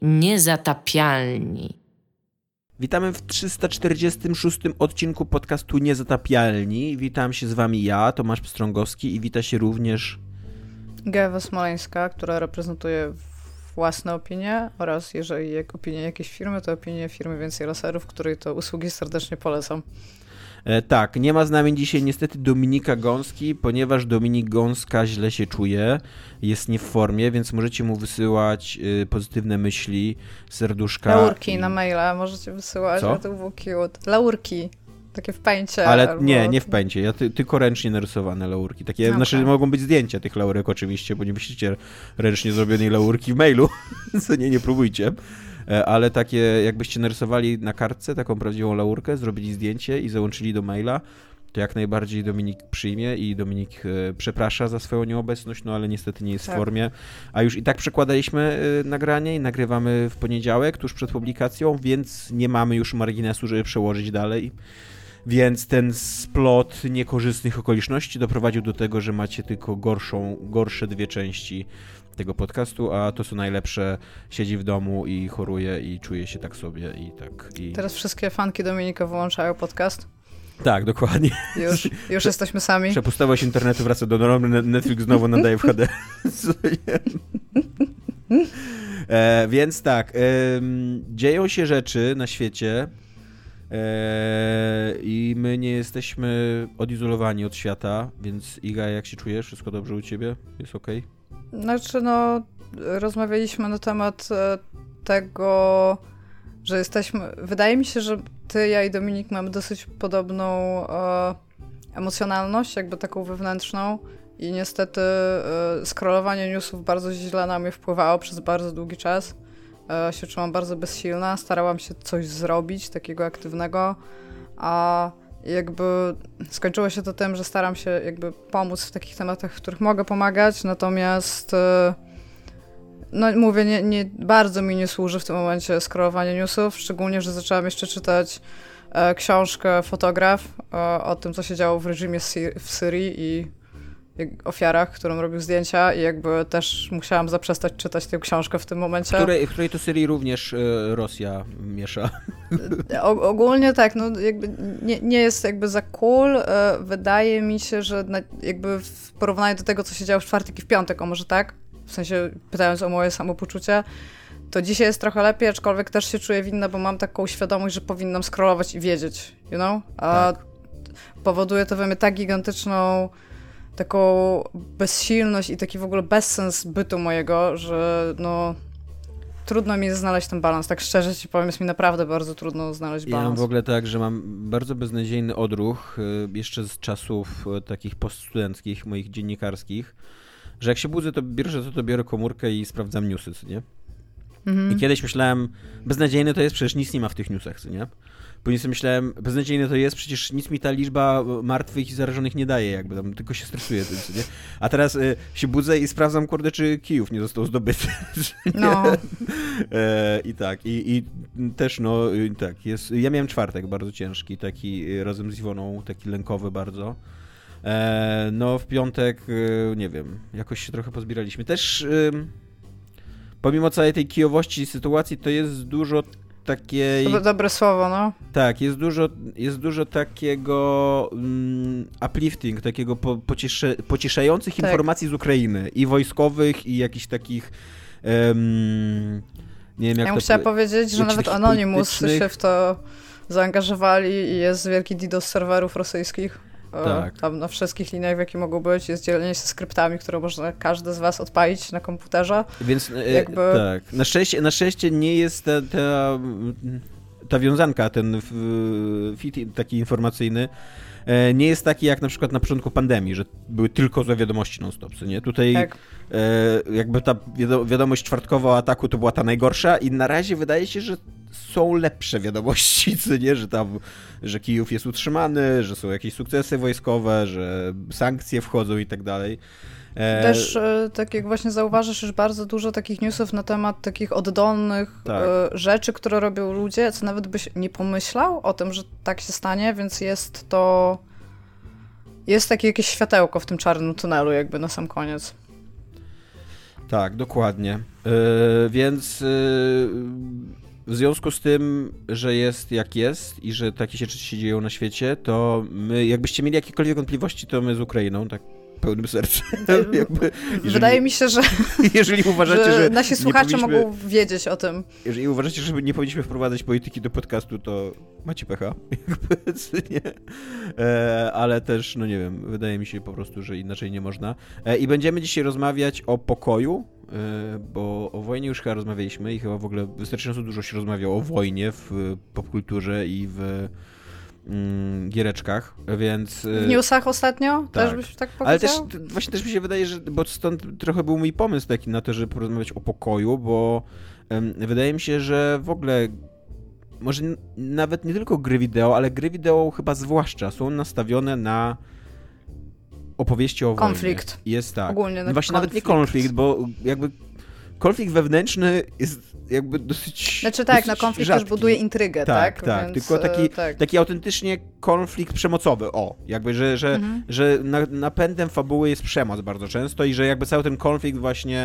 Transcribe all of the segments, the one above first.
Niezatapialni. Witamy w 346 odcinku podcastu Niezatapialni. Witam się z wami ja, Tomasz Pstrągowski, i wita się również Iga Smoleńska, która reprezentuje własne opinie oraz jeżeli opinie jakiejś firmy, to opinie firmy Więcej Laserów, której to usługi serdecznie polecam. Tak, nie ma z nami dzisiaj niestety Dominika Gąski, ponieważ Dominik Gąska źle się czuje, jest nie w formie, więc możecie mu wysyłać pozytywne myśli, serduszka. Laurki na maila możecie wysyłać, Co? a to był cute. Laurki, takie w pęcie. Ale albo... nie w pęcie, ja tylko ręcznie narysowane laurki. Takie, Okay. Znaczy mogą być zdjęcia tych laurek oczywiście, bo nie myślicie ręcznie zrobionej laurki w mailu, co nie próbujcie. Ale takie jakbyście narysowali na kartce taką prawdziwą laurkę, zrobili zdjęcie i załączyli do maila, to jak najbardziej Dominik przyjmie i Dominik przeprasza za swoją nieobecność, no ale niestety nie jest w formie. A już i tak przekładaliśmy nagranie i nagrywamy w poniedziałek, tuż przed publikacją, więc nie mamy już marginesu, żeby przełożyć dalej. Więc ten splot niekorzystnych okoliczności doprowadził do tego, że macie tylko gorsze dwie części tego podcastu, a to, co najlepsze, siedzi w domu i choruje i czuje się tak sobie i tak. Teraz wszystkie fanki Dominika wyłączają podcast. Tak, dokładnie. Już jesteśmy sami. Przepustowość internetu wraca do normy, Netflix znowu nadaje w HD. Więc tak, dzieją się rzeczy na świecie i my nie jesteśmy odizolowani od świata, więc Iga, jak się czujesz? Wszystko dobrze u ciebie? Jest okej? Znaczy, rozmawialiśmy na temat tego, że jesteśmy... Wydaje mi się, że ty, ja i Dominik mamy dosyć podobną emocjonalność, jakby taką wewnętrzną, i niestety scrollowanie newsów bardzo źle na mnie wpływało przez bardzo długi czas. Się czułam bardzo bezsilna, starałam się coś zrobić takiego aktywnego, a jakby skończyło się to tym, że staram się jakby pomóc w takich tematach, w których mogę pomagać, natomiast mówię, nie bardzo mi nie służy w tym momencie scrollowanie newsów, szczególnie, że zaczęłam jeszcze czytać książkę Fotograf o tym, co się działo w reżimie w Syrii i ofiarach, którym robił zdjęcia, i jakby też musiałam zaprzestać czytać tę książkę w tym momencie. W której to Syrii również Rosja miesza. Ogólnie tak, jakby nie jest jakby za cool. Wydaje mi się, że jakby w porównaniu do tego, co się działo w czwartek i w piątek, może tak, w sensie pytając o moje samopoczucie, to dzisiaj jest trochę lepiej, aczkolwiek też się czuję winna, bo mam taką świadomość, że powinnam scrollować i wiedzieć, a tak. Powoduje to we mnie tak gigantyczną taką bezsilność i taki w ogóle bezsens bytu mojego, że trudno mi znaleźć ten balans. Tak szczerze ci powiem, jest mi naprawdę bardzo trudno znaleźć balans. Ja mam w ogóle tak, że mam bardzo beznadziejny odruch, jeszcze z czasów takich poststudenckich, moich dziennikarskich, że jak się budzę, to biorę komórkę i sprawdzam newsy, co nie? I kiedyś myślałem, beznadziejne to jest, przecież nic nie ma w tych newsach, co nie? Później sobie myślałem, beznadziejne to jest, przecież nic mi ta liczba martwych i zarażonych nie daje, jakby tam tylko się stresuje tym, co nie? A teraz się budzę i sprawdzam, czy Kijów nie został zdobyty. I tak, i też tak, jest. Ja miałem czwartek bardzo ciężki, taki razem z Iwoną, taki lękowy bardzo. W piątek, nie wiem, jakoś się trochę pozbieraliśmy. Też pomimo całej tej kijowości sytuacji, to jest dużo takiej... Dobre słowo, Tak, jest dużo takiego uplifting, takiego pocieszających informacji z Ukrainy, i wojskowych, i jakichś takich nie wiem jak ja chciałam powiedzieć, że nawet Anonymous się w to zaangażowali i jest wielki DDoS serwerów rosyjskich. Tak. Tam na wszystkich liniach, w jakie mogą być, jest dzielenie się skryptami, które można każdy z was odpalić na komputerze. Więc tak. Na szczęście nie jest ta wiązanka, ten feed taki informacyjny, nie jest taki jak na przykład na początku pandemii, że były tylko złe wiadomości non-stop, co nie? Tutaj jakby ta wiadomość czwartkowa o ataku to była ta najgorsza i na razie wydaje się, że są lepsze wiadomości, co nie? Że Kijów jest utrzymany, że są jakieś sukcesy wojskowe, że sankcje wchodzą i tak dalej. Też tak jak właśnie zauważysz, już bardzo dużo takich newsów na temat takich oddolnych rzeczy, które robią ludzie, co nawet byś nie pomyślał o tym, że tak się stanie, więc jest takie jakieś światełko w tym czarnym tunelu jakby na sam koniec. Tak, dokładnie. Więc w związku z tym, że jest jak jest i że takie rzeczy się dzieją na świecie, to my, jakbyście mieli jakiekolwiek wątpliwości, to my z Ukrainą, tak pełnym sercem. Wydaje mi się, że, jeżeli uważacie, że nasi słuchacze mogą wiedzieć o tym. Jeżeli uważacie, że nie powinniśmy wprowadzać polityki do podcastu, to macie pecha. Nie. Ale też, no nie wiem, wydaje mi się po prostu, że inaczej nie można. I będziemy dzisiaj rozmawiać o pokoju, bo o wojnie już chyba rozmawialiśmy i chyba w ogóle wystarczająco dużo się rozmawiało o wojnie w popkulturze i w giereczkach, więc... W newsach ostatnio? Tak. Też byś tak powiedział? Ale też, właśnie też mi się wydaje, że, bo stąd trochę był mój pomysł taki na to, żeby porozmawiać o pokoju, bo wydaje mi się, że w ogóle może nawet nie tylko gry wideo, ale gry wideo chyba zwłaszcza są nastawione na opowieści o konflikt. wojnie. Jest tak. Ogólnie no właśnie nawet nie konflikt, bo jakby konflikt wewnętrzny jest jakby dosyć Znaczy tak, dosyć konflikt rzadki. też buduje intrygę, tak? Tak, Więc, tylko taki autentycznie konflikt przemocowy, jakby, że napędem fabuły jest przemoc bardzo często i że jakby cały ten konflikt właśnie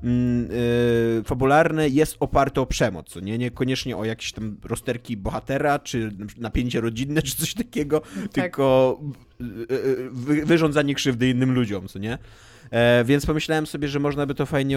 fabularny jest oparty o przemoc, co nie? Niekoniecznie o jakieś tam rozterki bohatera, czy napięcie rodzinne, czy coś takiego, tylko wyrządzanie krzywdy innym ludziom, co nie? Więc pomyślałem sobie, że można by to fajnie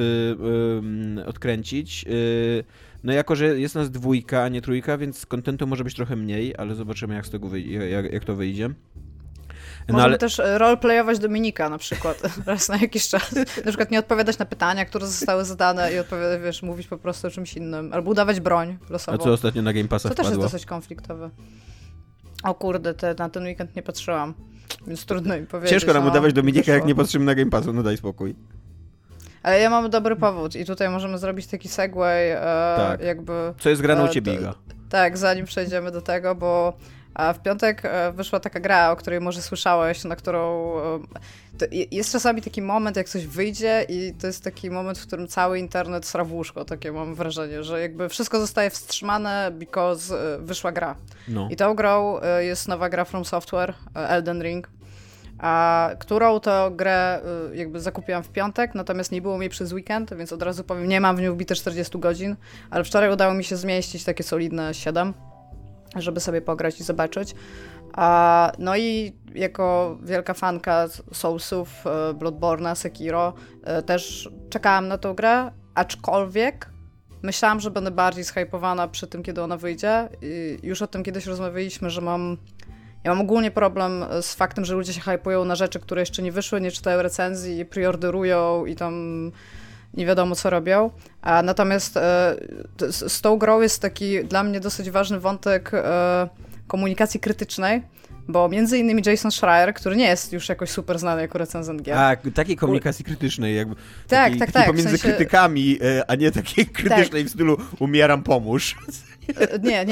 odkręcić. No jako, że jest nas 2, a nie 3, więc kontentu może być trochę mniej, ale zobaczymy jak z tego jak to wyjdzie. No, możemy też roleplayować Dominika na przykład raz na jakiś czas. Na przykład nie odpowiadać na pytania, które zostały zadane i odpowiadać, mówić po prostu o czymś innym. Albo udawać broń losową. A co ostatnio na Game Passa wpadło? To też jest dosyć konfliktowe. O kurde, na ten weekend nie patrzyłam, więc trudno mi powiedzieć. Ciężko nam udawać Dominika, jak nie patrzymy na Game Passu, no daj spokój. Ale ja mam dobry powód i tutaj możemy zrobić taki segway, tak. jakby... Co jest grane u ciebie, Iga? Tak, zanim przejdziemy do tego, bo w piątek wyszła taka gra, o której może słyszałeś, na którą... Jest czasami taki moment, jak coś wyjdzie i to jest taki moment, w którym cały internet sra w łóżko, takie mam wrażenie, że jakby wszystko zostaje wstrzymane, because wyszła gra. No. I tą grą jest nowa gra From Software, Elden Ring, którą to grę jakby zakupiłam w piątek, natomiast nie było mnie przez weekend, więc od razu powiem, nie mam w nią wbite 40 godzin, ale wczoraj udało mi się zmieścić takie solidne 7, żeby sobie pograć i zobaczyć. No i jako wielka fanka Soulsów, Bloodborne'a, Sekiro, też czekałam na tą grę, aczkolwiek myślałam, że będę bardziej zhypowana przy tym, kiedy ona wyjdzie. I już o tym kiedyś rozmawialiśmy, że ja mam ogólnie problem z faktem, że ludzie się hypują na rzeczy, które jeszcze nie wyszły, nie czytają recenzji, preorderują i tam nie wiadomo co robią. Natomiast z tą grą jest taki dla mnie dosyć ważny wątek komunikacji krytycznej, bo między innymi Jason Schreier, który nie jest już jakoś super znany jako recenzent gier. Takiej komunikacji krytycznej, jakby tak. pomiędzy w sensie... krytykami, a nie takiej krytycznej w stylu umieram, pomóż. Nie.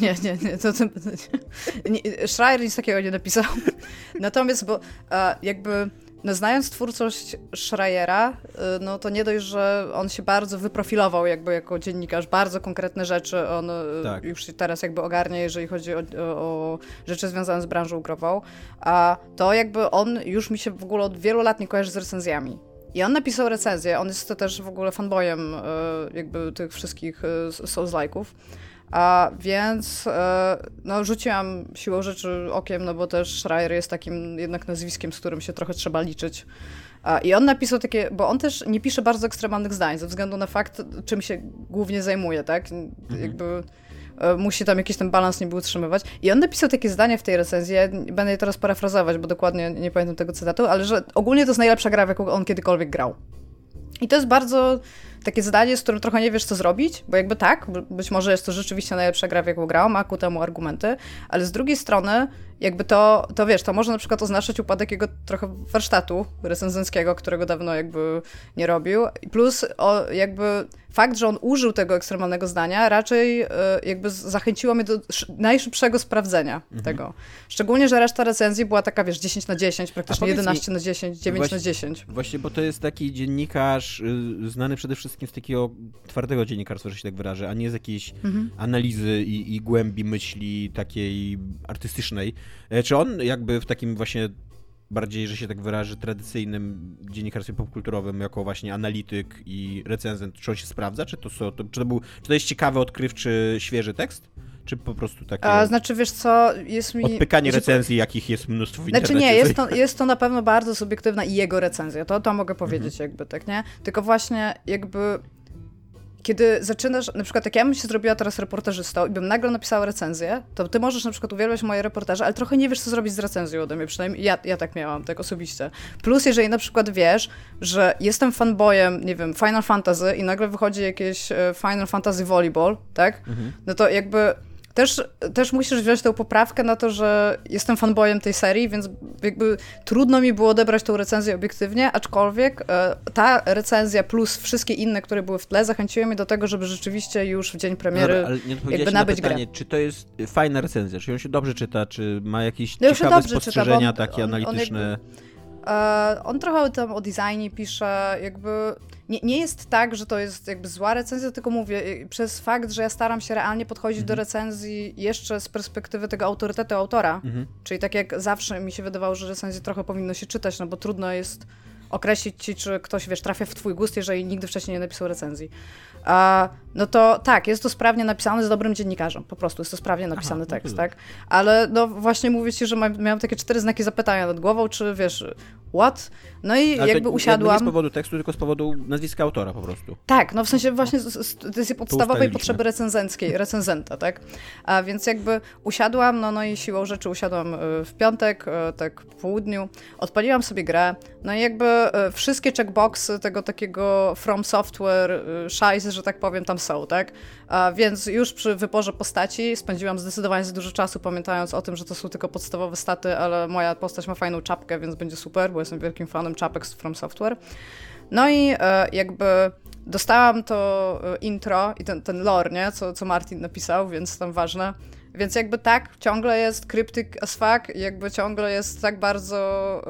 Schreier nic takiego nie napisał. Natomiast, bo jakby znając twórczość Schreiera, no to nie dość, że on się bardzo wyprofilował jakby jako dziennikarz, bardzo konkretne rzeczy on już teraz jakby ogarnia, jeżeli chodzi o rzeczy związane z branżą grową, a to jakby on już mi się w ogóle od wielu lat nie kojarzy z recenzjami. I on napisał recenzję, on jest też w ogóle fanboyem jakby tych wszystkich Souls-like'ów. Więc no, rzuciłam siłą rzeczy okiem, no bo też Schreier jest takim jednak nazwiskiem, z którym się trochę trzeba liczyć. I on napisał takie, bo on też nie pisze bardzo ekstremalnych zdań, ze względu na fakt, czym się głównie zajmuje, tak? Jakby musi tam jakiś ten balans niby utrzymywać. I on napisał takie zdanie w tej recenzji, ja będę je teraz parafrazować, bo dokładnie nie pamiętam tego cytatu, ale że ogólnie to jest najlepsza gra, w jaką on kiedykolwiek grał. I to jest bardzo takie zadanie, z którym trochę nie wiesz, co zrobić, bo jakby tak, być może jest to rzeczywiście najlepsza gra, w jaką grałam, ma ku temu argumenty, ale z drugiej strony jakby to wiesz, to może na przykład oznaczać upadek jego trochę warsztatu recenzenckiego, którego dawno jakby nie robił. Plus jakby fakt, że on użył tego ekstremalnego zdania, raczej jakby zachęciło mnie do najszybszego sprawdzenia tego. Szczególnie, że reszta recenzji była taka, wiesz, 10/10, praktycznie 11/10, 9/10. Właśnie, bo to jest taki dziennikarz znany przede wszystkim z takiego twardego dziennikarstwa, że się tak wyrażę, a nie z jakiejś analizy i głębi myśli takiej artystycznej. Czy on jakby w takim właśnie bardziej, że się tak wyrażę, tradycyjnym dziennikarstwie popkulturowym jako właśnie analityk i recenzent, czy on się sprawdza? Czy to jest ciekawy, odkrywczy, świeży tekst? Czy po prostu takie... Znaczy, wiesz co, jest mi... Odpykanie recenzji, jakich jest mnóstwo w internecie. Znaczy nie, jest to na pewno bardzo subiektywna i jego recenzja, to mogę powiedzieć jakby, tak, nie? Tylko właśnie jakby... Kiedy zaczynasz, na przykład jak ja bym się zrobiła teraz reportażystą i bym nagle napisała recenzję, to ty możesz na przykład uwielbiać moje reportaże, ale trochę nie wiesz, co zrobić z recenzją ode mnie, przynajmniej ja tak miałam, tak osobiście. Plus, jeżeli na przykład wiesz, że jestem fanboyem, nie wiem, Final Fantasy i nagle wychodzi jakieś Final Fantasy Volleyball, tak? No to jakby... Też musisz wziąć tę poprawkę na to, że jestem fanboyem tej serii, więc jakby trudno mi było odebrać tą recenzję obiektywnie, aczkolwiek ta recenzja plus wszystkie inne, które były w tle, zachęciły mnie do tego, żeby rzeczywiście już w dzień premiery jakby nabyć grę. Czy to jest fajna recenzja? Czy ją się dobrze czyta? Czy ma jakieś ciekawe spostrzeżenia takie analityczne? On trochę tam o designie pisze, jakby nie jest tak, że to jest jakby zła recenzja, tylko mówię, przez fakt, że ja staram się realnie podchodzić do recenzji jeszcze z perspektywy tego autorytetu autora, czyli tak jak zawsze mi się wydawało, że recenzje trochę powinno się czytać, no bo trudno jest określić ci, czy ktoś, wiesz, trafia w twój gust, jeżeli nigdy wcześniej nie napisał recenzji. No to tak, jest to sprawnie napisane z dobrym dziennikarzem, po prostu jest to sprawnie napisany tekst, tak? Ale no właśnie mówię ci, że miałam takie 4 znaki zapytania nad głową, czy wiesz, what? No i ale jakby usiadłam... Nie z powodu tekstu, tylko z powodu nazwiska autora po prostu. Tak, no w sensie właśnie to jest podstawowej potrzeby recenzenta, tak? A więc jakby usiadłam, no i siłą rzeczy usiadłam w piątek, tak po południu, odpaliłam sobie grę, no i jakby wszystkie checkboxy tego takiego From Software szajs, że tak powiem, tam są, tak? Więc już przy wyborze postaci spędziłam zdecydowanie za dużo czasu, pamiętając o tym, że to są tylko podstawowe staty, ale moja postać ma fajną czapkę, więc będzie super, bo jestem wielkim fanem czapek z From Software. No i jakby dostałam to intro i ten lore, nie? Co Martin napisał, więc tam ważne. Więc jakby tak, ciągle jest cryptic as fuck, jakby ciągle jest tak bardzo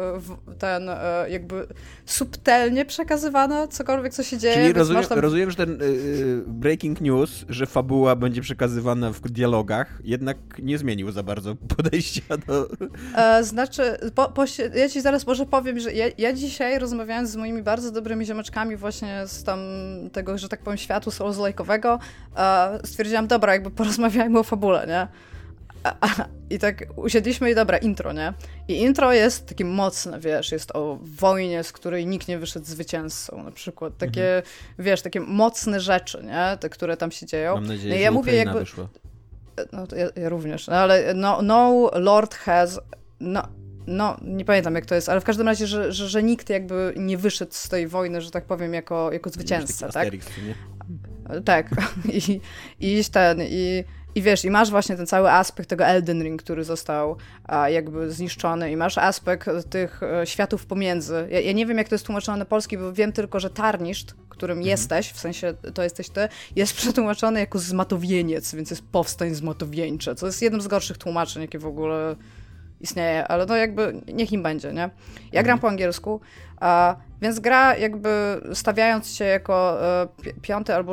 jakby subtelnie przekazywane cokolwiek, co się dzieje. Czyli rozumiem, że ten breaking news, że fabuła będzie przekazywana w dialogach, jednak nie zmienił za bardzo podejścia do... Znaczy, ja ci zaraz może powiem, że ja dzisiaj rozmawiając z moimi bardzo dobrymi ziomeczkami właśnie z tam tego, że tak powiem, światu Souls-like'owego, stwierdziłam, dobra, jakby porozmawiajmy o fabule, nie? I tak usiedliśmy i dobra, intro, nie? I intro jest takie mocne, wiesz, jest o wojnie, z której nikt nie wyszedł zwycięzcą, na przykład. Takie, wiesz, takie mocne rzeczy, nie? Te, które tam się dzieją. Mam nadzieję, no, że ja Ukraina wyszła. No to ja również, no, ale no Lord has... No, nie pamiętam jak to jest, ale w każdym razie, że nikt jakby nie wyszedł z tej wojny, że tak powiem, jako zwycięzca, tak? Asterix, nie? Tak. I wiesz, i masz właśnie ten cały aspekt tego Elden Ring, który został jakby zniszczony i masz aspekt tych światów pomiędzy. Ja nie wiem, jak to jest tłumaczone na polski, bo wiem tylko, że Tarniszt, którym jesteś, w sensie to jesteś ty, jest przetłumaczony jako zmatowieniec, więc jest powstań zmatowieńcze, co jest jednym z gorszych tłumaczeń, jakie w ogóle istnieje, ale no jakby niech im będzie, nie? Ja gram po angielsku, więc jakby stawiając się jako piąty albo...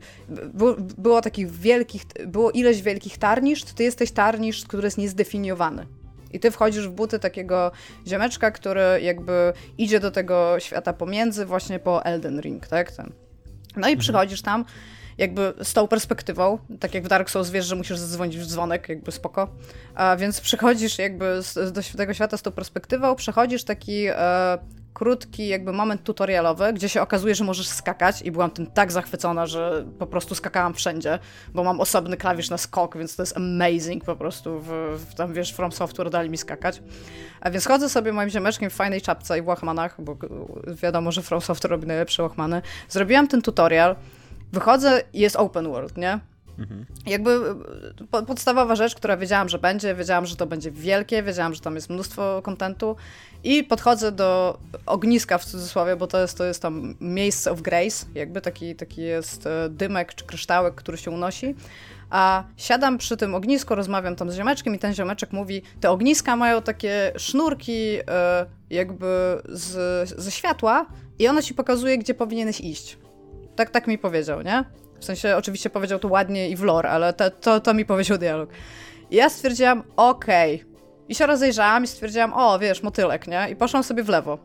Było ileś wielkich tarniszt, ty jesteś tarniszt, który jest niezdefiniowany. I ty wchodzisz w buty takiego ziomeczka, który jakby idzie do tego świata pomiędzy właśnie po Elden Ring, tak? No i przychodzisz tam jakby z tą perspektywą, tak jak w Dark Souls wiesz, że musisz zadzwonić w dzwonek, jakby spoko. Więc przychodzisz jakby do tego świata z tą perspektywą, przechodzisz taki krótki jakby moment tutorialowy, gdzie się okazuje, że możesz skakać i byłam tym tak zachwycona, że po prostu skakałam wszędzie, bo mam osobny klawisz na skok, więc to jest amazing po prostu, tam wiesz, From Software dali mi skakać. A więc chodzę sobie moim ziomeczkiem w fajnej czapce i w łachmanach, bo wiadomo, że From Software robi najlepsze łachmany. Zrobiłam ten tutorial, wychodzę i jest open world, nie? Jakby podstawowa rzecz, która wiedziałam, że to będzie wielkie, wiedziałam, że tam jest mnóstwo kontentu i podchodzę do ogniska w cudzysłowie, bo to jest tam miejsce of grace, jakby taki jest dymek czy kryształek, który się unosi, a siadam przy tym ognisku, rozmawiam tam z ziomeczkiem i ten ziomeczek mówi, te ogniska mają takie sznurki jakby ze światła i ono ci pokazuje, gdzie powinieneś iść. Tak mi powiedział, nie? W sensie oczywiście powiedział to ładnie i w lore, ale to mi powiedział dialog. I ja stwierdziłam, okej, I się rozejrzałam i stwierdziłam, o, wiesz, motylek, nie? I poszłam sobie w lewo.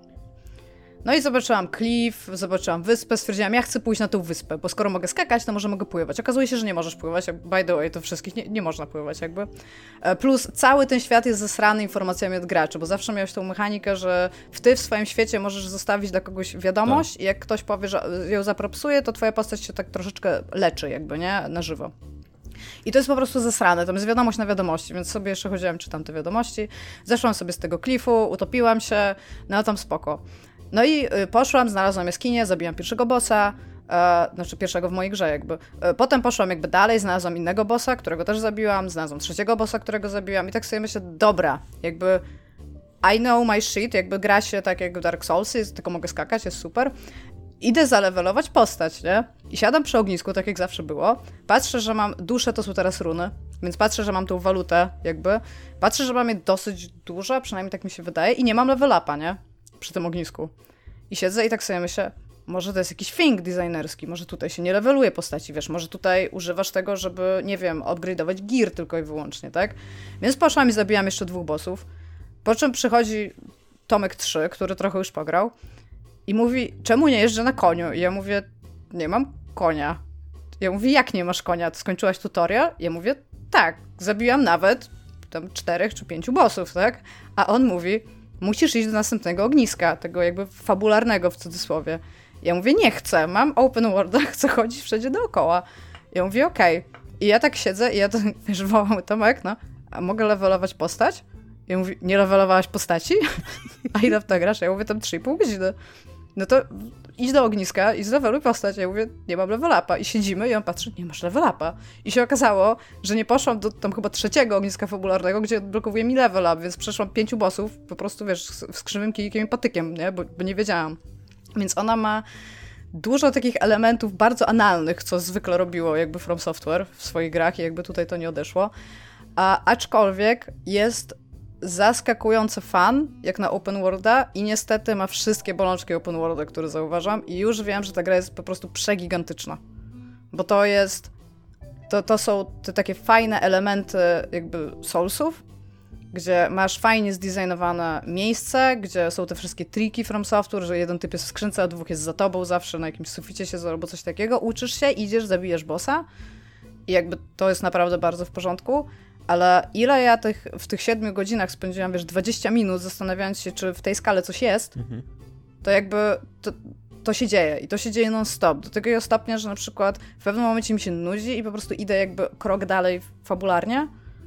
No i zobaczyłam klif, zobaczyłam wyspę, stwierdziłam, ja chcę pójść na tą wyspę, bo skoro mogę skakać, to może mogę pływać. Okazuje się, że nie możesz pływać, by the way, to wszystkich nie można pływać jakby. Plus cały ten świat jest zesrany informacjami od graczy, bo zawsze miałeś tą mechanikę, że ty w swoim świecie możesz zostawić dla kogoś wiadomość i jak ktoś powie, że ją zapropsuje, to twoja postać się tak troszeczkę leczy jakby, nie? Na żywo. I to jest po prostu zesrane, tam jest wiadomość na wiadomości, więc sobie jeszcze chodziłam, czytam te wiadomości. Zeszłam sobie z tego klifu, utopiłam się, no tam spoko. No i poszłam, znalazłam jaskinię, zabiłam pierwszego bossa, znaczy pierwszego w mojej grze jakby. Potem poszłam jakby dalej, znalazłam innego bossa, którego też zabiłam, znalazłam trzeciego bossa, którego zabiłam i tak sobie myślę, dobra, jakby I know my shit, jakby gra się tak jak w Dark Soulsy, tylko mogę skakać, jest super. Idę zalewelować postać, nie? I siadam przy ognisku, tak jak zawsze było. Patrzę, że mam duszę, to są teraz runy, więc patrzę, że mam tą walutę jakby. Patrzę, że mam je dosyć dużo, przynajmniej tak mi się wydaje i nie mam level upa, nie? Przy tym ognisku. I siedzę i tak sobie myślę, może to jest jakiś thing designerski, może tutaj się nie leveluje postaci, wiesz, może tutaj używasz tego, żeby, nie wiem, upgrade'ować gear tylko i wyłącznie, tak? Więc poszłam i zabijam jeszcze 2 bossów, po czym przychodzi Tomek 3, który trochę już pograł i mówi, czemu nie jeżdżę na koniu? I ja mówię, nie mam konia. Ja mówię, jak nie masz konia? To skończyłaś tutorial? Ja mówię, tak, zabiłam nawet tam 4 czy 5 bossów, tak? A on mówi, musisz iść do następnego ogniska, tego jakby fabularnego w cudzysłowie. Ja mówię, nie chcę, mam open worlda, chcę chodzić wszędzie dookoła. Ja mówię, okej. I ja tak siedzę i ja to, wiesz, wołam Tomek, no, a mogę levelować postać? Ja mówię, nie levelowałaś postaci? A ile w to grasz? Ja mówię, tam 3,5 godziny. No to idź do ogniska i zleveluj postać. Ja mówię, nie mam level upa. I siedzimy i on patrzy, nie masz level upa. I się okazało, że nie poszłam do tam chyba 3. ogniska fabularnego, gdzie odblokowuje mi level up, więc przeszłam 5 bossów, po prostu, wiesz, z krzywym kijkiem i patykiem, nie? Bo nie wiedziałam. Więc ona ma dużo takich elementów bardzo analnych, co zwykle robiło jakby From Software w swoich grach i jakby tutaj to nie odeszło. Aczkolwiek jest zaskakujący fan, jak na open worlda i niestety ma wszystkie bolączki open worlda, które zauważam i już wiem, że ta gra jest po prostu przegigantyczna. Bo to jest... To są te takie fajne elementy jakby Soulsów, gdzie masz fajnie zdesignowane miejsce, gdzie są te wszystkie triki From Software, że jeden typ jest w skrzynce, a 2 jest za tobą zawsze, na jakimś suficie się albo coś takiego. Uczysz się, idziesz, zabijesz bossa i jakby to jest naprawdę bardzo w porządku. Ale ile ja w tych 7 godzinach spędziłam, wiesz, 20 minut zastanawiając się, czy w tej skale coś jest, to jakby to się dzieje. I to się dzieje non-stop. Do tego stopnia, że na przykład w pewnym momencie mi się nudzi i po prostu idę jakby krok dalej fabularnie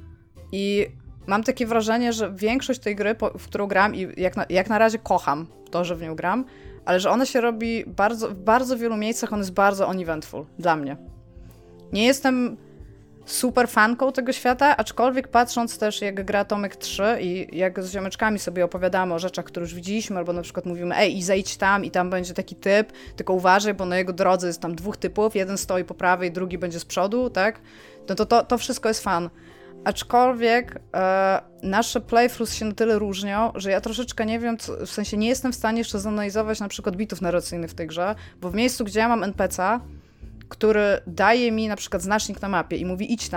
i mam takie wrażenie, że większość tej gry, w którą gram i jak na razie kocham to, że w nią gram, ale że ona się robi w bardzo wielu miejscach, on jest bardzo uneventful dla mnie. Nie jestem super fanką tego świata, aczkolwiek patrząc też jak gra Tomek 3 i jak z ziomeczkami sobie opowiadamy o rzeczach, które już widzieliśmy, albo na przykład mówimy, ej, i zejdź tam i tam będzie taki typ, tylko uważaj, bo na jego drodze jest tam 2 typów, jeden stoi po prawej, drugi będzie z przodu, tak? No to wszystko jest fan. Aczkolwiek nasze playthroughs się na tyle różnią, że ja troszeczkę nie wiem, w sensie nie jestem w stanie jeszcze zanalizować na przykład bitów narracyjnych w tej grze, bo w miejscu, gdzie ja mam NPC-a, który daje mi na przykład znacznik na mapie i mówi idź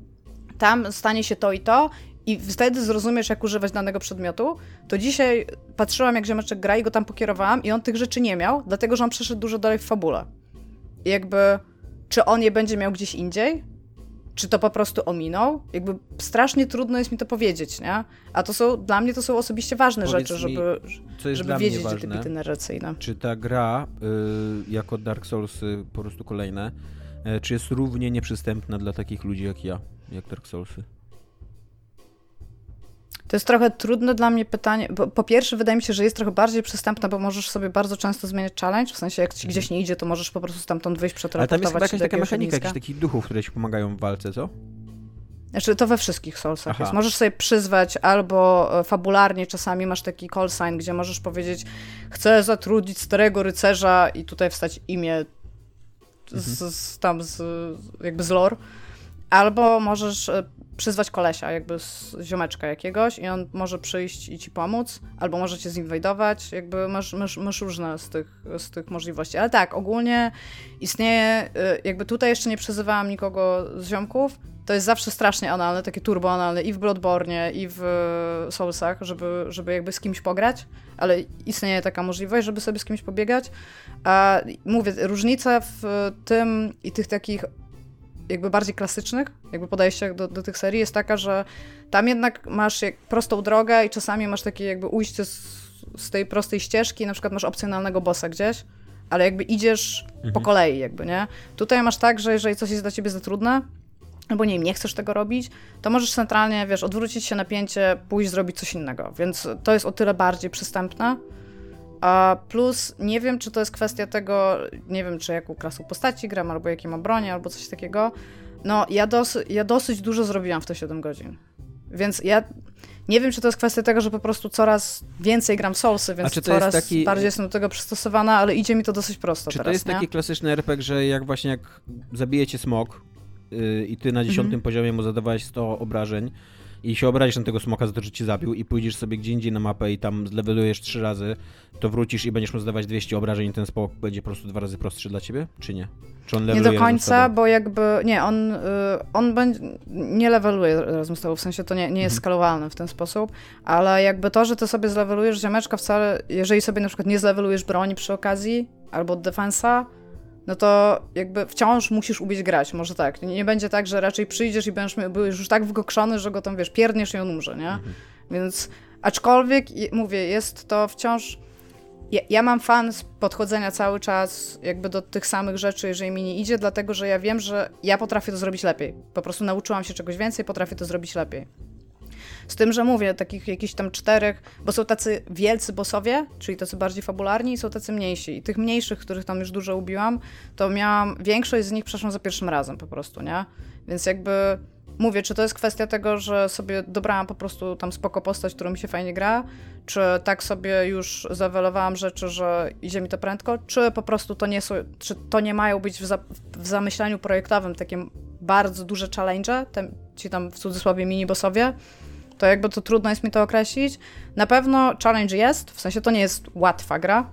tam stanie się to i wtedy zrozumiesz, jak używać danego przedmiotu, to dzisiaj patrzyłam, jak ziomeczek gra i go tam pokierowałam i on tych rzeczy nie miał, dlatego, że on przeszedł dużo dalej w fabule. I jakby, czy on je będzie miał gdzieś indziej? Czy to po prostu ominął? Jakby strasznie trudno jest mi to powiedzieć, nie? A dla mnie to są osobiście ważne rzeczy, żeby wiedzieć te bity narracyjne. Czy ta gra, jako Dark Soulsy po prostu kolejne, czy jest równie nieprzystępna dla takich ludzi jak ja, jak Dark Soulsy? To jest trochę trudne dla mnie pytanie, bo po pierwsze wydaje mi się, że jest trochę bardziej przystępna, bo możesz sobie bardzo często zmieniać challenge, w sensie jak ci gdzieś nie idzie, to możesz po prostu stamtąd wyjść, przeteleportować. Ale tam jest chyba jakaś taka mechanika, jakichś takich duchów, które ci pomagają w walce, co? Znaczy to we wszystkich Soulsach jest. Możesz sobie przyzwać albo fabularnie, czasami masz taki call sign, gdzie możesz powiedzieć, chcę zatrudnić starego rycerza i tutaj wstać imię jakby z lore. Albo możesz przyzwać kolesia, jakby z ziomeczka jakiegoś i on może przyjść i ci pomóc, albo może cię zinwajdować, jakby masz różne z tych możliwości. Ale tak, ogólnie istnieje, jakby tutaj jeszcze nie przyzywałam nikogo z ziomków to jest zawsze strasznie analne, takie turbo analne i w Bloodborne, i w Soulsach, żeby jakby z kimś pograć, ale istnieje taka możliwość, żeby sobie z kimś pobiegać. A mówię, różnica w tym i tych takich jakby bardziej klasycznych, jakby podejściach do tych serii jest taka, że tam jednak masz prostą drogę i czasami masz takie jakby ujście z tej prostej ścieżki, na przykład masz opcjonalnego bossa gdzieś, ale jakby idziesz po kolei jakby, nie? Tutaj masz tak, że jeżeli coś jest dla ciebie za trudne, albo nie chcesz tego robić, to możesz centralnie, wiesz, odwrócić się napięcie, pójść zrobić coś innego, więc to jest o tyle bardziej przystępne. A plus nie wiem, czy to jest kwestia tego, nie wiem, czy jaką klasą postaci gram, albo jakie ma bronię, albo coś takiego. No, ja dosyć dużo zrobiłam w te 7 godzin. Więc ja nie wiem, czy to jest kwestia tego, że po prostu coraz więcej gram w Soulsy, więc coraz bardziej jestem do tego przystosowana, ale idzie mi to dosyć prosto teraz, Czy to jest taki klasyczny RPG, że jak zabije cię smok i ty na 10 poziomie mu zadawałeś 100 obrażeń i się obrazisz na tego smoka za to, że cię zabił i pójdziesz sobie gdzie indziej na mapę i tam zlevelujesz 3 razy, to wrócisz i będziesz mu zadawać 200 obrażeń i ten smok będzie po prostu 2 razy prostszy dla ciebie? Czy nie? Czy on leveluje? Nie do końca, bo jakby, nie, on nie leveluje razem z tobą, w sensie to nie jest skalowalne w ten sposób, ale jakby to, że ty sobie zlevelujesz ziomeczka wcale, jeżeli sobie na przykład nie zlevelujesz broni przy okazji, albo defensa, no to jakby wciąż musisz umieć grać, może tak. Nie będzie tak, że raczej przyjdziesz i byłeś już tak wygokszony, że go tam, wiesz, pierdniesz i on umrze, nie? Więc aczkolwiek, mówię, jest to wciąż... Ja mam fan z podchodzenia cały czas jakby do tych samych rzeczy, jeżeli mi nie idzie, dlatego, że ja wiem, że ja potrafię to zrobić lepiej. Po prostu nauczyłam się czegoś więcej, potrafię to zrobić lepiej. Z tym, że mówię, takich jakichś tam 4, bo są tacy wielcy bossowie, czyli tacy bardziej fabularni i są tacy mniejsi. I tych mniejszych, których tam już dużo ubiłam, to większość z nich przeszłam za pierwszym razem po prostu, nie? Więc jakby mówię, czy to jest kwestia tego, że sobie dobrałam po prostu tam spoko postać, którą mi się fajnie gra, czy tak sobie już zawelowałam rzeczy, że idzie mi to prędko, czy po prostu czy to nie mają być w zamyśleniu projektowym takie bardzo duże challenge, ci tam w cudzysłowie mini-bossowie, to jakby to trudno jest mi to określić. Na pewno challenge jest, w sensie to nie jest łatwa gra,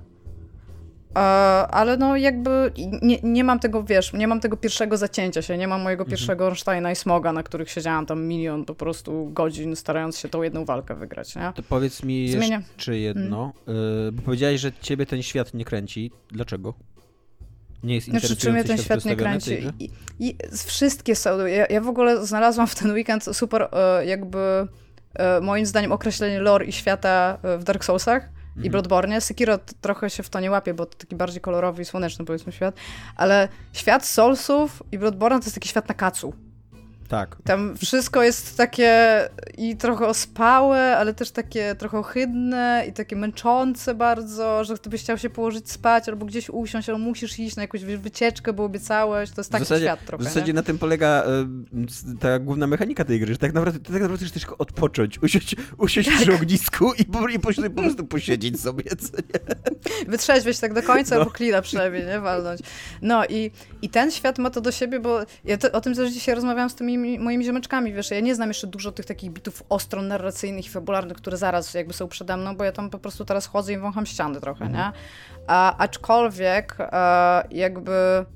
ale no jakby nie mam tego, wiesz, nie mam tego pierwszego zacięcia się, nie mam mojego pierwszego Ornsteina i Smoga, na których siedziałam tam milion po prostu godzin, starając się tą jedną walkę wygrać, nie? To powiedz mi jeszcze jedno, bo powiedziałeś, że ciebie ten świat nie kręci. Dlaczego? Nie jest interesujący czy mnie ten świat nie kręci? I wszystkie są. Ja w ogóle znalazłam w ten weekend super jakby moim zdaniem określenie lore i świata w Dark Soulsach i Bloodborne. Sekiro trochę się w to nie łapie, bo to taki bardziej kolorowy i słoneczny, powiedzmy, świat. Ale świat Soulsów i Bloodborne to jest taki świat na kacu. Tak. Tam wszystko jest takie i trochę ospałe, ale też takie trochę ohydne i takie męczące bardzo, że gdybyś chciał się położyć spać albo gdzieś usiąść, albo musisz iść na jakąś wycieczkę, bo obiecałeś. To jest taki świat trochę. W zasadzie na tym polega ta główna mechanika tej gry, że tak naprawdę chcesz tylko odpocząć, usiąść przy ognisku i po prostu posiedzieć sobie, co nie? Wytrzeźwieć tak do końca, albo klina przynajmniej, nie? Walnąć. No i ten świat ma to do siebie, bo ja o tym też dzisiaj rozmawiałam z tymi moimi ziomeczkami, wiesz, ja nie znam jeszcze dużo tych takich bitów ostro narracyjnych i fabularnych, które zaraz jakby są przede mną, bo ja tam po prostu teraz chodzę i wącham ściany trochę, nie? Aczkolwiek jakby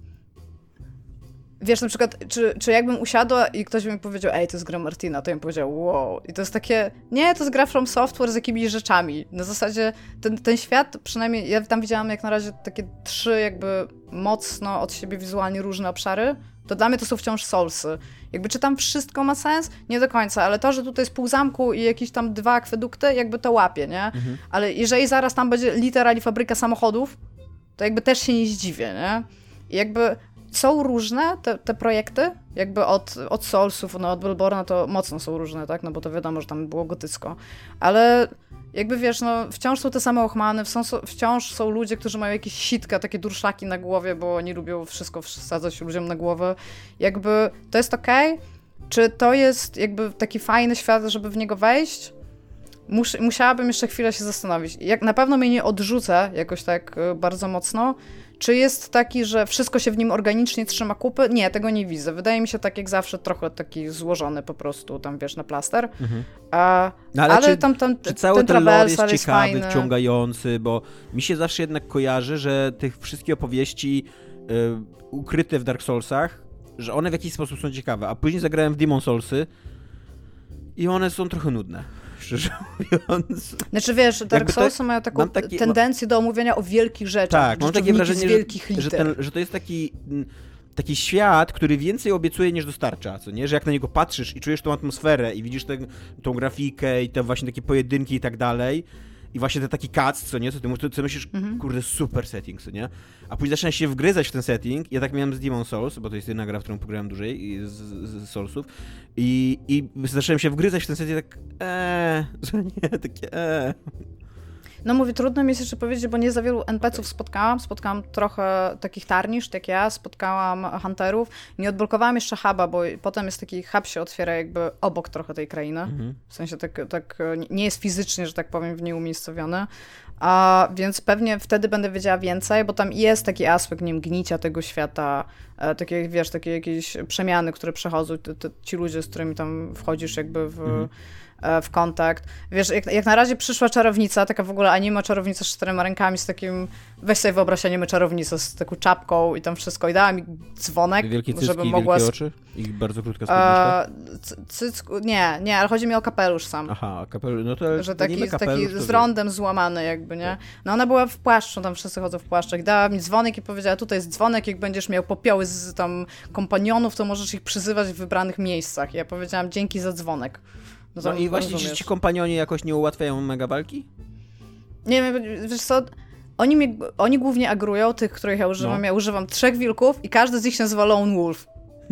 wiesz, na przykład, czy jakbym usiadła i ktoś by mi powiedział, ej, to jest gra Martina, to ja bym powiedział, wow. I to jest takie, nie, to jest gra From Software z jakimiś rzeczami. Na zasadzie ten świat, przynajmniej ja tam widziałam jak na razie takie 3 jakby mocno od siebie wizualnie różne obszary, to dla mnie to są wciąż Soulsy. Jakby czy tam wszystko ma sens? Nie do końca, ale to, że tutaj jest pół zamku i jakieś tam 2 akwedukty, jakby to łapie, nie? Ale jeżeli zaraz tam będzie literalnie fabryka samochodów, to jakby też się nie zdziwię, nie? I jakby są różne te projekty, jakby od Soulsów, no od Bloodborne'a to mocno są różne, tak? No bo to wiadomo, że tam było gotycko. Ale jakby wiesz, no wciąż są te same ochmany, wciąż są ludzie, którzy mają jakieś sitka, takie durszlaki na głowie, bo oni lubią wszystko wsadzać ludziom na głowę. Jakby to jest okej? Czy to jest jakby taki fajny świat, żeby w niego wejść? Musiałabym jeszcze chwilę się zastanowić. Na pewno mnie nie odrzuca jakoś tak bardzo mocno. Czy jest taki, że wszystko się w nim organicznie trzyma kupy? Nie, tego nie widzę. Wydaje mi się tak jak zawsze trochę taki złożony po prostu, tam wiesz, na plaster. No ale czy cały ten lore jest ciekawy, fajny, wciągający, bo mi się zawsze jednak kojarzy, że tych wszystkich opowieści ukryte w Dark Soulsach że one w jakiś sposób są ciekawe, a później zagrałem w Demon Soulsy i one są trochę nudne, szczerze mówiąc. Znaczy wiesz, Dark Soulsy mają taką tendencję do omówienia o wielkich rzeczach. Tak, mam takie wrażenie, że że to jest taki świat, który więcej obiecuje niż dostarcza, co nie? Że jak na niego patrzysz i czujesz tą atmosferę i widzisz tą grafikę i te właśnie takie pojedynki i tak dalej i właśnie te taki cuts, co nie? Co myślisz, kurde, super setting, co nie? A później zaczynasz się wgryzać w ten setting. Ja tak miałem z Demon Souls, bo to jest jedna gra, w którą pograłem dłużej z Soulsów i zacząłem się wgryzać w ten setting tak że nie, takie No mówię, trudno mi jest jeszcze powiedzieć, bo nie za wielu NPC-ów spotkałam trochę takich tarnisz, jak ja, spotkałam hunterów, nie odblokowałam jeszcze huba, bo potem jest taki hub się otwiera jakby obok trochę tej krainy, w sensie tak nie jest fizycznie, że tak powiem, w niej umiejscowiony, a więc pewnie wtedy będę wiedziała więcej, bo tam jest taki aspekt, nie wiem, gnicia tego świata, takie, wiesz, takie jakieś przemiany, które przechodzą, ci ludzie, z którymi tam wchodzisz jakby w kontakt. Wiesz, jak na razie przyszła czarownica, taka w ogóle anime czarownica z 4 rękami, z takim, weź sobie wyobraź anime czarownicę z taką czapką i tam wszystko, i dała mi dzwonek, wielkie cycki, żeby mogła... wielkie oczy i bardzo krótka spódniczka? Nie, ale chodzi mi o kapelusz sam. Aha, kapelusz, no to że taki z rondem złamany jakby, nie? No ona była w płaszczu, tam wszyscy chodzą w płaszczach, dała mi dzwonek i powiedziała, tutaj jest dzwonek, jak będziesz miał popioły z tam kompanionów, to możesz ich przyzywać w wybranych miejscach. I ja powiedziałam, dzięki za dzwonek. No i właśnie ci kompanioni jakoś nie ułatwiają mega walki? Nie wiem, wiesz co, oni głównie agrują tych, których ja używam. No. Ja używam 3 wilków i każdy z nich się nazywa Lone Wolf.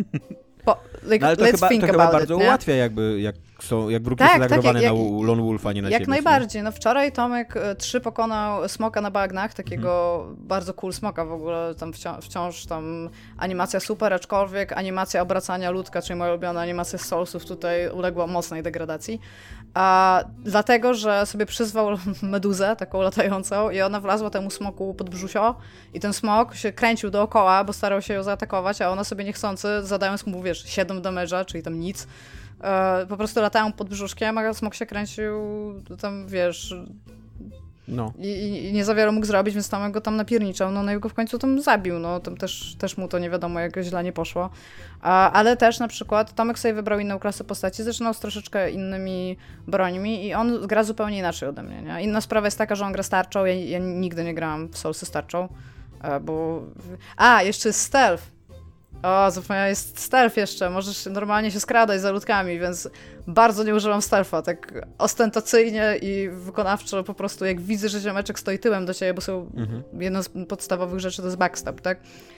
Ale to chyba bardzo ułatwia jakby, jak wróg jest zagrowany na Lone Wolfa, nie na ciebie. Jak najbardziej. No wczoraj Tomek 3 pokonał smoka na bagnach, takiego bardzo cool smoka w ogóle, tam wciąż tam animacja super, aczkolwiek animacja obracania ludka, czyli moja ulubiona animacja z Soulsów tutaj uległa mocnej degradacji. Dlatego, że sobie przyzwał meduzę taką latającą i ona wlazła temu smoku pod brzusio i ten smok się kręcił dookoła, bo starał się ją zaatakować, a ona sobie niechcący, zadając mu, wiesz, 7 damage'a, czyli tam nic, po prostu latają pod brzuszkiem, a smok się kręcił tam, wiesz... No. I nie za wiele mógł zrobić, więc tam go tam napierniczał, no i go w końcu tam zabił, no tam też mu to nie wiadomo jak źle nie poszło. Ale też na przykład Tomek sobie wybrał inną klasę postaci, zaczynał z troszeczkę innymi brońmi i on gra zupełnie inaczej ode mnie, nie? Inna sprawa jest taka, że on gra z tarczą, ja nigdy nie grałam w Soulsy z tarczą, bo... jeszcze jest stealth. Zapomniałam, jest stealth jeszcze, możesz normalnie się skradać za ludkami, więc bardzo nie używam stealtha, tak ostentacyjnie i wykonawczo po prostu, jak widzę, że ziomeczek stoi tyłem do ciebie, bo są jedną z podstawowych rzeczy to jest backstab, tak?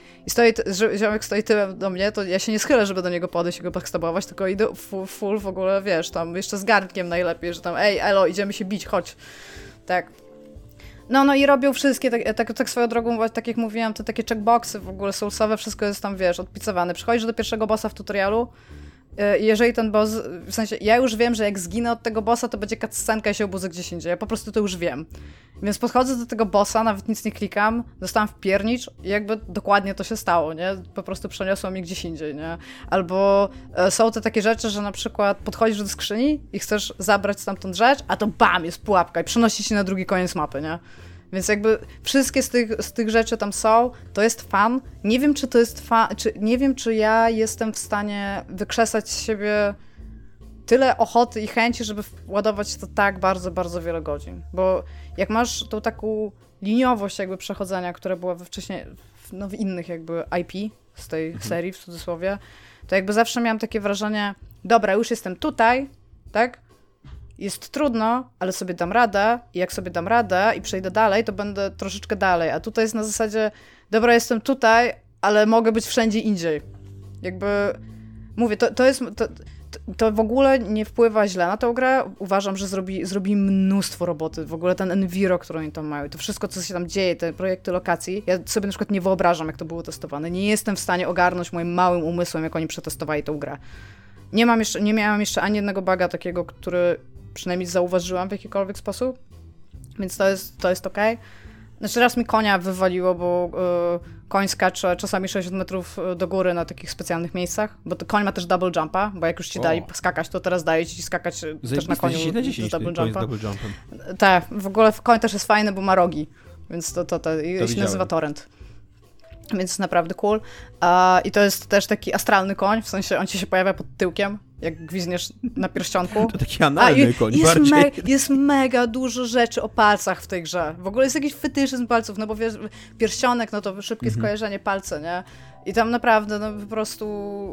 I ziomek stoi tyłem do mnie, to ja się nie schylę, żeby do niego podejść i go backstabować, tylko idę full w ogóle, wiesz, tam jeszcze z garnkiem najlepiej, że tam elo, idziemy się bić, chodź. Tak. No i robią wszystkie, tak swoją drogą, tak jak mówiłam, te takie checkboxy w ogóle soulsowe, wszystko jest tam, wiesz, odpicowane. Przychodzisz do pierwszego bossa w tutorialu i jeżeli ten boss, w sensie, ja już wiem, że jak zginę od tego bossa, to będzie cutscenka i się obudzę gdzieś indziej. Ja po prostu to już wiem. Więc podchodzę do tego bossa, nawet nic nie klikam, dostałam wpiernicz i jakby dokładnie to się stało, nie? Po prostu przeniosło mnie gdzieś indziej, nie? Albo są te takie rzeczy, że na przykład podchodzisz do skrzyni i chcesz zabrać stamtąd rzecz, a to bam, jest pułapka i przenosi ci na drugi koniec mapy, nie? Więc jakby wszystkie z tych rzeczy tam są, to jest fan. Nie wiem, czy to jest nie wiem, czy ja jestem w stanie wykrzesać z siebie tyle ochoty i chęci, żeby ładować to tak bardzo, bardzo wiele godzin. Bo jak masz tą taką liniowość jakby przechodzenia, która była wcześniej w innych jakby IP z tej serii, w cudzysłowie, to jakby zawsze miałam takie wrażenie, dobra, już jestem tutaj, tak? Jest trudno, ale sobie dam radę i jak sobie dam radę i przejdę dalej, to będę troszeczkę dalej. A tutaj jest na zasadzie, dobra, jestem tutaj, ale mogę być wszędzie indziej. Jakby, mówię, to w ogóle nie wpływa źle na tę grę. Uważam, że zrobi mnóstwo roboty. W ogóle ten enviro, który oni tam mają, to wszystko, co się tam dzieje, te projekty lokacji, ja sobie na przykład nie wyobrażam, jak to było testowane. Nie jestem w stanie ogarnąć moim małym umysłem, jak oni przetestowali tę grę. Nie miałam jeszcze ani jednego buga takiego, który przynajmniej zauważyłam w jakikolwiek sposób, więc to jest okej. Znaczy raz mi konia wywaliło, bo koń skacze czasami 60 metrów do góry na takich specjalnych miejscach, bo koń ma też double jumpa, bo jak już ci dali skakać, to teraz daje ci skakać też na koniu z double jumpa. Tak, w ogóle koń też jest fajny, bo ma rogi, więc to się nazywa torrent. Więc naprawdę cool. I to jest też taki astralny koń, w sensie on ci się pojawia pod tyłkiem, jak gwizniesz na pierścionku. To taki analny koń bardziej. Jest mega dużo rzeczy o palcach w tej grze. W ogóle jest jakiś fetyszyzm palców, no bo wiesz, pierścionek, no to szybkie skojarzenie palce, nie? I tam naprawdę, no po prostu...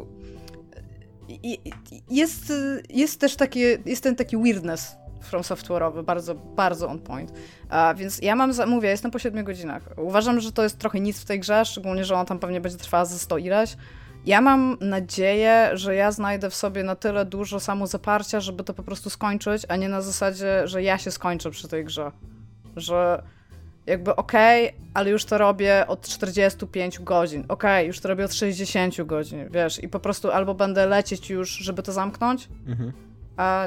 Jest też jest ten taki weirdness from software'owy, bardzo, bardzo on point. Więc ja mówię, jestem po 7 godzinach. Uważam, że to jest trochę nic w tej grze, szczególnie, że ona tam pewnie będzie trwała ze 100 ileś. Ja mam nadzieję, że ja znajdę w sobie na tyle dużo samozaparcia, żeby to po prostu skończyć, a nie na zasadzie, że ja się skończę przy tej grze. Że jakby ale już to robię od 45 godzin. Już to robię od 60 godzin, wiesz, i po prostu albo będę lecieć już, żeby to zamknąć, a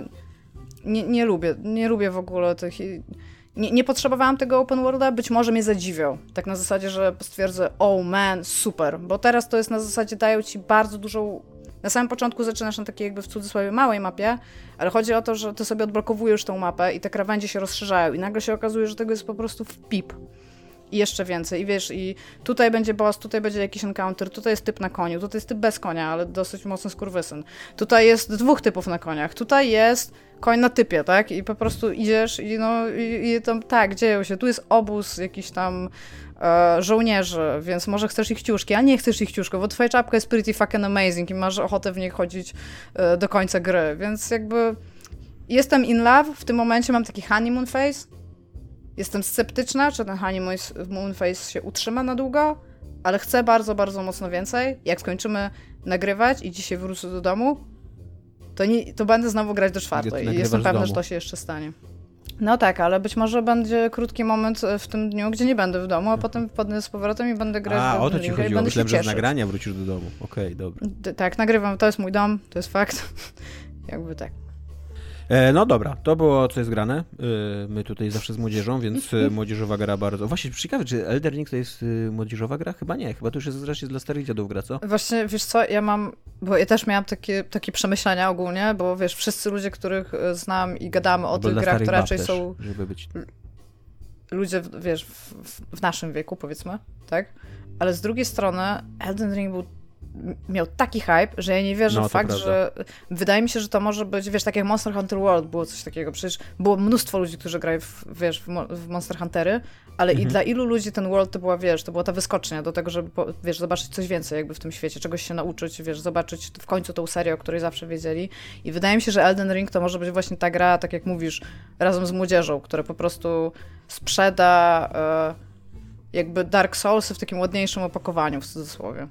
nie lubię w ogóle tych... Nie potrzebowałam tego open worlda, być może mnie zadziwią. Tak na zasadzie, że stwierdzę, oh man, super. Bo teraz to jest na zasadzie, dają ci bardzo dużą... Na samym początku zaczynasz na takiej jakby w cudzysłowie małej mapie, ale chodzi o to, że ty sobie odblokowujesz tą mapę i te krawędzie się rozszerzają i nagle się okazuje, że tego jest po prostu w pip. I jeszcze więcej. I wiesz, i tutaj będzie boss, tutaj będzie jakiś encounter, tutaj jest typ na koniu, tutaj jest typ bez konia, ale dosyć mocny skurwysyn. Tutaj jest 2 typów na koniach, tutaj jest koń na typie, tak? I po prostu idziesz i tam, tak, dzieją się. Tu jest obóz jakiś tam żołnierzy, więc może chcesz ich ciuszki, a nie chcesz ich ciuszków, bo twoja czapka jest pretty fucking amazing i masz ochotę w niej chodzić do końca gry, więc jakby jestem in love, w tym momencie mam taki honeymoon phase. Jestem sceptyczna, czy ten honeymoon phase się utrzyma na długo, ale chcę bardzo, bardzo mocno więcej. Jak skończymy nagrywać i dzisiaj wrócę do domu, to będę znowu grać do 4 i jestem pewna, że to się jeszcze stanie. No tak, ale być może będzie krótki moment w tym dniu, gdzie nie będę w domu, a potem wpadnę z powrotem i będę grać o to ci chodziło, myślałem, że z nagrania cieszyć. wrócisz do domu. Okej, dobra. Tak, nagrywam, to jest mój dom, to jest fakt. Jakby tak. No dobra, to było co jest grane. My tutaj zawsze z młodzieżą, więc młodzieżowa gra bardzo... Właśnie ciekawe, czy Elden Ring to jest młodzieżowa gra? Chyba nie, chyba to już jest raczej dla starych dziadów gra, co? Właśnie, wiesz co, bo ja też miałam takie przemyślenia ogólnie, bo wiesz, wszyscy ludzie, których znam i gadamy o tych grach, to raczej też, są żeby być... ludzie, wiesz, w naszym wieku, powiedzmy, tak? Ale z drugiej strony Elden Ring miał taki hype, że ja nie wierzę w fakt, że wydaje mi się, że to może być, wiesz, tak jak Monster Hunter World było coś takiego, przecież było mnóstwo ludzi, którzy grają w Monster Huntery, ale i dla ilu ludzi ten World to była, wiesz, to była ta wyskocznia do tego, żeby, wiesz, zobaczyć coś więcej jakby w tym świecie, czegoś się nauczyć, wiesz, zobaczyć w końcu tą serię, o której zawsze wiedzieli i wydaje mi się, że Elden Ring to może być właśnie ta gra, tak jak mówisz, razem z młodzieżą, która po prostu sprzeda jakby Dark Soulsy w takim ładniejszym opakowaniu, w cudzysłowie.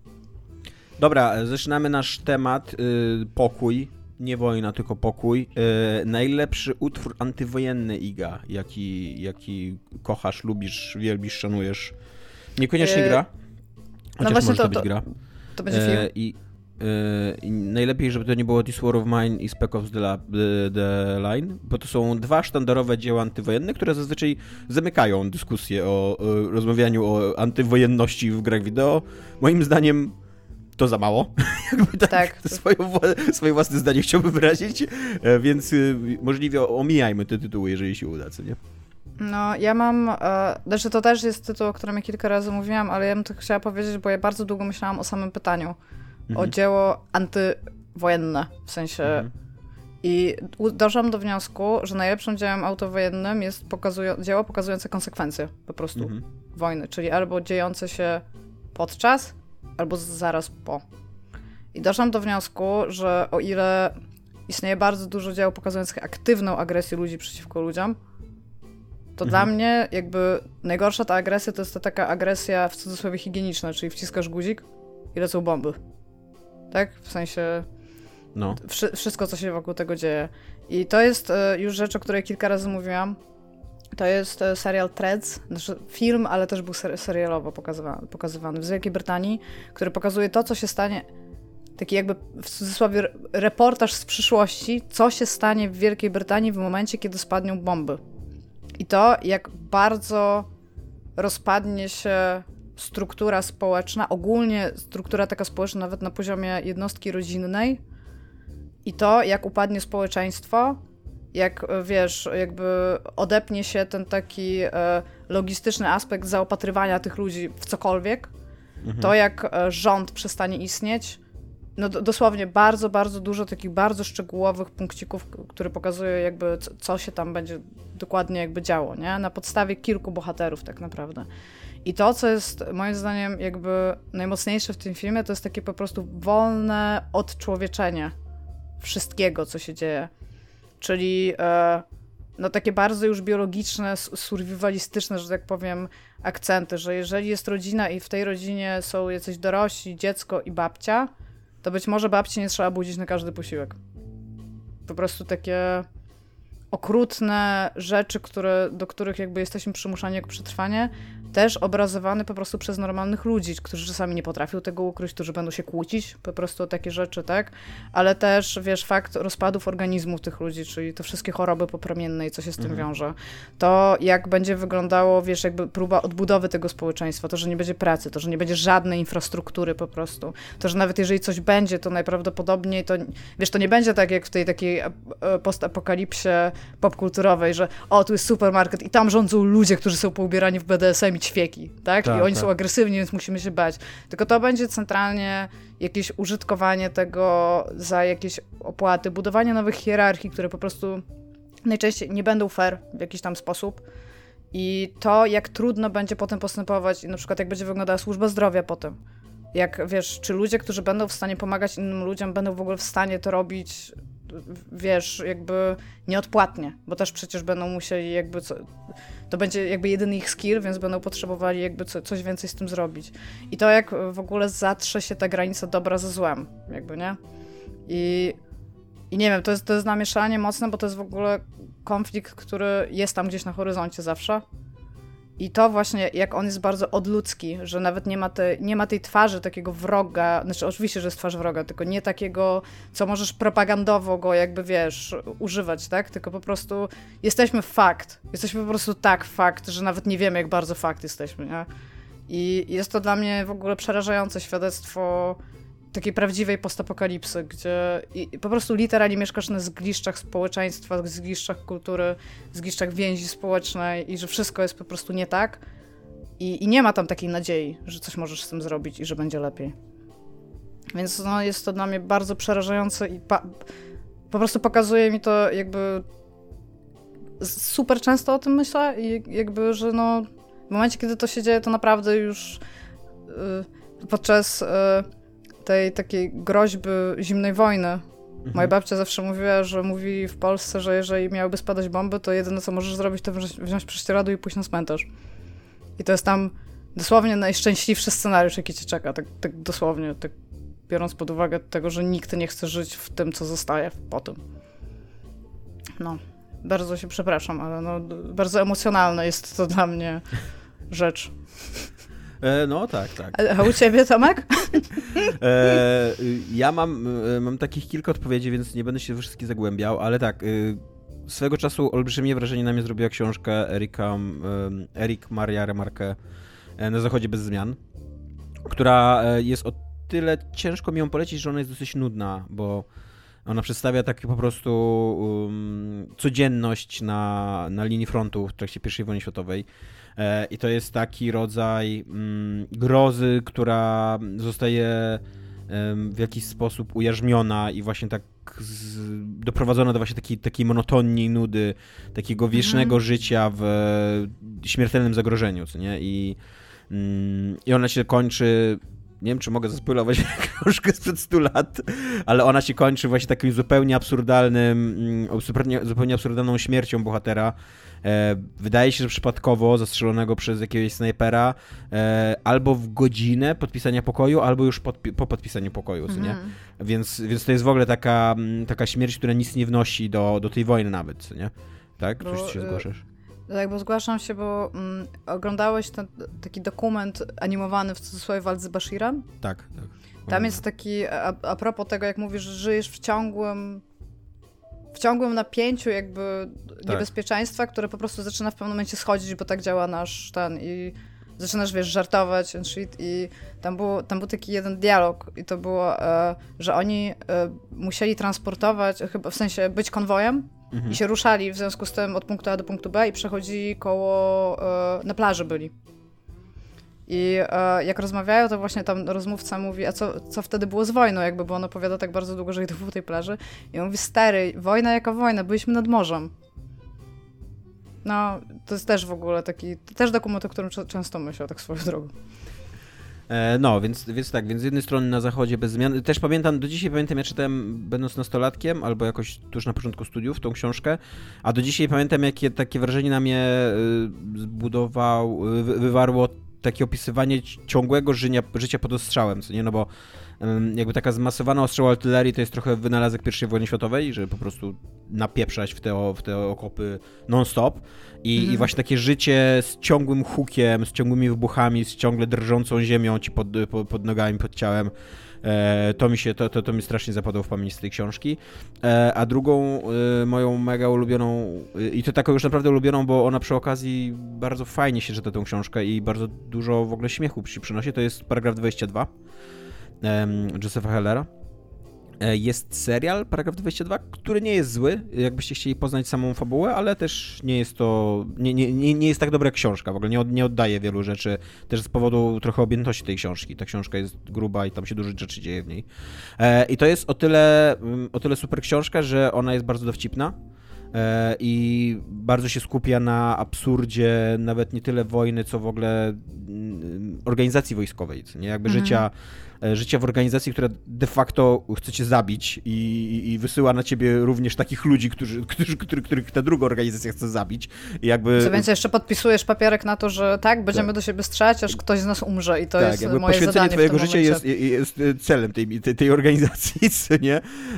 Dobra, zaczynamy nasz temat. Pokój. Nie wojna, tylko pokój. Najlepszy utwór antywojenny, Iga, jaki kochasz, lubisz, wielbisz, szanujesz. Niekoniecznie gra. Chociaż no może to być gra. To będzie film. I najlepiej, żeby to nie było This War of Mine i Spec Ops The Line, bo to są 2 sztandarowe dzieła antywojenne, które zazwyczaj zamykają dyskusję o rozmawianiu o antywojenności w grach wideo. Moim zdaniem to za mało. Jakby tak. Swoje własne zdanie chciałbym wyrazić, więc możliwie omijajmy te tytuły, jeżeli się uda, co nie? No, ja mam... Znaczy to też jest tytuł, o którym ja kilka razy mówiłam, ale ja bym to chciała powiedzieć, bo ja bardzo długo myślałam o samym pytaniu. O dzieło antywojenne, w sensie... I doszłam do wniosku, że najlepszym dziełem autowojennym jest dzieło pokazujące konsekwencje po prostu wojny, czyli albo dziejące się podczas, albo zaraz po. I doszłam do wniosku, że o ile istnieje bardzo dużo dzieł pokazujących aktywną agresję ludzi przeciwko ludziom, to dla mnie jakby najgorsza ta agresja to jest ta taka agresja w cudzysłowie higieniczna, czyli wciskasz guzik i lecą bomby. Tak? W sensie wszystko, co się wokół tego dzieje. I to jest już rzecz, o której kilka razy mówiłam. To jest serial Threads, znaczy film, ale też był serialowo pokazywany z Wielkiej Brytanii, który pokazuje to, co się stanie, taki jakby w cudzysłowie reportaż z przyszłości, co się stanie w Wielkiej Brytanii w momencie, kiedy spadną bomby. I to, jak bardzo rozpadnie się struktura społeczna, ogólnie struktura taka społeczna nawet na poziomie jednostki rodzinnej i to, jak upadnie społeczeństwo, jak wiesz, jakby odepnie się ten taki logistyczny aspekt zaopatrywania tych ludzi w cokolwiek To, jak rząd przestanie istnieć, no dosłownie bardzo, bardzo dużo takich bardzo szczegółowych punkcików, które pokazują jakby co się tam będzie dokładnie jakby działo, nie? Na podstawie kilku bohaterów tak naprawdę. I to, co jest moim zdaniem jakby najmocniejsze w tym filmie, to jest takie po prostu wolne odczłowieczenie wszystkiego, co się dzieje. Czyli no takie bardzo już biologiczne, survivalistyczne, że tak powiem, akcenty, że jeżeli jest rodzina i w tej rodzinie są jacyś dorośli, dziecko i babcia, to być może babci nie trzeba budzić na każdy posiłek. Po prostu takie okrutne rzeczy, do których jakby jesteśmy przymuszani jako przetrwanie, też obrazowane po prostu przez normalnych ludzi, którzy czasami nie potrafią tego ukryć, którzy będą się kłócić po prostu o takie rzeczy, tak? Ale też, wiesz, fakt rozpadów organizmów tych ludzi, czyli te wszystkie choroby popromienne i co się z tym wiąże. To, jak będzie wyglądało, wiesz, jakby próba odbudowy tego społeczeństwa, to, że nie będzie pracy, to, że nie będzie żadnej infrastruktury po prostu. To, że nawet jeżeli coś będzie, to najprawdopodobniej to, wiesz, to nie będzie tak jak w tej takiej postapokalipsie popkulturowej, że tu jest supermarket i tam rządzą ludzie, którzy są poubierani w BDSM i ćwieki, tak? I oni są agresywni, więc musimy się bać. Tylko to będzie centralnie jakieś użytkowanie tego za jakieś opłaty, budowanie nowych hierarchii, które po prostu najczęściej nie będą fair w jakiś tam sposób. I to, jak trudno będzie potem postępować i na przykład jak będzie wyglądała służba zdrowia potem. Jak, wiesz, czy ludzie, którzy będą w stanie pomagać innym ludziom, będą w ogóle w stanie to robić, wiesz, jakby nieodpłatnie, bo też przecież będą musieli jakby to będzie jakby jedyny ich skill, więc będą potrzebowali jakby coś więcej z tym zrobić. I to, jak w ogóle zatrze się ta granica dobra ze złem, jakby, nie? I nie wiem, to jest namieszanie mocne, bo to jest w ogóle konflikt, który jest tam gdzieś na horyzoncie zawsze. I to właśnie, jak on jest bardzo odludzki, że nawet nie ma tej twarzy takiego wroga, znaczy oczywiście, że jest twarz wroga, tylko nie takiego, co możesz propagandowo go jakby, wiesz, używać, tak? Tylko po prostu jesteśmy fakt. Jesteśmy po prostu tak fakt, że nawet nie wiemy, jak bardzo fakt jesteśmy, nie? I jest to dla mnie w ogóle przerażające świadectwo takiej prawdziwej postapokalipsy, gdzie po prostu literalnie mieszkasz na zgliszczach społeczeństwa, zgliszczach kultury, zgliszczach więzi społecznej i że wszystko jest po prostu nie tak i nie ma tam takiej nadziei, że coś możesz z tym zrobić i że będzie lepiej. Więc no, jest to dla mnie bardzo przerażające i po prostu pokazuje mi to jakby super często o tym myślę i jakby, że no w momencie, kiedy to się dzieje, to naprawdę już podczas tej takiej groźby zimnej wojny. Moja babcia zawsze mówiła, że mówi w Polsce, że jeżeli miałyby spadać bomby, to jedyne, co możesz zrobić, to wziąć prześcieradło i pójść na cmentarz. I to jest tam dosłownie najszczęśliwszy scenariusz, jaki cię czeka. Tak dosłownie, tak biorąc pod uwagę tego, że nikt nie chce żyć w tym, co zostaje po tym. No, bardzo się przepraszam, ale no, bardzo emocjonalna jest to dla mnie rzecz. No tak. A u ciebie, Tomek? Ja mam takich kilka odpowiedzi, więc nie będę się we wszystkie zagłębiał, ale tak, swego czasu olbrzymie wrażenie na mnie zrobiła książka Eric Maria Remarque Na zachodzie bez zmian, która jest o tyle ciężko mi ją polecić, że ona jest dosyć nudna, bo ona przedstawia tak po prostu codzienność na linii frontu w trakcie I wojny światowej. I to jest taki rodzaj grozy, która zostaje w jakiś sposób ujarzmiona i właśnie tak doprowadzona do właśnie takiej monotonii, nudy, takiego wiecznego życia w śmiertelnym zagrożeniu, co nie? I ona się kończy, nie wiem, czy mogę zaspoilować książkę sprzed 100 lat, ale ona się kończy właśnie takim zupełnie absurdalną śmiercią bohatera. Wydaje się, że przypadkowo zastrzelonego przez jakiegoś snajpera, albo w godzinę podpisania pokoju, albo już po podpisaniu pokoju, co nie? Więc to jest w ogóle taka śmierć, która nic nie wnosi do tej wojny nawet, co nie? Tak? Coś się zgłaszasz? Tak, bo zgłaszam się, bo oglądałeś taki dokument animowany w cudzysłowie Walc z Bashirem? Tak. Tam jest taki, a propos tego, jak mówisz, że żyjesz w ciągłym napięciu jakby niebezpieczeństwa, które po prostu zaczyna w pewnym momencie schodzić, bo tak działa nasz i zaczynasz, wiesz, żartować and shit i tam był taki jeden dialog i to było, że oni musieli transportować, chyba w sensie być konwojem i się ruszali w związku z tym od punktu A do punktu B i przechodzili na plaży byli. I jak rozmawiają, to właśnie tam rozmówca mówi, a co wtedy było z wojną, jakby, bo on opowiada tak bardzo długo, że idą po tej plaży. I on mówi, stary, wojna jaka wojna, byliśmy nad morzem. No, to jest też w ogóle taki, też dokument, o którym często myślę, tak swoją drogą. No, więc tak, więc z jednej strony na zachodzie bez zmian. Też pamiętam, do dzisiaj pamiętam, ja czytałem będąc nastolatkiem, albo jakoś tuż na początku studiów tą książkę, a do dzisiaj pamiętam, jakie takie wrażenie na mnie wywarło takie opisywanie ciągłego życia pod ostrzałem, co nie, no bo jakby taka zmasowana ostrzał artylerii to jest trochę wynalazek I wojny światowej, że po prostu napieprzać w te okopy non-stop i właśnie takie życie z ciągłym hukiem, z ciągłymi wybuchami, z ciągle drżącą ziemią ci pod nogami, pod ciałem. To mi strasznie zapadło w pamięć z tej książki. A drugą moją mega ulubioną, i to taką już naprawdę ulubioną, bo ona przy okazji bardzo fajnie się czyta tą książkę i bardzo dużo w ogóle śmiechu przynosi, to jest paragraf 22 Josepha Hellera. Jest serial, paragraf 22, który nie jest zły, jakbyście chcieli poznać samą fabułę, ale też nie jest to, nie jest tak dobra jak książka, w ogóle nie oddaje wielu rzeczy, też z powodu trochę objętości tej książki. Ta książka jest gruba i tam się dużo rzeczy dzieje w niej. I to jest o tyle super książka, że ona jest bardzo dowcipna i bardzo się skupia na absurdzie nawet nie tyle wojny, co w ogóle organizacji wojskowej, co nie? Jakby życia w organizacji, która de facto chce cię zabić i wysyła na ciebie również takich ludzi, których ta druga organizacja chce zabić. I jakby... Co więcej, jeszcze podpisujesz papierek na to, że tak, będziemy do siebie strzelać, aż ktoś z nas umrze i to jest moje zadanie. Poświęcenie twojego życia jest celem tej organizacji, co nie?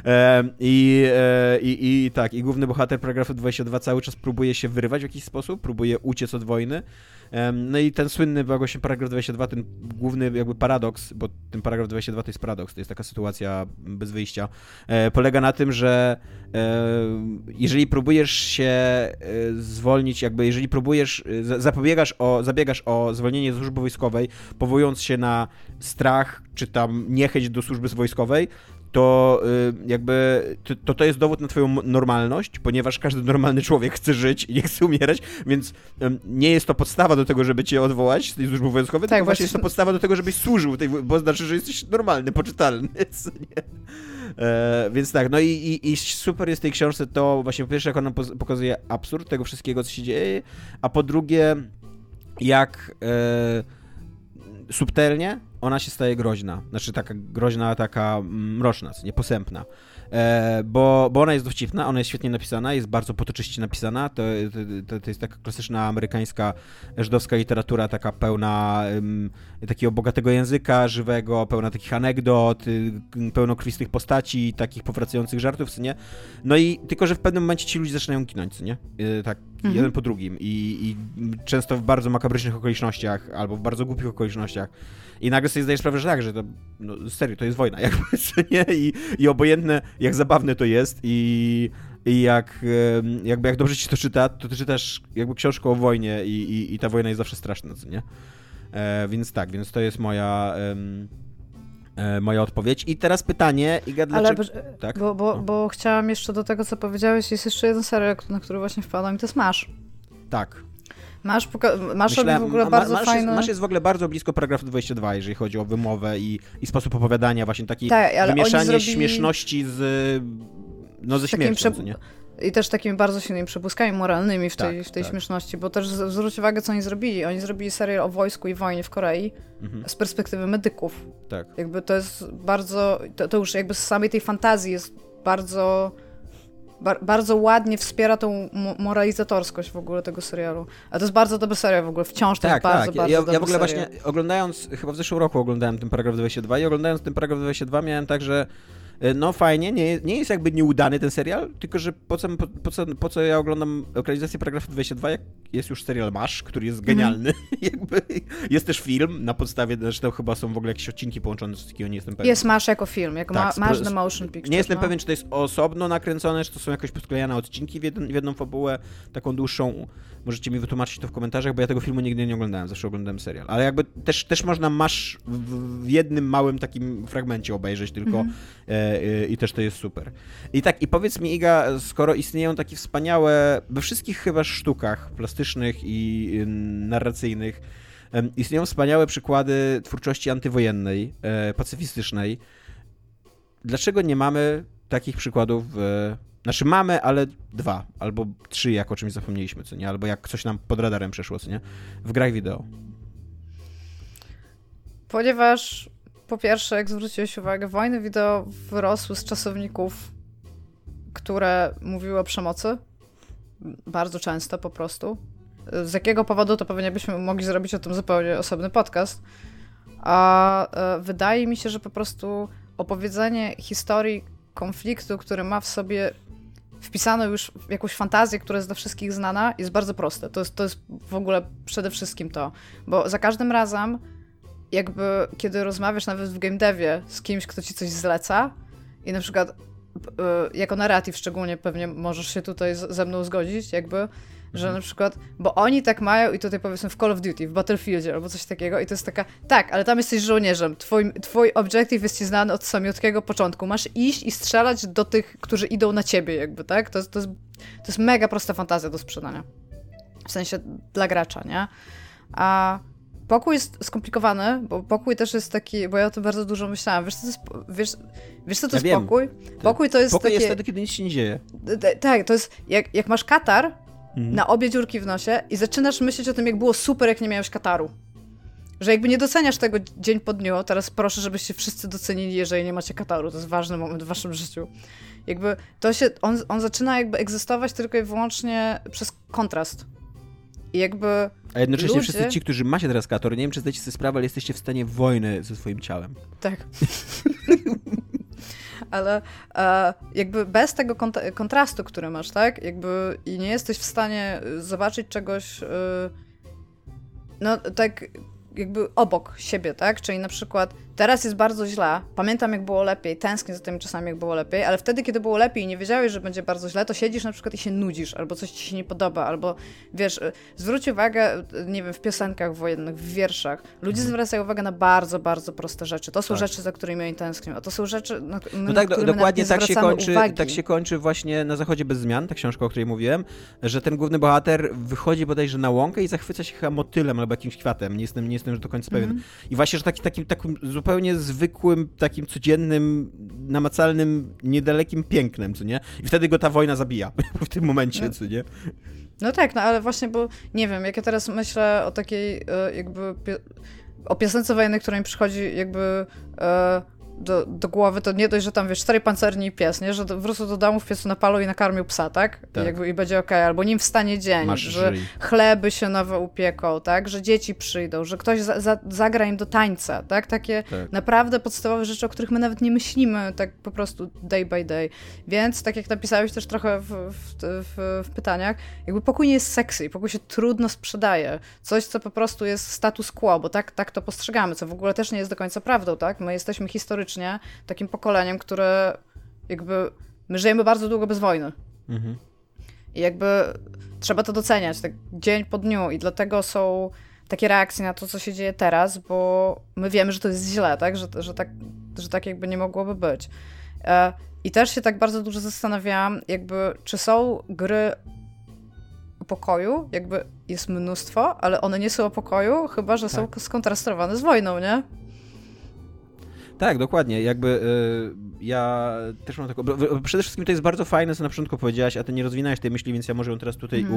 I główny bohater paragrafu 22 cały czas próbuje się wyrywać w jakiś sposób, próbuje uciec od wojny. No i ten słynny właśnie paragraf 22, ten główny jakby paradoks, bo ten paragraf 22 to jest paradoks, to jest taka sytuacja bez wyjścia, polega na tym, że jeżeli próbujesz się zwolnić, jakby jeżeli próbujesz, zabiegasz o zwolnienie ze służby wojskowej, powołując się na strach, czy tam niechęć do służby wojskowej, to jakby to jest dowód na twoją normalność, ponieważ każdy normalny człowiek chce żyć i nie chce umierać, więc nie jest to podstawa do tego, żeby cię odwołać z tej służby wojskowej, tylko właśnie jest to podstawa do tego, żebyś służył, bo znaczy, że jesteś normalny, poczytalny, co nie? Więc tak, no i super jest w tej książce to właśnie po pierwsze, jak ona pokazuje absurd tego wszystkiego, co się dzieje, a po drugie, jak subtelnie ona się staje groźna. Znaczy taka groźna, taka mroczna, nieposępna. Bo ona jest dowcipna, ona jest świetnie napisana, jest bardzo potoczyście napisana. To jest taka klasyczna amerykańska żydowska literatura, taka pełna takiego bogatego języka żywego, pełna takich anegdot, pełno krwistych postaci, takich powracających żartów, co nie? No i tylko, że w pewnym momencie ci ludzie zaczynają ginąć, co nie? Tak, jeden po drugim i często w bardzo makabrycznych okolicznościach albo w bardzo głupich okolicznościach. I nagle sobie zdajesz sprawę, że tak, że to, no serio, to jest wojna, jakby, co nie? I obojętne, jak zabawne to jest i jak dobrze ci to czyta, to ty czytasz jakby książkę o wojnie i ta wojna jest zawsze straszna, co nie? Więc tak, więc to jest moja odpowiedź. I teraz pytanie, Iga, dlaczego... Ale, tak? bo chciałam jeszcze do tego, co powiedziałeś, jest jeszcze jeden serial, na który właśnie wpadłam i to jest MASH. Tak. MASH robi w ogóle bardzo fajny... MASH jest w ogóle bardzo blisko paragrafu 22, jeżeli chodzi o wymowę i sposób opowiadania, właśnie taki tak, wymieszanie śmieszności ze śmiercią, nie? I też takimi bardzo silnymi przebłyskami moralnymi w tej śmieszności, bo też zwróć uwagę, co oni zrobili. Oni zrobili serial o wojsku i wojnie w Korei z perspektywy medyków. Tak. Jakby to jest bardzo... To już jakby z samej tej fantazji jest bardzo ładnie wspiera tą moralizatorskość w ogóle tego serialu. A to jest bardzo dobry serial w ogóle, wciąż to jest bardzo dobry serial. Ja w ogóle właśnie oglądając, chyba w zeszłym roku oglądałem ten paragraf 22 i oglądając ten paragraf 22 miałem tak, że no fajnie, nie jest jakby nieudany ten serial, tylko że po co ja oglądam ekranizację paragrafu 22, jak jest już serial MASH, który jest genialny. Jakby jest też film na podstawie, zresztą chyba są w ogóle jakieś odcinki połączone z takiego, nie jestem pewien. Jest MASH jako film, jako MASH The Motion Picture. Nie jestem pewien, czy to jest osobno nakręcone, czy to są jakoś posklejane odcinki w jedną fabułę, taką dłuższą. Możecie mi wytłumaczyć to w komentarzach, bo ja tego filmu nigdy nie oglądałem, zawsze oglądałem serial. Ale jakby też można MASH w jednym małym takim fragmencie obejrzeć tylko i też to jest super. I tak, i powiedz mi, Iga, skoro istnieją takie wspaniałe, we wszystkich chyba sztukach plastycznych i narracyjnych, Istnieją wspaniałe przykłady twórczości antywojennej, pacyfistycznej. Dlaczego nie mamy takich przykładów Znaczy mamy, ale 2 albo 3, jak o czymś zapomnieliśmy, co nie? Albo jak coś nam pod radarem przeszło, co nie? W grach wideo. Ponieważ po pierwsze, jak zwróciłeś uwagę, wojny wideo wyrosły z czasowników, które mówiły o przemocy. Bardzo często po prostu. Z jakiego powodu, to pewnie byśmy mogli zrobić o tym zupełnie osobny podcast. A wydaje mi się, że po prostu opowiedzenie historii konfliktu, który ma w sobie wpisano już w jakąś fantazję, która jest dla wszystkich znana, jest bardzo proste. To jest w ogóle przede wszystkim to. Bo za każdym razem, jakby kiedy rozmawiasz nawet w game devie z kimś, kto ci coś zleca i na przykład jako narrative szczególnie pewnie możesz się tutaj ze mną zgodzić, jakby, że na przykład, bo oni tak mają i tutaj powiedzmy w Call of Duty, w Battlefieldzie albo coś takiego i to jest taka, tak, ale tam jesteś żołnierzem, twój objective jest ci znany od samiutkiego początku, masz iść i strzelać do tych, którzy idą na ciebie jakby, tak? To jest mega prosta fantazja do sprzedania. W sensie dla gracza, nie? A pokój jest skomplikowany, bo pokój też jest taki, bo ja o tym bardzo dużo myślałam. Wiesz co to jest pokój? Pokój to jest pokój takie... jest wtedy, kiedy nic się nie dzieje. Tak, to jest jak masz katar na obie dziurki w nosie i zaczynasz myśleć o tym, jak było super, jak nie miałeś kataru. Że jakby nie doceniasz tego dzień po dniu, teraz proszę, żebyście wszyscy docenili, jeżeli nie macie kataru. To jest ważny moment w waszym życiu. Jakby to się, on zaczyna jakby egzystować tylko i wyłącznie przez kontrast. I jakby a jednocześnie ludzie... wszyscy ci, którzy macie teraz kator, nie wiem, czy zdajecie sobie sprawę, ale jesteście w stanie wojny ze swoim ciałem. Tak. Ale jakby bez tego kontrastu, który masz, tak? Jakby i nie jesteś w stanie zobaczyć czegoś no tak jakby obok siebie, tak? Czyli na przykład teraz jest bardzo źle, pamiętam jak było lepiej, tęsknię za tymi czasami jak było lepiej, ale wtedy kiedy było lepiej i nie wiedziałeś, że będzie bardzo źle, to siedzisz na przykład i się nudzisz, albo coś ci się nie podoba, albo wiesz, zwróć uwagę, nie wiem, w piosenkach wojennych, w wierszach, ludzie zwracają uwagę na bardzo, bardzo proste rzeczy. To są rzeczy, za którymi oni tęsknią, a to są rzeczy, na dokładnie uwagi. Tak się kończy właśnie Na zachodzie bez zmian, ta książka, o której mówiłem, że ten główny bohater wychodzi bodajże na łąkę i zachwyca się chyba motylem albo jakimś kwiatem, nie jestem już do końca pewien. I właśnie, że takim zupełnie zwykłym, takim codziennym, namacalnym, niedalekim pięknem, co nie? I wtedy go ta wojna zabija w tym momencie, co nie? No tak, no ale właśnie, bo nie wiem, jak ja teraz myślę o takiej jakby o piosence wojennej, która mi przychodzi jakby do głowy, to nie dość, że tam wiesz, 4 pancerni i pies, nie? Że wrócą do domu, w piecu napalą i nakarmił psa, tak? I będzie okej, albo nim wstanie dzień, że chleby się nowe upieką, tak? Że dzieci przyjdą, że ktoś zagra im do tańca, tak? Takie naprawdę podstawowe rzeczy, o których my nawet nie myślimy, tak po prostu day by day. Więc, tak jak napisałeś też trochę w pytaniach, jakby pokój nie jest sexy, pokój się trudno sprzedaje. Coś, co po prostu jest status quo, bo tak to postrzegamy, co w ogóle też nie jest do końca prawdą, tak? My jesteśmy historycznie takim pokoleniem, które jakby my żyjemy bardzo długo bez wojny. I jakby trzeba to doceniać, tak dzień po dniu i dlatego są takie reakcje na to, co się dzieje teraz, bo my wiemy, że to jest źle, tak? Że tak jakby nie mogłoby być. I też się tak bardzo dużo zastanawiałam, jakby czy są gry o pokoju, jakby jest mnóstwo, ale one nie są o pokoju, chyba że są skontrastowane z wojną, nie? Tak, dokładnie. Jakby ja też mam taką... Przede wszystkim to jest bardzo fajne, co na początku powiedziałaś, a ty nie rozwinąłeś tej myśli, więc ja może ją teraz tutaj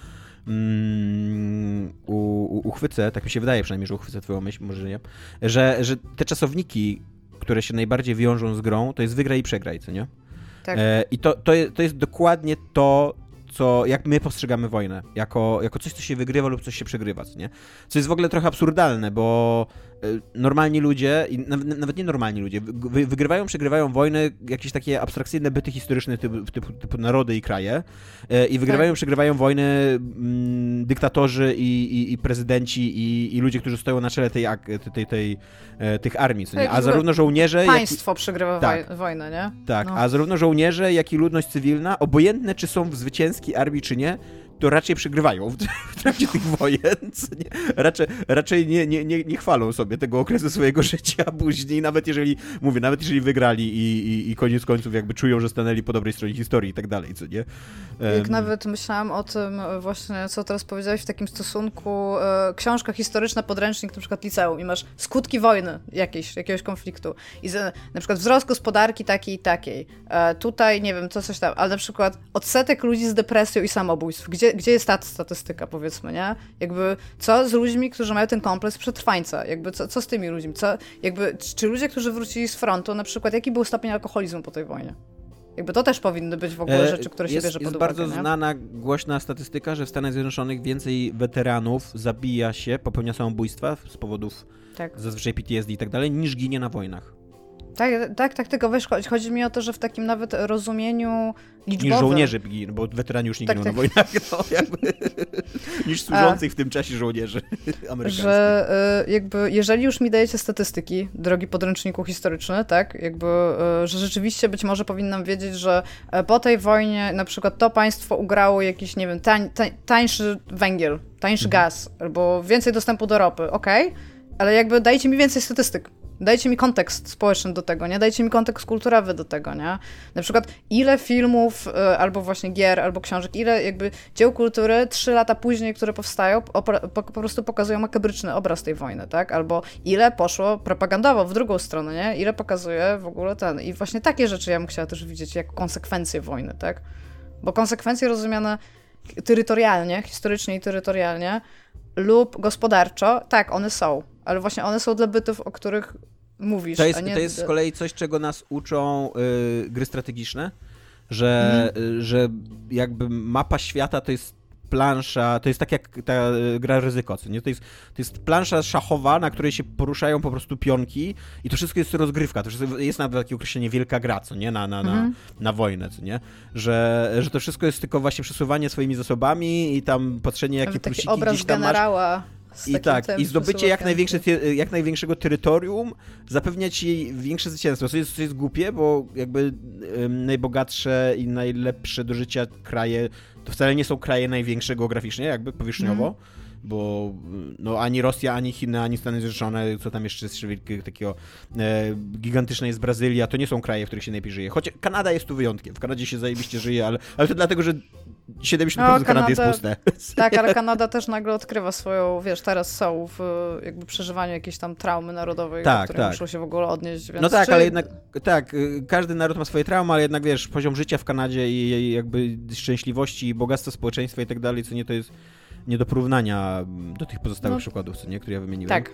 uchwycę, tak mi się wydaje przynajmniej, że uchwycę twoją myśl, może nie, że te czasowniki, które się najbardziej wiążą z grą, to jest wygraj i przegraj, co nie? Tak. I to jest dokładnie to, jak my postrzegamy wojnę, jako coś, co się wygrywa lub coś się przegrywa, co nie? Co jest w ogóle trochę absurdalne, bo normalni ludzie, i nawet nie normalni ludzie, wygrywają, przegrywają wojny, jakieś takie abstrakcyjne byty historyczne typu narody i kraje i wygrywają, przegrywają wojny dyktatorzy i prezydenci i ludzie, którzy stoją na czele tych armii, co nie? A zarówno żołnierze... Państwo przegrywa wojnę, nie? Tak, a zarówno żołnierze, jak i ludność cywilna, obojętne czy są w zwycięskiej armii, czy nie, to raczej przegrywają w trakcie tych wojen. Co nie? Raczej nie chwalą sobie tego okresu swojego życia później, nawet jeżeli wygrali i koniec końców jakby czują, że stanęli po dobrej stronie historii i tak dalej, co nie? Jak nawet myślałam o tym właśnie, co teraz powiedziałeś w takim stosunku, książka historyczna, podręcznik na przykład liceum i masz skutki wojny jakiegoś konfliktu i na przykład wzrost gospodarki takiej i takiej, tutaj nie wiem, coś tam, ale na przykład odsetek ludzi z depresją i samobójstw, gdzie jest ta statystyka, powiedzmy, nie? Jakby co z ludźmi, którzy mają ten kompleks przetrwańca, jakby co z tymi ludźmi, czy ludzie, którzy wrócili z frontu, na przykład jaki był stopień alkoholizmu po tej wojnie? Jakby to też powinny być w ogóle rzeczy, które się bierze pod uwagę. Jest bardzo znana, głośna statystyka, że w Stanach Zjednoczonych więcej weteranów zabija się, popełnia samobójstwa z powodów zazwyczaj PTSD i tak dalej, niż ginie na wojnach. Tak, tylko chodzi mi o to, że w takim nawet rozumieniu liczbowym... Niż żołnierzy giną, bo weterani już nie giną na wojnach, no, jakby, niż służących w tym czasie żołnierzy amerykańskich. Że jakby, jeżeli już mi dajecie statystyki, drogi podręczniku historyczny, tak, jakby, że rzeczywiście być może powinnam wiedzieć, że po tej wojnie na przykład to państwo ugrało jakiś, nie wiem, tańszy węgiel, tańszy gaz, albo więcej dostępu do ropy, okej, ale jakby dajcie mi więcej statystyk. Dajcie mi kontekst społeczny do tego, nie? Dajcie mi kontekst kulturowy do tego, nie? Na przykład ile filmów, albo właśnie gier, albo książek, ile jakby dzieł kultury 3 lata później, które powstają, po prostu pokazują makabryczny obraz tej wojny, tak? Albo ile poszło propagandowo w drugą stronę, nie? Ile pokazuje w ogóle ten. I właśnie takie rzeczy ja bym chciała też widzieć jako konsekwencje wojny, tak? Bo konsekwencje rozumiane terytorialnie, historycznie i terytorialnie lub gospodarczo, tak, one są. Ale właśnie one są dla bytów, o których mówisz. To jest z kolei coś, czego nas uczą gry strategiczne, że jakby mapa świata to jest plansza, to jest tak jak ta gra Ryzyko, co nie? To jest plansza szachowa, na której się poruszają po prostu pionki i to wszystko jest rozgrywka, to wszystko jest nawet takie określenie wielka gra, co nie? Na wojnę, co nie? Że to wszystko jest tylko właśnie przesuwanie swoimi zasobami i tam patrzenie, jakie plusiki obraz gdzieś tam generała. I zdobycie jak największego terytorium zapewnia ci większe zwycięstwo, co jest głupie, bo jakby najbogatsze i najlepsze do życia kraje to wcale nie są kraje największe geograficznie, jakby powierzchniowo, bo no, ani Rosja, ani Chiny, ani Stany Zjednoczone, co tam jeszcze jest takiego gigantyczne jest Brazylia, to nie są kraje, w których się najlepiej żyje. Choć Kanada jest tu wyjątkiem, w Kanadzie się zajebiście żyje, ale to dlatego, że 70% Kanady jest puste. Tak, ale Kanada też nagle odkrywa swoją, teraz są w jakby przeżywaniu jakiejś tam traumy narodowej, do której muszą się w ogóle odnieść. Więc no tak, ale jednak, każdy naród ma swoje traumy, ale jednak poziom życia w Kanadzie i jakby szczęśliwości, bogactwo społeczeństwa i tak dalej, co nie, to jest nie do porównania do tych pozostałych przykładów, co nie, które ja wymieniłem. Tak.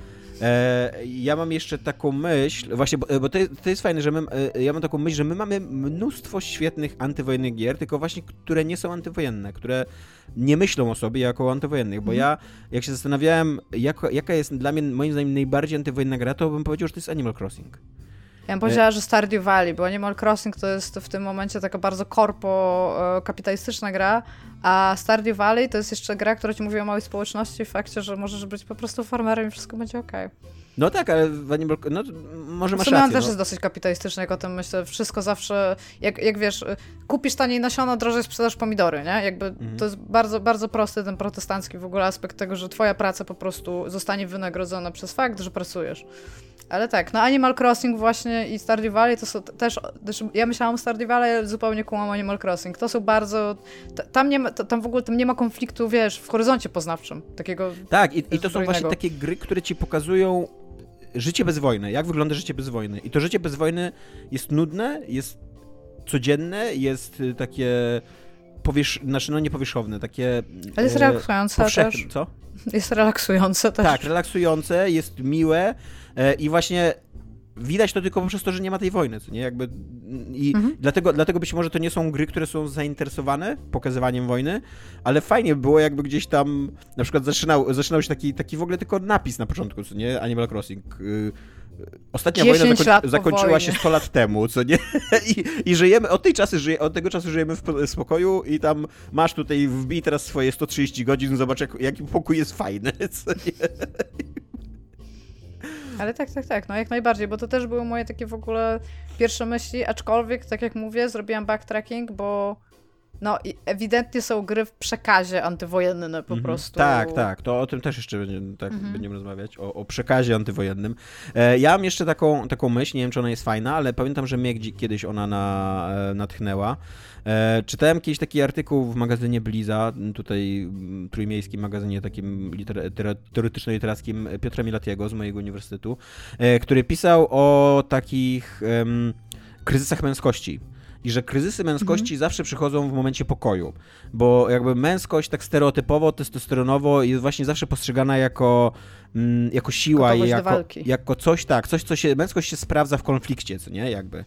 Ja mam jeszcze taką myśl, właśnie, bo to jest fajne, że ja mam taką myśl, że my mamy mnóstwo świetnych antywojennych gier, tylko właśnie, które nie są antywojenne, które nie myślą o sobie jako antywojennych, bo ja, jak się zastanawiałem, jaka jest dla mnie, moim zdaniem, najbardziej antywojenna gra, to bym powiedział, że to jest Animal Crossing. Ja bym powiedziała, że Stardew Valley, bo Animal Crossing to jest w tym momencie taka bardzo kapitalistyczna gra, a Stardew Valley to jest jeszcze gra, która ci mówi o małej społeczności, w fakcie, że możesz być po prostu farmerem i wszystko będzie okej. No tak, ale w Animal no może masz rację. rację. Też jest dosyć kapitalistyczny, jak o tym myślę. Wszystko zawsze, jak wiesz, kupisz taniej nasiona, drożej sprzedasz pomidory, nie? Jakby to jest bardzo, bardzo prosty ten protestancki w ogóle aspekt tego, że twoja praca po prostu zostanie wynagrodzona przez fakt, że pracujesz. Ale tak, no Animal Crossing właśnie i Stardew Valley to są też ja myślałam o Stardew Valley, ale zupełnie kumam Animal Crossing. To są bardzo, tam w ogóle nie ma konfliktu, wiesz, w horyzoncie poznawczym, takiego. Tak, i to są właśnie takie gry, które ci pokazują życie bez wojny, jak wygląda życie bez wojny. I to życie bez wojny jest nudne, jest codzienne, jest takie no nie powierzchowne, takie ale jest relaksujące też. Co? Jest relaksujące też. Tak, relaksujące, jest miłe i właśnie widać to tylko poprzez to, że nie ma tej wojny, co nie? Jakby i dlatego być może to nie są gry, które są zainteresowane pokazywaniem wojny, ale fajnie by było, jakby gdzieś tam na przykład zaczynał się taki w ogóle tylko napis na początku, co nie? Animal Crossing. Ostatnia wojna zakończyła się 100 lat temu, co nie? I żyjemy, od tego czasu żyjemy w spokoju i tam masz tutaj, wbij teraz swoje 130 godzin, zobacz jaki pokój jest fajny, co nie? Ale tak, no jak najbardziej, bo to też były moje takie w ogóle pierwsze myśli, aczkolwiek, tak jak mówię, zrobiłam backtracking, bo No i ewidentnie są gry w przekazie antywojenne po prostu. Tak, to o tym też jeszcze będziemy rozmawiać, o przekazie antywojennym. Ja mam jeszcze taką myśl, nie wiem, czy ona jest fajna, ale pamiętam, że mnie kiedyś ona natchnęła. Czytałem kiedyś taki artykuł w magazynie Bliza, tutaj trójmiejskim magazynie takim teoretyczno-literackim Piotra Milatiego z mojego uniwersytetu, który pisał o takich kryzysach męskości. I że kryzysy męskości zawsze przychodzą w momencie pokoju, bo jakby męskość tak stereotypowo, testosteronowo jest właśnie zawsze postrzegana jako siła i jako coś, co się, męskość się sprawdza w konflikcie, co nie, jakby.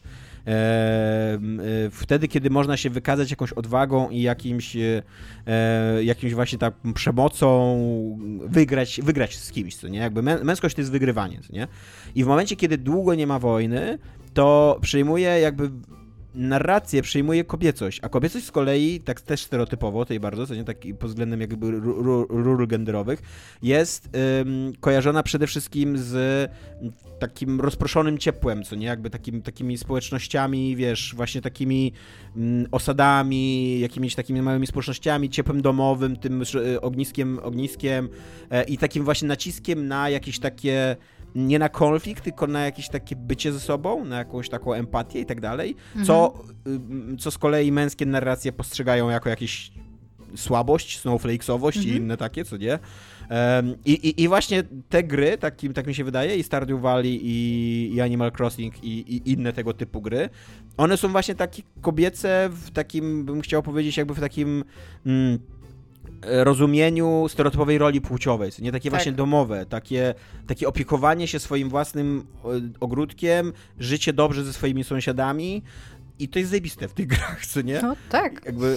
Wtedy, kiedy można się wykazać jakąś odwagą i jakimś właśnie taką przemocą wygrać z kimś, co nie, jakby męskość to jest wygrywanie, co nie. I w momencie, kiedy długo nie ma wojny, to przyjmuje jakby narrację, przyjmuje kobiecość, a kobiecość z kolei, tak też stereotypowo, tej bardzo, co nie, tak pod względem jakby ról genderowych, jest kojarzona przede wszystkim z takim rozproszonym ciepłem, co nie, jakby takimi społecznościami, wiesz, właśnie takimi osadami, jakimiś takimi małymi społecznościami, ciepłem domowym, tym ogniskiem i takim właśnie naciskiem na jakieś takie nie na konflikt, tylko na jakieś takie bycie ze sobą, na jakąś taką empatię i tak dalej, co z kolei męskie narracje postrzegają jako jakąś słabość, snowflakesowość i inne takie, co nie? I właśnie te gry, tak mi się wydaje, i Stardew Valley, i Animal Crossing, i inne tego typu gry, one są właśnie takie kobiece w takim, bym chciał powiedzieć, jakby w takim rozumieniu stereotypowej roli płciowej, nie takie właśnie domowe, takie opiekowanie się swoim własnym ogródkiem, życie dobrze ze swoimi sąsiadami i to jest zajebiste w tych grach, co nie? No tak. Jakby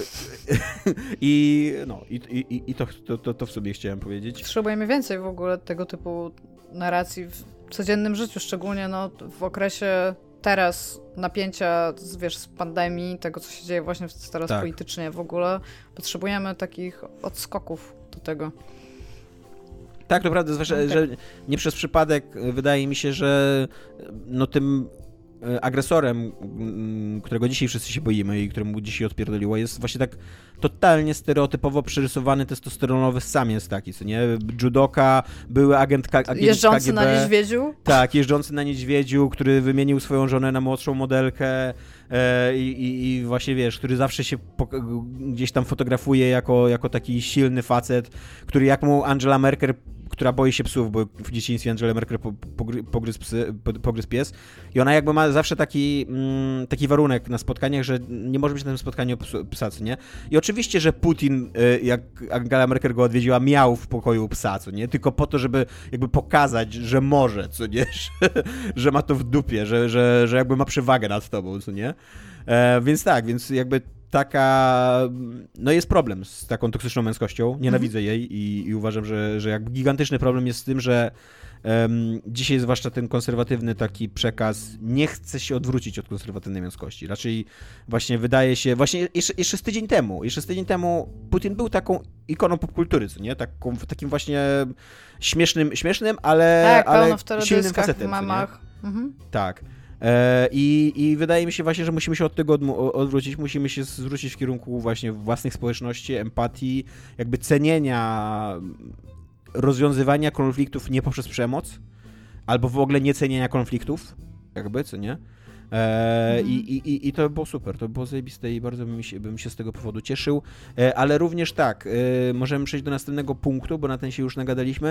to w sobie chciałem powiedzieć. Potrzebujemy więcej w ogóle tego typu narracji w codziennym życiu, szczególnie w okresie teraz napięcia, z pandemii, tego, co się dzieje właśnie teraz politycznie w ogóle. Potrzebujemy takich odskoków do tego. Tak, to prawda, zwłaszcza, że nie przez przypadek wydaje mi się, że tym agresorem, którego dzisiaj wszyscy się boimy i któremu dzisiaj odpierdoliło, jest właśnie tak totalnie stereotypowo przerysowany testosteronowy samiec taki, co nie? Judoka, były agent jeżdżący KGB, na niedźwiedziu? Tak, jeżdżący na niedźwiedziu, który wymienił swoją żonę na młodszą modelkę i właśnie, wiesz, który zawsze się gdzieś tam fotografuje jako taki silny facet, który jak mu Angela Merkel, która boi się psów, bo w dzieciństwie Angela Merkel pogryzł pies i ona jakby ma zawsze taki warunek na spotkaniach, że nie może być na tym spotkaniu psa, co nie? I oczywiście, że Putin, jak Angela Merkel go odwiedziła, miał w pokoju psa, co nie? Tylko po to, żeby jakby pokazać, że może, co nie? Że ma to w dupie, że jakby ma przewagę nad tobą, co nie? Więc jakby jest problem z taką toksyczną męskością, nienawidzę jej i uważam, że jakby gigantyczny problem jest z tym, że dzisiaj zwłaszcza ten konserwatywny taki przekaz nie chce się odwrócić od konserwatywnej męskości. Raczej właśnie wydaje się, właśnie jeszcze z tydzień temu Putin był taką ikoną popkultury, co nie? Takim właśnie śmiesznym, ale silnym facetem. Tak. I wydaje mi się właśnie, że musimy się od tego odwrócić, musimy się zwrócić w kierunku właśnie własnych społeczności, empatii, jakby cenienia, rozwiązywania konfliktów nie poprzez przemoc, albo w ogóle nie cenienia konfliktów, jakby, co nie? I to by było super, to by było zajebiste i bardzo bym się z tego powodu cieszył, ale również możemy przejść do następnego punktu, bo na ten się już nagadaliśmy.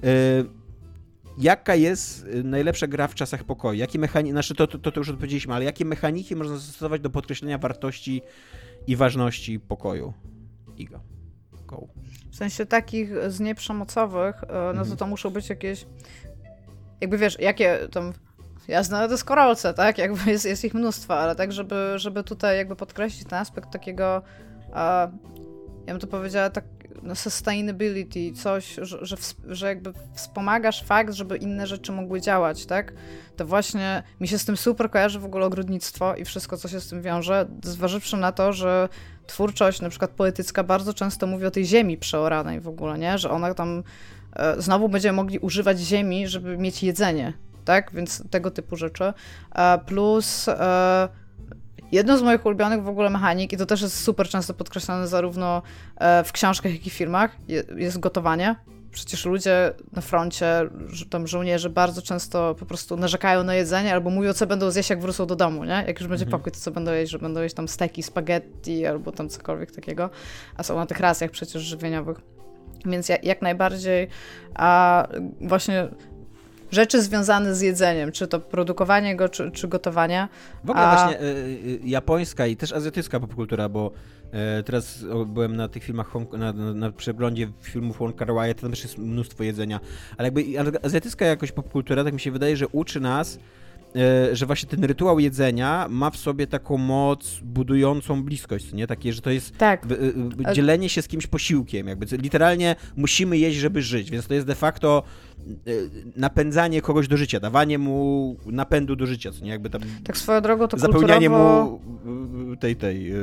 Jaka jest najlepsza gra w czasach pokoju? Jakie mechaniki, to już odpowiedzieliśmy, ale jakie mechaniki można zastosować do podkreślenia wartości i ważności pokoju? Iga, go. W sensie takich z nieprzemocowych, to muszą być jakieś, jakby wiesz, jakie tam, jasne, deskorolce, tak? Jakby jest ich mnóstwo, ale tak, żeby tutaj jakby podkreślić ten aspekt takiego, ja bym to powiedziała tak, sustainability, coś, że jakby wspomagasz fakt, żeby inne rzeczy mogły działać, tak? To właśnie mi się z tym super kojarzy w ogóle ogrodnictwo i wszystko, co się z tym wiąże, zważywszy na to, że twórczość, na przykład poetycka, bardzo często mówi o tej ziemi przeoranej w ogóle, nie? Że ona tam znowu będziemy mogli używać ziemi, żeby mieć jedzenie, tak? Więc tego typu rzeczy. Plus jedną z moich ulubionych w ogóle mechanik, i to też jest super często podkreślane zarówno w książkach, jak i w filmach, jest gotowanie. Przecież ludzie na froncie, tam żołnierze bardzo często po prostu narzekają na jedzenie albo mówią, co będą zjeść, jak wrócą do domu, nie? Jak już będzie pokój, to co będą jeść, że będą jeść tam steki, spaghetti albo tam cokolwiek takiego. A są na tych racjach przecież żywieniowych. Więc jak najbardziej, a właśnie rzeczy związane z jedzeniem, czy to produkowanie go, czy gotowanie. W ogóle właśnie japońska i też azjatycka popkultura, bo teraz byłem na tych filmach, na przeglądzie filmów Wong Kar-wai, to tam też jest mnóstwo jedzenia, ale jakby azjatycka jakoś popkultura, tak mi się wydaje, że uczy nas, że właśnie ten rytuał jedzenia ma w sobie taką moc budującą bliskość, nie? Takie, że to jest tak. Dzielenie się z kimś posiłkiem, jakby literalnie musimy jeść, żeby żyć, więc to jest de facto napędzanie kogoś do życia, dawanie mu napędu do życia, co nie? Jakby tam tak swoją drogą to zapełnianie kulturowo... mu tej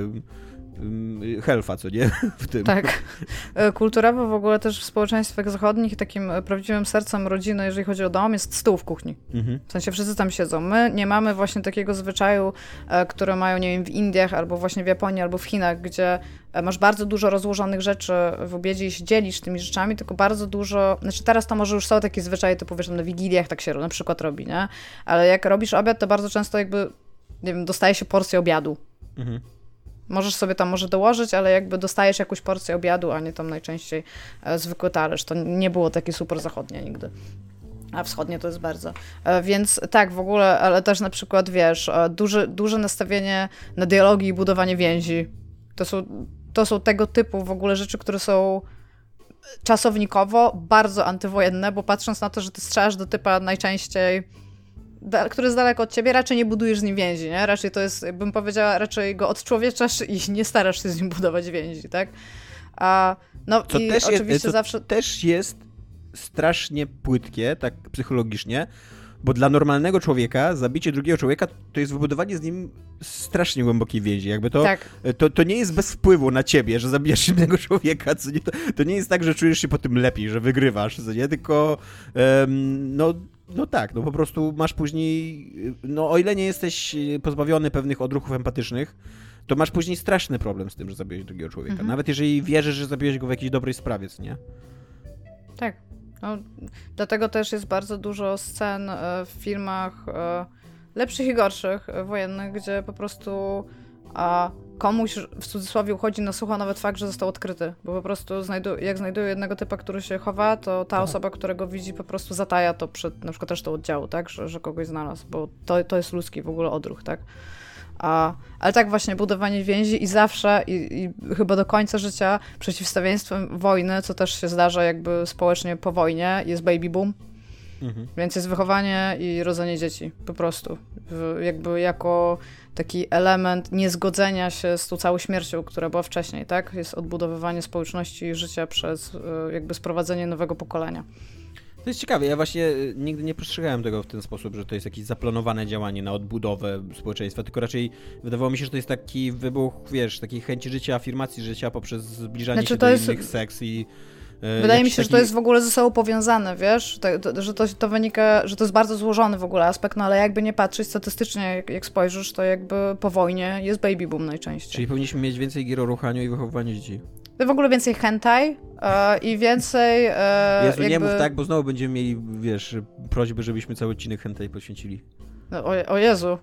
healtha, co nie? W tym. Tak. Kulturowo w ogóle też w społeczeństwach zachodnich takim prawdziwym sercem rodziny, jeżeli chodzi o dom, jest stół w kuchni. W sensie wszyscy tam siedzą. My nie mamy właśnie takiego zwyczaju, które mają, nie wiem, w Indiach, albo właśnie w Japonii, albo w Chinach, gdzie masz bardzo dużo rozłożonych rzeczy w obiedzie i się dzielisz tymi rzeczami, tylko bardzo dużo, znaczy teraz to może już są takie zwyczaje, typu wiesz, na Wigiliach tak się na przykład robi, nie? Ale jak robisz obiad, to bardzo często jakby, nie wiem, dostaje się porcję obiadu. Możesz sobie tam może dołożyć, ale jakby dostajesz jakąś porcję obiadu, a nie tam najczęściej zwykły talerz. To nie było takie super zachodnie nigdy. A wschodnie to jest bardzo. Więc tak, w ogóle, ale też na przykład, wiesz, duże nastawienie na dialogi i budowanie więzi. To są tego typu w ogóle rzeczy, które są czasownikowo bardzo antywojenne, bo patrząc na to, że ty strzelasz do typa najczęściej, który jest daleko od ciebie, raczej nie budujesz z nim więzi, nie? Raczej to jest, bym powiedziała, raczej go odczłowieczasz i nie starasz się z nim budować więzi, tak? No co i też oczywiście jest, zawsze... też jest strasznie płytkie, tak psychologicznie, bo dla normalnego człowieka zabicie drugiego człowieka to jest wybudowanie z nim strasznie głębokiej więzi. Jakby to nie jest bez wpływu na ciebie, że zabijasz innego człowieka. Co nie, to nie jest tak, że czujesz się po tym lepiej, że wygrywasz, co nie? Tylko no tak, no po prostu masz później, no o ile nie jesteś pozbawiony pewnych odruchów empatycznych, to masz później straszny problem z tym, że zabiłeś drugiego człowieka. Nawet jeżeli wierzysz, że zabiłeś go w jakiejś dobrej sprawie, co nie? Tak. No, dlatego też jest bardzo dużo scen w filmach lepszych i gorszych wojennych, gdzie po prostu komuś w cudzysłowie uchodzi na sucho nawet fakt, że został odkryty, bo po prostu jak znajdują jednego typa, który się chowa, to ta osoba, którego widzi, po prostu zataja to przed na przykład resztą oddziału, tak, że kogoś znalazł, bo to jest ludzki w ogóle odruch, tak. Ale tak właśnie budowanie więzi i zawsze i chyba do końca życia przeciwstawieństwem wojny, co też się zdarza jakby społecznie po wojnie, jest baby boom. Więc jest wychowanie i rodzenie dzieci, po prostu. Jakby jako taki element niezgodzenia się z tą całą śmiercią, która była wcześniej, tak? Jest odbudowywanie społeczności i życia przez jakby sprowadzenie nowego pokolenia. To jest ciekawe, ja właśnie nigdy nie postrzegałem tego w ten sposób, że to jest jakieś zaplanowane działanie na odbudowę społeczeństwa, tylko raczej wydawało mi się, że to jest taki wybuch, wiesz, takiej chęci życia, afirmacji życia poprzez zbliżanie się do innych seks i... Wydaje mi się, że to jest w ogóle ze sobą powiązane, wiesz, że to wynika, że to jest bardzo złożony w ogóle aspekt, no ale jakby nie patrzeć statystycznie, jak spojrzysz, to jakby po wojnie jest baby boom najczęściej. Czyli powinniśmy mieć więcej gier o ruchaniu i wychowywaniu dzieci. W ogóle więcej hentai i więcej Jezu, jakby... nie mów tak, bo znowu będziemy mieli, wiesz, prośby, żebyśmy cały odcinek hentai poświęcili. No, o Jezu.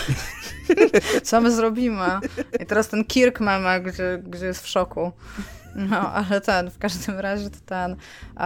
Co my zrobimy? I teraz ten Kirk mama, gdzie jest w szoku. No, ale w każdym razie to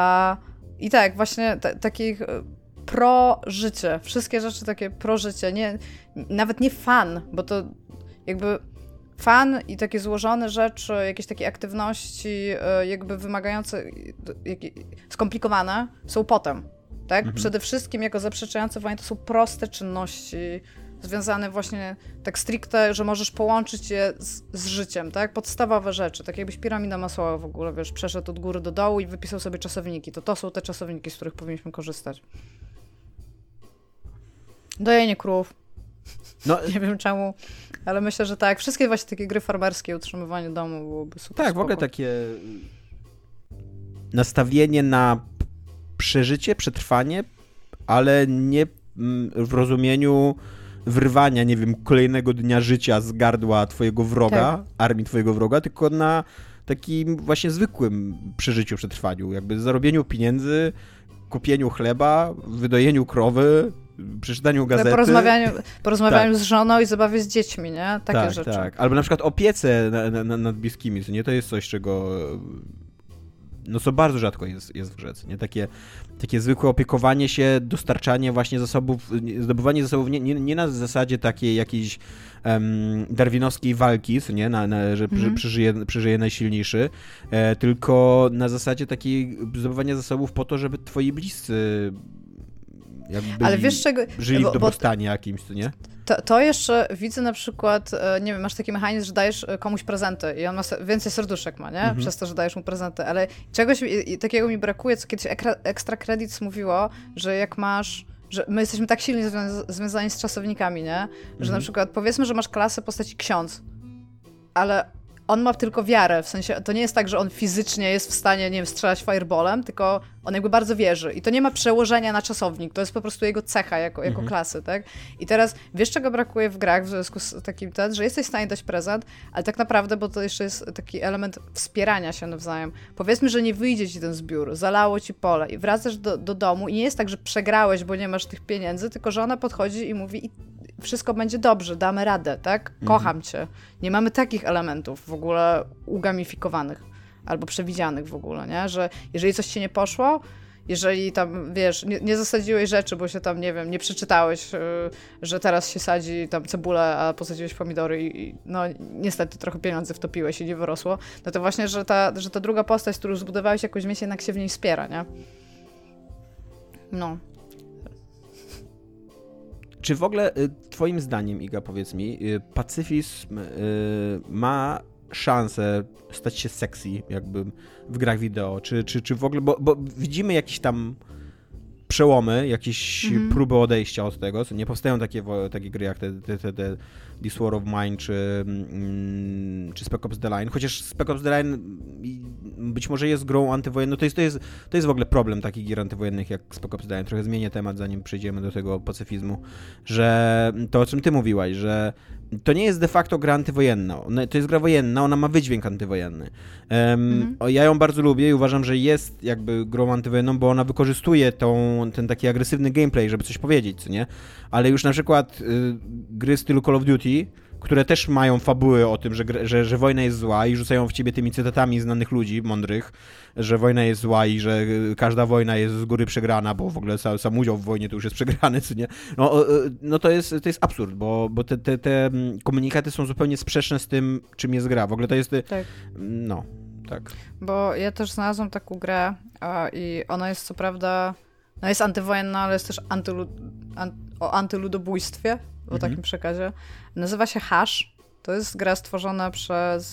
i tak, właśnie takich pro-życie. Wszystkie rzeczy takie pro-życie. Nawet nie fan, bo to jakby fan i takie złożone rzeczy, jakieś takie aktywności jakby wymagające, skomplikowane są potem, tak? Przede wszystkim jako zaprzeczające wojnie to są proste czynności związane właśnie tak stricte, że możesz połączyć je z życiem, tak? Podstawowe rzeczy, tak jakbyś piramida Masłowa w ogóle, wiesz, przeszedł od góry do dołu i wypisał sobie czasowniki. To są te czasowniki, z których powinniśmy korzystać. Dojenie krów. No, nie wiem czemu, ale myślę, że tak. Wszystkie właśnie takie gry farmerskie, utrzymywanie domu byłoby super. Tak, w ogóle takie nastawienie na przeżycie, przetrwanie, ale nie w rozumieniu wyrwania, nie wiem, kolejnego dnia życia z gardła twojego wroga, Tak. armii twojego wroga, tylko na takim właśnie zwykłym przeżyciu, przetrwaniu, jakby zarobieniu pieniędzy, kupieniu chleba, wydojeniu krowy, przeczytaniu gazety. Porozmawianiu z żoną i zabawie z dziećmi, nie? Takie rzeczy. Tak. Albo na przykład opiece nad bliskimi, co nie? To jest coś, czego no co bardzo rzadko jest w grze, nie? Takie zwykłe opiekowanie się, dostarczanie właśnie zasobów, zdobywanie zasobów nie na zasadzie takiej jakiejś darwinowskiej walki, co nie? Że przeżyje najsilniejszy, tylko na zasadzie takiej zdobywania zasobów po to, żeby twoi bliscy jakby Ale wiesz czego? żyli w dobrostanie jakimś, co nie? To jeszcze widzę na przykład, nie wiem, masz taki mechanizm, że dajesz komuś prezenty i on ma więcej serduszek ma, nie? Przez to, że dajesz mu prezenty, ale czegoś takiego mi brakuje, co kiedyś Extra Credits mówiło, że jak masz, że my jesteśmy tak silnie związani z czasownikami, nie? Że na przykład powiedzmy, że masz klasę postaci ksiądz, ale on ma tylko wiarę, w sensie to nie jest tak, że on fizycznie jest w stanie, nie wiem, strzelać fireballem, tylko on jakby bardzo wierzy i to nie ma przełożenia na czasownik, to jest po prostu jego cecha jako klasy, tak? I teraz wiesz, czego brakuje w grach w związku z takim że jesteś w stanie dać prezent, ale tak naprawdę, bo to jeszcze jest taki element wspierania się nawzajem. Powiedzmy, że nie wyjdzie ci ten zbiór, zalało ci pole i wracasz do domu i nie jest tak, że przegrałeś, bo nie masz tych pieniędzy, tylko że ona podchodzi i mówi wszystko będzie dobrze, damy radę, tak? Kocham cię. Nie mamy takich elementów w ogóle ugamifikowanych albo przewidzianych w ogóle, nie? Że jeżeli coś ci nie poszło, jeżeli tam, wiesz, nie zasadziłeś rzeczy, bo się tam, nie wiem, nie przeczytałeś, że teraz się sadzi tam cebulę, a posadziłeś pomidory i no niestety trochę pieniędzy wtopiłeś i nie wyrosło, no to właśnie, że ta druga postać, którą zbudowałeś jakąś myśl, jednak się w niej wspiera, nie? No. Czy w ogóle twoim zdaniem, Iga, powiedz mi, pacyfizm ma szansę stać się sexy jakby w grach wideo? Czy w ogóle, bo widzimy jakieś tam przełomy, jakieś próby odejścia od tego, co nie powstają takie gry jak te This War of Mine czy Spec Ops The Line, chociaż Spec Ops The Line być może jest grą antywojenną, to jest w ogóle problem takich gier antywojennych jak Spec Ops The Line. Trochę zmienię temat, zanim przejdziemy do tego pacyfizmu, że to, o czym ty mówiłaś, że to nie jest de facto gra antywojenna, to jest gra wojenna, ona ma wydźwięk antywojenny. Ja ją bardzo lubię i uważam, że jest jakby grą antywojenną, bo ona wykorzystuje ten taki agresywny gameplay, żeby coś powiedzieć, co nie? Ale już na przykład gry stylu Call of Duty, które też mają fabuły o tym, że wojna jest zła i rzucają w ciebie tymi cytatami znanych ludzi, mądrych, że wojna jest zła i że każda wojna jest z góry przegrana, bo w ogóle sam udział w wojnie to już jest przegrany, co nie? No to jest absurd, bo te komunikaty są zupełnie sprzeczne z tym, czym jest gra. W ogóle to jest... Tak. No, tak. Bo ja też znalazłam taką grę i ona jest co prawda... No jest antywojenna, ale jest też o antyludobójstwie, o takim przekazie. Nazywa się Hash. To jest gra stworzona przez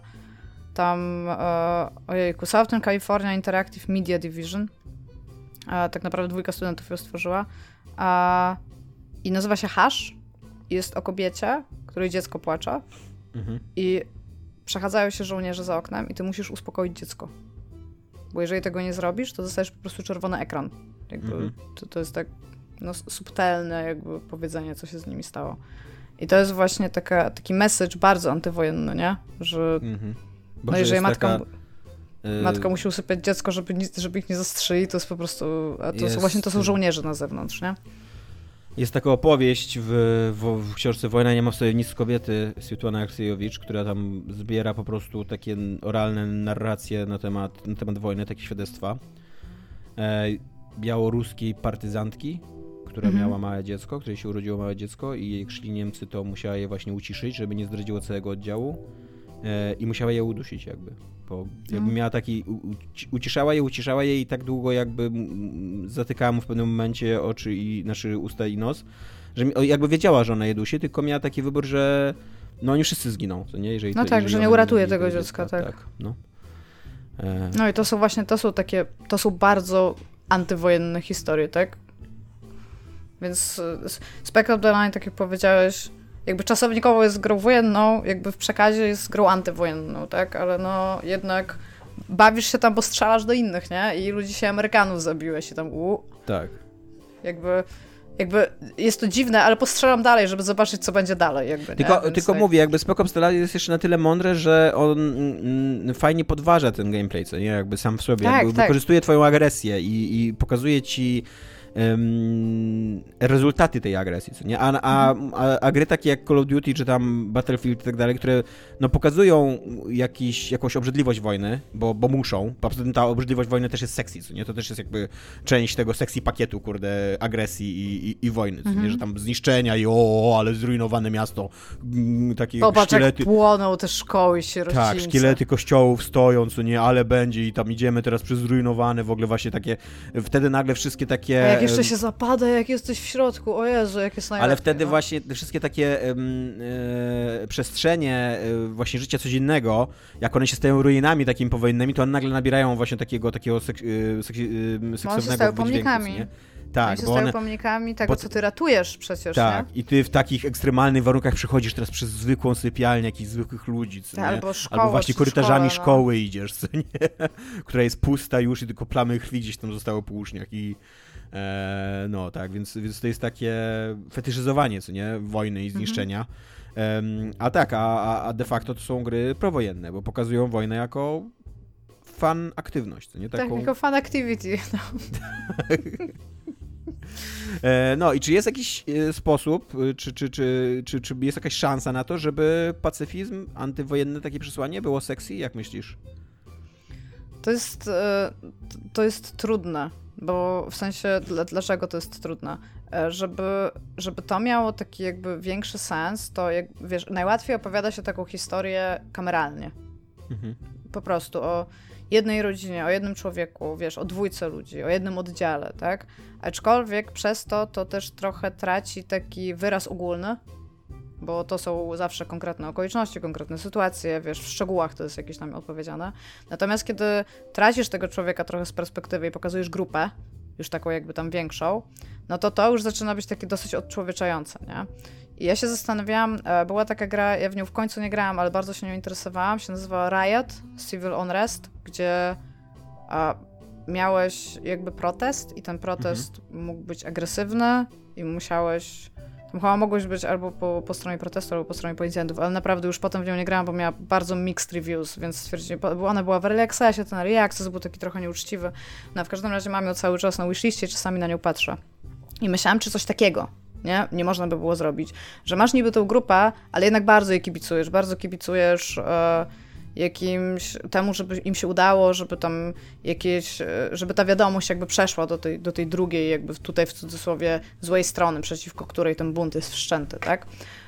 Southern California Interactive Media Division. Tak naprawdę 2 studentów ją stworzyła. I nazywa się Hash. Jest o kobiecie, której dziecko płacze. I przechadzają się żołnierze za oknem i ty musisz uspokoić dziecko. Bo jeżeli tego nie zrobisz, to dostajesz po prostu czerwony ekran. Jakby to jest tak subtelne jakby powiedzenie, co się z nimi stało. I to jest właśnie taki message bardzo antywojenny, nie? Że no jeżeli matka musi usypiać dziecko, żeby ich nie zastrzyli, to jest po prostu... To są żołnierze na zewnątrz, nie? Jest taka opowieść w książce Wojna nie ma w sobie nic kobiety Swiatłana Aleksejewicz, która tam zbiera po prostu takie oralne narracje na temat wojny, takie świadectwa. Białoruskiej partyzantki, która miała małe dziecko, której się urodziło małe dziecko i jak szli Niemcy, to musiała je właśnie uciszyć, żeby nie zdradziło całego oddziału i musiała je udusić jakby. Bo jakby miała taki... Uciszała je i tak długo jakby zatykała mu w pewnym momencie oczy i usta i nos, że jakby wiedziała, że ona je dusi, tylko miała taki wybór, że no oni wszyscy zginą, co nie? Jeżeli że nie uratuje tego dziecka, tak. No i to są właśnie, to są bardzo antywojenne historie, tak? Więc Spec Ops The Line, tak jak powiedziałeś, jakby czasownikowo jest grą wojenną, jakby w przekazie jest grą antywojenną, tak? Ale no jednak bawisz się tam, bo strzelasz do innych, nie? I ilu dzisiaj Amerykanów zabiłeś i tam Tak. Jakby jakby jest to dziwne, ale postrzelam dalej, żeby zobaczyć, co będzie dalej. Jakby, tylko mówię, jakby Spec Ops The Line jest jeszcze na tyle mądre, że on fajnie podważa ten gameplay, co nie? Jakby sam w sobie. Tak, wykorzystuje twoją agresję i pokazuje ci rezultaty tej agresji, co nie? A gry takie jak Call of Duty, czy tam Battlefield i tak dalej, które no pokazują jakąś obrzydliwość wojny, bo muszą, poza tym ta obrzydliwość wojny też jest sexy, co nie? To też jest jakby część tego sexy pakietu, kurde, agresji i wojny, co nie? Że tam zniszczenia i ale zrujnowane miasto, takie popatrz, szkielety. Jak płoną te szkoły, sierocińce. Tak, szkielety kościołów stoją, co nie? Ale będzie i tam idziemy teraz przez zrujnowane, w ogóle właśnie takie, wtedy nagle wszystkie takie... jeszcze się zapada, jak jesteś w środku, o Jezu, jak jest najlepiej. Ale wtedy właśnie te wszystkie takie przestrzenie właśnie życia codziennego, jak one się stają ruinami takimi powojennymi, to one nagle nabierają właśnie takiego seksownego pomnikami. Nie? Tak, one się stają pomnikami tego, co ty ratujesz przecież, tak, nie? i ty w takich ekstremalnych warunkach przechodzisz teraz przez zwykłą sypialnię jakichś zwykłych ludzi, co nie? Albo właśnie korytarzami szkoły idziesz, co nie? Która jest pusta już i tylko plamy krwi gdzieś tam zostały po uczniach i no tak, więc to jest takie fetyszyzowanie, co nie? Wojny i zniszczenia. A de facto to są gry prowojenne, bo pokazują wojnę jako fan aktywność, co nie? Tak, jako fan activity. No. No i czy jest jakiś sposób, czy jest jakaś szansa na to, żeby pacyfizm, antywojenne takie przesłanie było sexy? Jak myślisz? To jest trudne, bo w sensie, dlaczego to jest trudne? Żeby to miało taki jakby większy sens, to jak, wiesz, najłatwiej opowiada się taką historię kameralnie. Po prostu o jednej rodzinie, o jednym człowieku, wiesz, o dwójce ludzi, o jednym oddziale, tak? Aczkolwiek przez to też trochę traci taki wyraz ogólny, bo to są zawsze konkretne okoliczności, konkretne sytuacje, wiesz, w szczegółach to jest jakieś tam odpowiedziane. Natomiast kiedy tracisz tego człowieka trochę z perspektywy i pokazujesz grupę, już taką jakby tam większą, no to już zaczyna być takie dosyć odczłowieczające, nie? I ja się zastanawiałam, była taka gra, ja w nią w końcu nie grałam, ale bardzo się nią interesowałam, się nazywała Riot, Civil Unrest, gdzie miałeś jakby protest i ten protest mógł być agresywny i musiałeś... Tam chyba mogłeś być albo po stronie protestu, albo po stronie policjantów, ale naprawdę już potem w nią nie grałam, bo miała bardzo mixed reviews, więc stwierdziłem, bo ona była w early accessie, ten early access był taki trochę nieuczciwy. No w każdym razie mam ją cały czas na wishliście, czasami na nią patrzę. I myślałam, czy coś takiego, nie można by było zrobić, że masz niby tą grupę, ale jednak bardzo jej kibicujesz, jakimś temu, żeby im się udało, żeby tam żeby ta wiadomość jakby przeszła do tej drugiej, jakby tutaj w cudzysłowie złej strony, przeciwko której ten bunt jest wszczęty, tak?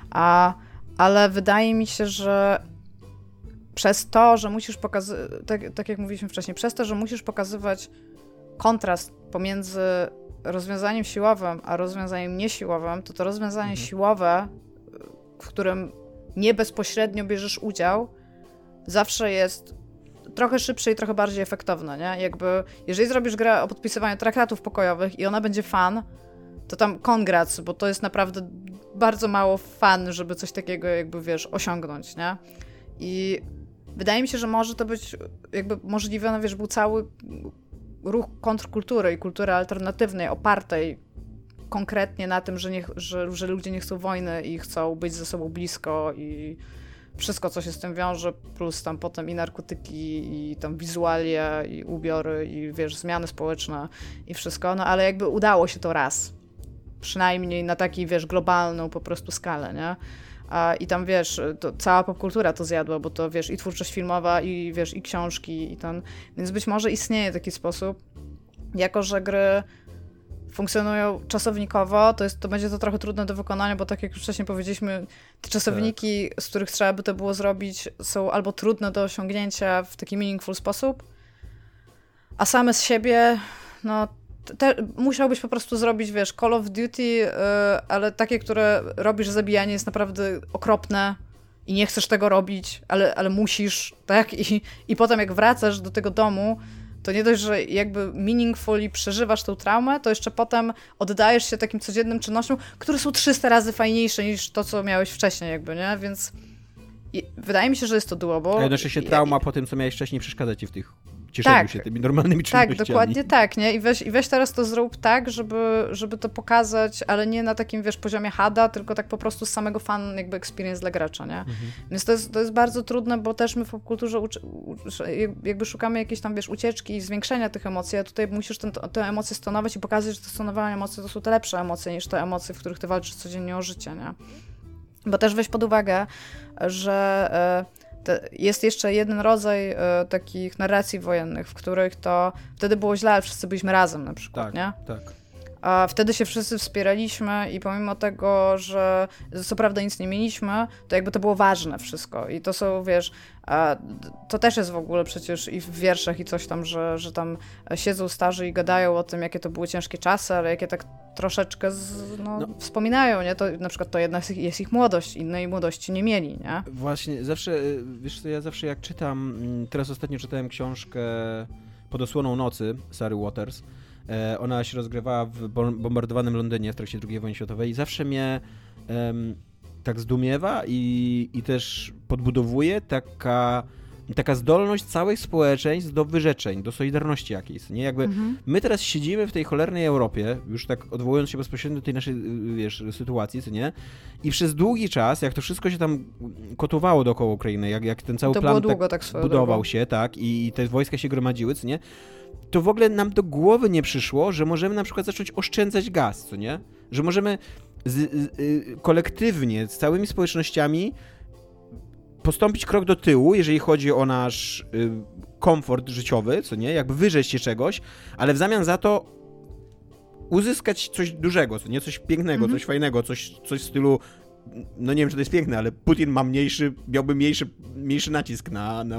Ale wydaje mi się, że przez to, że musisz pokazywać, tak jak mówiliśmy wcześniej, przez to, że musisz pokazywać kontrast pomiędzy rozwiązaniem siłowym, a rozwiązaniem niesiłowym, to rozwiązanie siłowe, w którym nie bezpośrednio bierzesz udział, zawsze jest trochę szybsze i trochę bardziej efektowne, nie? Jakby, jeżeli zrobisz grę o podpisywaniu traktatów pokojowych i ona będzie fan, to tam congrats, bo to jest naprawdę bardzo mało fan, żeby coś takiego jakby, wiesz, osiągnąć, nie? I wydaje mi się, że może to być jakby możliwe, no wiesz, był cały ruch kontrkultury i kultury alternatywnej opartej konkretnie na tym, że ludzie nie chcą wojny i chcą być ze sobą blisko i wszystko, co się z tym wiąże, plus tam potem i narkotyki, i tam wizualia, i ubiory, i wiesz, zmiany społeczne i wszystko, no ale jakby udało się to raz. Przynajmniej na takiej, wiesz, globalną po prostu skalę, nie? I tam, wiesz, to cała popkultura to zjadła, bo to, wiesz, i twórczość filmowa, i wiesz, i książki, i ten... Więc być może istnieje taki sposób, jako że gry funkcjonują czasownikowo, to będzie to trochę trudne do wykonania, bo tak jak już wcześniej powiedzieliśmy, te czasowniki, z których trzeba by to było zrobić, są albo trudne do osiągnięcia w taki meaningful sposób, a same z siebie, no, musiałbyś po prostu zrobić, wiesz, Call of Duty, ale takie, które robisz, zabijanie jest naprawdę okropne i nie chcesz tego robić, ale musisz, tak? I potem jak wracasz do tego domu, to nie dość, że jakby meaningfully przeżywasz tą traumę, to jeszcze potem oddajesz się takim codziennym czynnościom, które są 300 razy fajniejsze niż to, co miałeś wcześniej jakby, nie? Więc wydaje mi się, że jest to doable. A jednocześnie trauma po tym, co miałeś wcześniej, przeszkadza ci w tych cieszeniu się tymi normalnymi czynnościami. Tak, dokładnie tak, nie? I weź teraz to zrób tak, żeby to pokazać, ale nie na takim, wiesz, poziomie hada, tylko tak po prostu z samego fan jakby experience dla gracza, nie? Więc to jest bardzo trudne, bo też my w popkulturze jakby szukamy jakiejś tam, wiesz, ucieczki i zwiększenia tych emocji, a tutaj musisz te emocje stonować i pokazać, że te stonowane emocje to są te lepsze emocje niż te emocje, w których ty walczysz codziennie o życie, nie? Bo też weź pod uwagę, że jest jeszcze jeden rodzaj takich narracji wojennych, w których to wtedy było źle, ale wszyscy byliśmy razem na przykład, tak, nie? Tak. A wtedy się wszyscy wspieraliśmy i pomimo tego, że co prawda nic nie mieliśmy, to jakby to było ważne wszystko. I to są, wiesz, to też jest w ogóle przecież i w wierszach i coś tam, że tam siedzą starzy i gadają o tym, jakie to były ciężkie czasy, ale jakie tak troszeczkę wspominają, nie? To na przykład to jednak jest ich młodość, innej młodości nie mieli, nie? Właśnie, zawsze, wiesz co, ja zawsze jak czytam, teraz ostatnio czytałem książkę Pod osłoną nocy Sary Waters. Ona się rozgrywała w bombardowanym Londynie w trakcie II wojny światowej i zawsze mnie tak zdumiewa i też podbudowuje taka zdolność całych społeczeństw do wyrzeczeń, do solidarności jakiejś, nie? Jakby my teraz siedzimy w tej cholernej Europie, już tak odwołując się bezpośrednio do tej naszej, wiesz, sytuacji, co nie? I przez długi czas, jak to wszystko się tam kotowało dookoła Ukrainy, jak ten cały plan tak budował się, tak, i te wojska się gromadziły, co nie? To w ogóle nam do głowy nie przyszło, że możemy na przykład zacząć oszczędzać gaz, co nie? Że możemy kolektywnie, z całymi społecznościami postąpić krok do tyłu, jeżeli chodzi o nasz komfort życiowy, co nie? Jakby wyrzec się czegoś, ale w zamian za to uzyskać coś dużego, co nie? Coś pięknego, coś fajnego, coś w stylu, no nie wiem, czy to jest piękne, ale Putin miałby mniejszy nacisk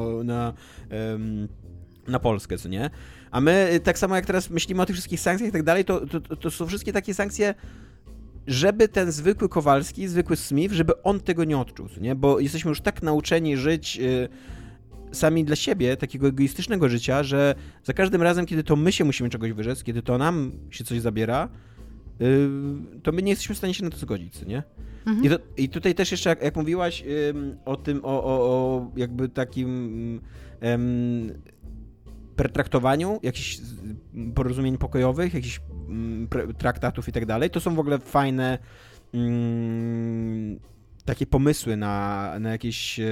na Polskę, co nie? A my, tak samo jak teraz myślimy o tych wszystkich sankcjach i tak dalej, to są wszystkie takie sankcje, żeby ten zwykły Kowalski, zwykły Smith, żeby on tego nie odczuł, co nie? Bo jesteśmy już tak nauczeni żyć sami dla siebie, takiego egoistycznego życia, że za każdym razem, kiedy to my się musimy czegoś wyrzec, kiedy to nam się coś zabiera, to my nie jesteśmy w stanie się na to zgodzić, co nie? I tutaj też jeszcze, jak mówiłaś o tym, o jakby takim pertraktowaniu jakichś porozumień pokojowych, jakichś traktatów i tak dalej, to są w ogóle fajne takie pomysły na jakieś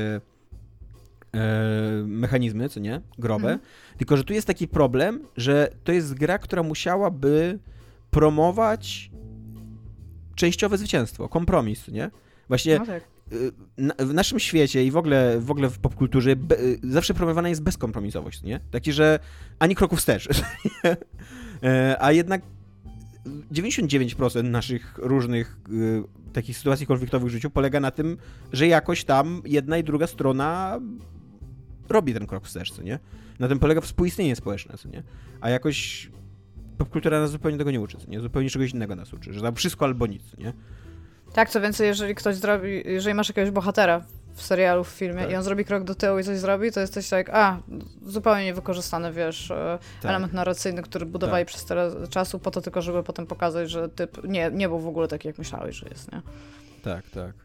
mechanizmy, co nie? Growe. Tylko że tu jest taki problem, że to jest gra, która musiałaby promować częściowe zwycięstwo, kompromis, co nie? Właśnie w naszym świecie i w ogóle w popkulturze zawsze promowana jest bezkompromisowość, nie? Taki, że ani kroku wstecz. A jednak 99% naszych różnych takich sytuacji konfliktowych w życiu polega na tym, że jakoś tam jedna i druga strona robi ten krok wstecz, co nie? Na tym polega współistnienie społeczne, co nie? A jakoś popkultura nas zupełnie tego nie uczy, co nie? Zupełnie czegoś innego nas uczy, że tam wszystko albo nic, co nie? Tak, co więcej, jeżeli masz jakiegoś bohatera w serialu, w filmie i on zrobi krok do tyłu i coś zrobi, to jesteś tak, zupełnie niewykorzystany, wiesz, element narracyjny, który budowali przez tyle czasu po to tylko, żeby potem pokazać, że typ nie był w ogóle taki, jak myślałeś, że jest, nie? Tak.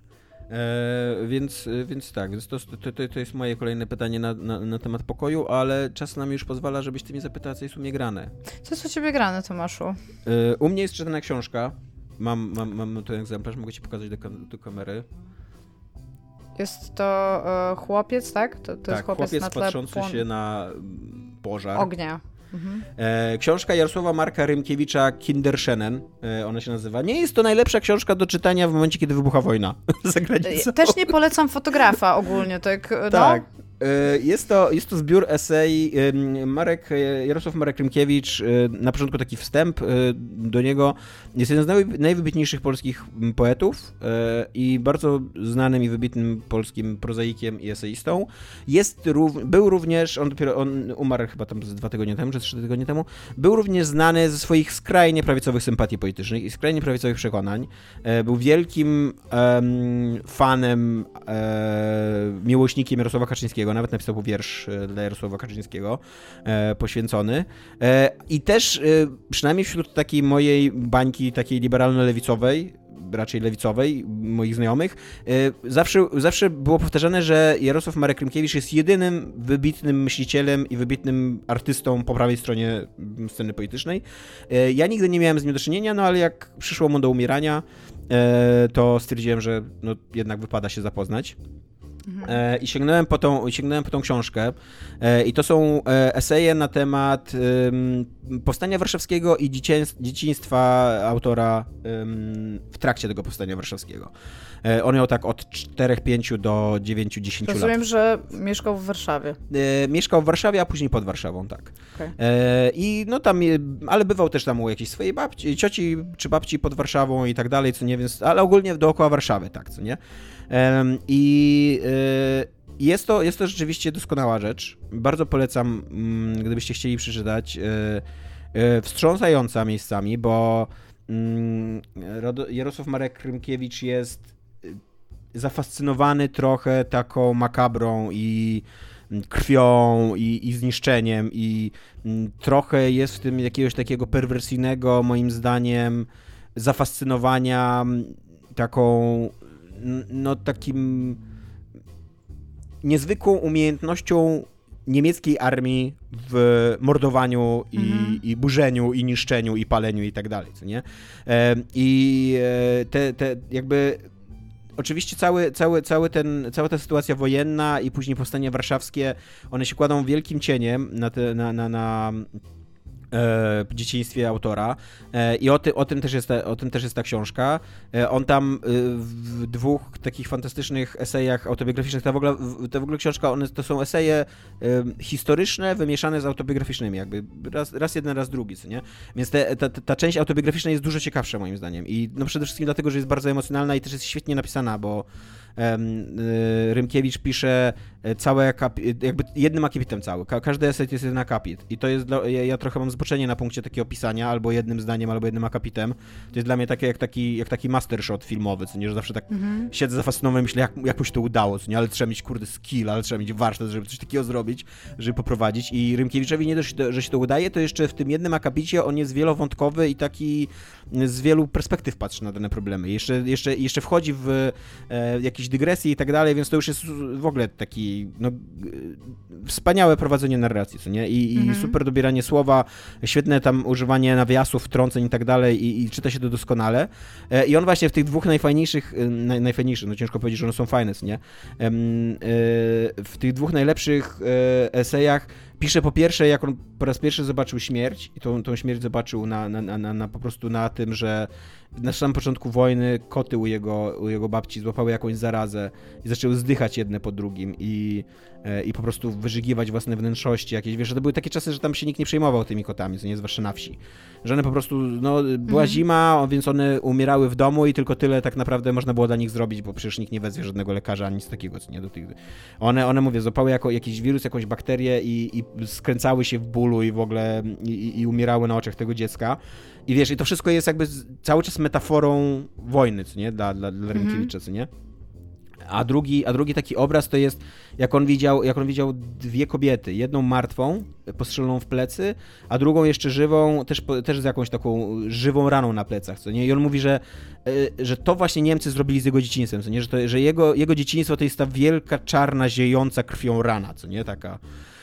Więc to jest moje kolejne pytanie na temat pokoju, ale czas nam już pozwala, żebyś ty mnie zapytała, co jest u mnie grane. Co jest u ciebie grane, Tomaszu? U mnie jest czytana książka. Mam ten egzemplarz, mogę ci pokazać do kamery. Jest to chłopiec, tak? To tak, jest chłopiec na tle patrzący się na pożar. Ognia. Książka Jarosława Marka Rymkiewicza Kinderszenen, ona się nazywa. Nie jest to najlepsza książka do czytania w momencie, kiedy wybucha wojna za granicą. Też nie polecam fotografa ogólnie, tak? Tak. Jest to zbiór esej. Jarosław Marek Rymkiewicz, na początku taki wstęp do niego. Jest jeden z najwybitniejszych polskich poetów i bardzo znanym i wybitnym polskim prozaikiem i eseistą. Był również, on umarł chyba tam 2 tygodnie temu, czy 3 tygodnie temu, był również znany ze swoich skrajnie prawicowych sympatii politycznych i skrajnie prawicowych przekonań. Był wielkim fanem, miłośnikiem Jarosława Kaczyńskiego. Nawet napisał wiersz dla Jarosława Kaczyńskiego poświęcony. I też, przynajmniej wśród takiej mojej bańki, takiej liberalno-lewicowej, raczej lewicowej, moich znajomych, zawsze było powtarzane, że Jarosław Marek Rymkiewicz jest jedynym wybitnym myślicielem i wybitnym artystą po prawej stronie sceny politycznej. Ja nigdy nie miałem z nim do czynienia, no ale jak przyszło mu do umierania, to stwierdziłem, że no, jednak wypada się zapoznać. I sięgnąłem po tą książkę i to są eseje na temat powstania warszawskiego i dzieciństwa autora w trakcie tego powstania warszawskiego. On miał tak od 4-5 do 9-10 lat. Rozumiem, że mieszkał w Warszawie. Mieszkał w Warszawie, a później pod Warszawą, tak. Okay. I no tam, ale bywał też tam u jakiejś swojej cioci czy babci pod Warszawą i tak dalej, co nie, więc, ale ogólnie dookoła Warszawy, tak, co nie. I jest to rzeczywiście doskonała rzecz. Bardzo polecam, gdybyście chcieli przeczytać. Wstrząsająca miejscami, bo Jarosław Marek Rymkiewicz jest zafascynowany trochę taką makabrą i krwią i zniszczeniem i trochę jest w tym jakiegoś takiego perwersyjnego, moim zdaniem, zafascynowania taką, no takim niezwykłą umiejętnością niemieckiej armii w mordowaniu i burzeniu i niszczeniu i paleniu i tak dalej, co nie? I te jakby oczywiście cała ta sytuacja wojenna i później powstanie warszawskie, one się kładą wielkim cieniem na dzieciństwie autora i o tym też jest ta książka. On tam w 2 takich fantastycznych esejach autobiograficznych, ta w ogóle książka, to są eseje historyczne wymieszane z autobiograficznymi, jakby raz jeden, raz drugi, co nie? Więc ta część autobiograficzna jest dużo ciekawsza moim zdaniem i no przede wszystkim dlatego, że jest bardzo emocjonalna i też jest świetnie napisana, bo Rymkiewicz pisze całe jakby jednym akapitem cały. Każdy esej to jest jeden akapit i to jest ja trochę mam zboczenie na punkcie takiego pisania, albo jednym zdaniem, albo jednym akapitem. To jest dla mnie takie jak taki mastershot filmowy, co nie, że zawsze tak siedzę zafascynowany, myślę, jak mu się to udało, co nie, ale trzeba mieć skill, ale trzeba mieć warsztat, żeby coś takiego zrobić, żeby poprowadzić i Rymkiewiczowi nie dość, że się to udaje, to jeszcze w tym jednym akapicie on jest wielowątkowy i taki z wielu perspektyw patrzy na dane problemy. Jeszcze wchodzi w jakieś dygresje i tak dalej, więc to już jest w ogóle taki no, wspaniałe prowadzenie narracji, co nie? I super dobieranie słowa, świetne tam używanie nawiasów, wtrąceń i tak dalej i czyta się to doskonale. I on właśnie w tych 2 najfajniejszych, no ciężko powiedzieć, że one są fajne, co nie? W tych 2 najlepszych esejach pisze po pierwsze, jak on po raz pierwszy zobaczył śmierć i tą śmierć zobaczył po prostu na tym, że na samym początku wojny koty u jego babci złapały jakąś zarazę i zaczęły zdychać jedne po drugim i po prostu wyżygiwać własne wnętrzości jakieś. Wiesz, że to były takie czasy, że tam się nikt nie przejmował tymi kotami, co nie, zwłaszcza na wsi. Że one po prostu, no, była zima, więc one umierały w domu i tylko tyle tak naprawdę można było dla nich zrobić, bo przecież nikt nie wezwie żadnego lekarza, ani nic takiego, co nie, do tych... One mówię, złapały jakiś wirus, jakąś bakterię i skręcały się w bólu i w ogóle i umierały na oczach tego dziecka. I wiesz, i to wszystko jest jakby cały czas metaforą wojny, co nie, dla Rymkiewicza, co nie? A drugi taki obraz to jest, jak on widział 2 kobiety, jedną martwą, postrzeloną w plecy, a drugą jeszcze żywą, też z jakąś taką żywą raną na plecach, co nie? I on mówi, że to właśnie Niemcy zrobili z jego dzieciństwem, co nie? Że jego dzieciństwo to jest ta wielka, czarna, ziejąca krwią rana, co nie? Taka.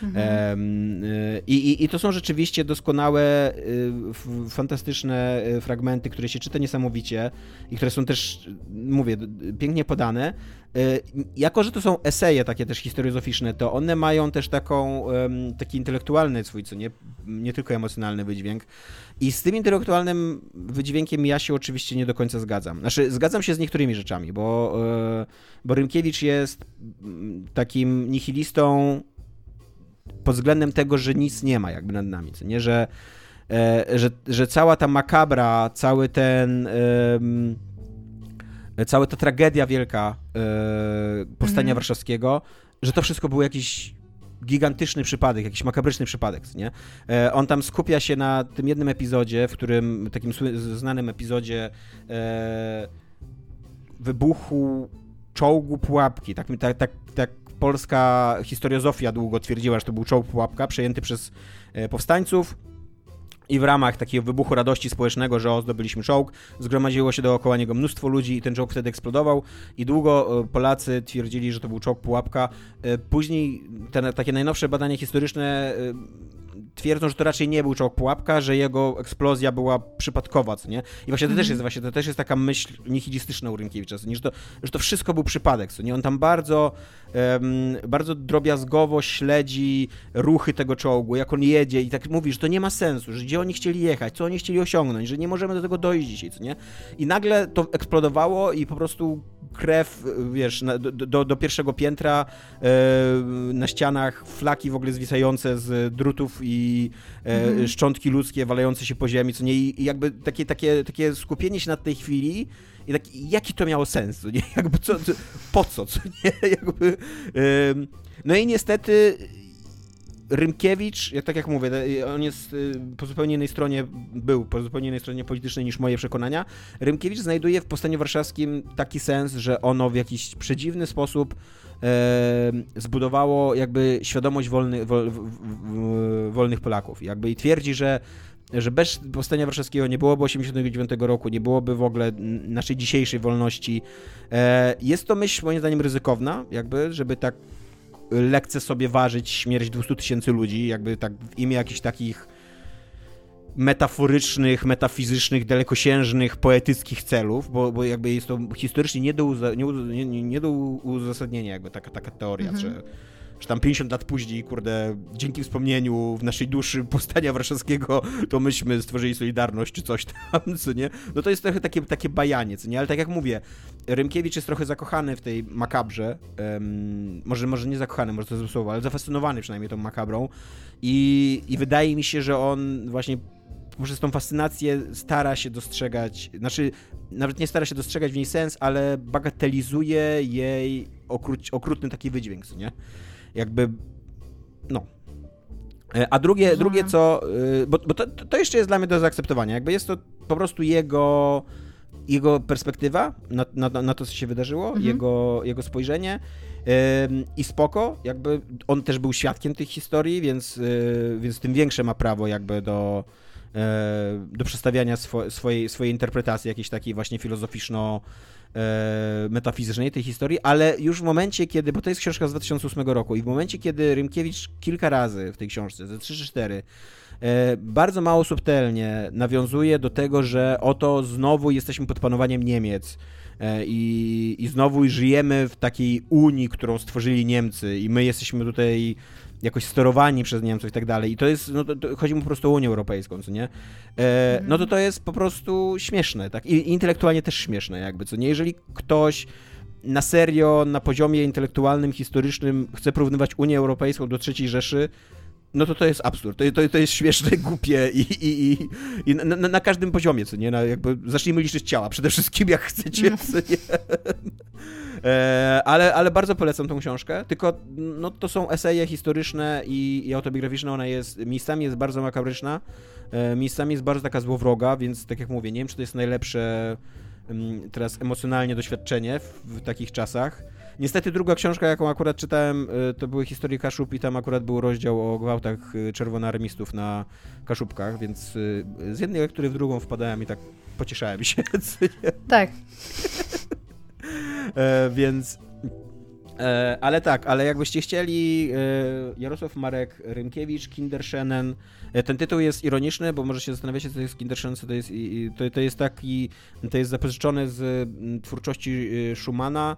I to są rzeczywiście doskonałe, fantastyczne fragmenty, które się czyta niesamowicie i które są też, mówię, pięknie podane. Jako że to są eseje takie też historiozoficzne, to one mają też taki intelektualny swój, co nie tylko emocjonalny wydźwięk. I z tym intelektualnym wydźwiękiem ja się oczywiście nie do końca zgadzam. Znaczy, zgadzam się z niektórymi rzeczami, bo Rymkiewicz jest takim nihilistą pod względem tego, że nic nie ma jakby nad nami, co nie? Że cała ta makabra, cała ta tragedia wielka powstania warszawskiego, że to wszystko był jakiś gigantyczny przypadek, jakiś makabryczny przypadek, nie? On tam skupia się na tym jednym epizodzie, w którym, takim znanym epizodzie wybuchu czołgu Pułapki. Tak polska historiozofia długo twierdziła, że to był czołg Pułapka przejęty przez powstańców I w ramach takiego wybuchu radości społecznego, że zdobyliśmy czołg, zgromadziło się dookoła niego mnóstwo ludzi i ten czołg wtedy eksplodował i długo Polacy twierdzili, że to był czołg pułapka. Później takie najnowsze badania historyczne twierdzą, że to raczej nie był czołg pułapka, że jego eksplozja była przypadkowa, co nie? I właśnie to też jest taka myśl nihilistyczna u Rynkiewicza, nie? Że to wszystko był przypadek, co nie? On tam bardzo drobiazgowo śledzi ruchy tego czołgu, jak on jedzie i tak mówi, że to nie ma sensu, że gdzie oni chcieli jechać, co oni chcieli osiągnąć, że nie możemy do tego dojść dzisiaj, co nie? I nagle to eksplodowało i po prostu krew, wiesz, do pierwszego piętra, na ścianach flaki w ogóle zwisające z drutów i szczątki ludzkie walające się po ziemi, co nie? I jakby takie skupienie się na tej chwili i tak, jaki to miało sens, nie? Jakby po co nie? Jakby, no i niestety Rymkiewicz, tak jak mówię, on jest po zupełnie innej stronie, był po zupełnie innej stronie politycznej niż moje przekonania. Rymkiewicz znajduje w Powstaniu Warszawskim taki sens, że ono w jakiś przedziwny sposób zbudowało jakby świadomość wolnych Polaków. Jakby i twierdzi, że bez Powstania Warszawskiego nie byłoby 1989 roku, nie byłoby w ogóle naszej dzisiejszej wolności. Jest to myśl moim zdaniem ryzykowna, jakby, żeby tak lekce sobie ważyć śmierć 200 000 ludzi, jakby tak w imię jakichś takich metaforycznych, metafizycznych, dalekosiężnych, poetyckich celów, bo jakby jest to historycznie nie do uzasadnienia jakby taka teoria, że tam 50 lat później, kurde, dzięki wspomnieniu w naszej duszy Powstania Warszawskiego, to myśmy stworzyli Solidarność czy coś tam, co nie? No to jest trochę takie bajanie, co nie? Ale tak jak mówię, Rymkiewicz jest trochę zakochany w tej makabrze, może nie zakochany, może to złe słowo, ale zafascynowany przynajmniej tą makabrą i wydaje mi się, że on właśnie poprzez tą fascynację stara się dostrzegać, znaczy nawet nie stara się dostrzegać w niej sens, ale bagatelizuje jej okrutny taki wydźwięk, co nie? Jakby, no. A drugie co, bo to jeszcze jest dla mnie do zaakceptowania, jakby jest to po prostu jego perspektywa na to, co się wydarzyło, jego spojrzenie i spoko, jakby on też był świadkiem tych historii, więc tym większe ma prawo jakby do przedstawiania swojej interpretacji jakiejś takiej właśnie filozoficzno-metafizycznej tej historii, ale już w momencie, kiedy, bo to jest książka z 2008 roku i w momencie, kiedy Rymkiewicz kilka razy w tej książce, ze 3 czy 4, bardzo mało subtelnie nawiązuje do tego, że oto znowu jesteśmy pod panowaniem Niemiec i znowu żyjemy w takiej Unii, którą stworzyli Niemcy i my jesteśmy tutaj jakoś sterowani przez Niemców i tak dalej. I to jest, no to chodzi mu po prostu o Unię Europejską, co nie? No to jest po prostu śmieszne, tak? I intelektualnie też śmieszne jakby, co nie? Jeżeli ktoś na serio, na poziomie intelektualnym, historycznym chce porównywać Unię Europejską do III Rzeszy, no to jest absurd. To jest śmieszne, głupie i na każdym poziomie, co nie? Jakby zacznijmy liczyć ciała przede wszystkim, jak chcecie, co nie? Ale bardzo polecam tą książkę, tylko no, to są eseje historyczne i autobiograficzne, ona miejscami jest bardzo makabryczna, miejscami jest bardzo taka złowroga, więc tak jak mówię, nie wiem, czy to jest najlepsze teraz emocjonalnie doświadczenie w takich czasach. Niestety druga książka, jaką akurat czytałem, to były Historie Kaszub i tam akurat był rozdział o gwałtach czerwonoarmistów na Kaszubkach, więc z jednej lektury w drugą wpadałem i tak pocieszałem się. Tak. Więc... ale jakbyście chcieli, Jarosław Marek Rymkiewicz, Kinderszenen. Ten tytuł jest ironiczny, bo może się zastanawiacie, co to jest Kinderszenen, co to jest zapożyczone z twórczości Schumana,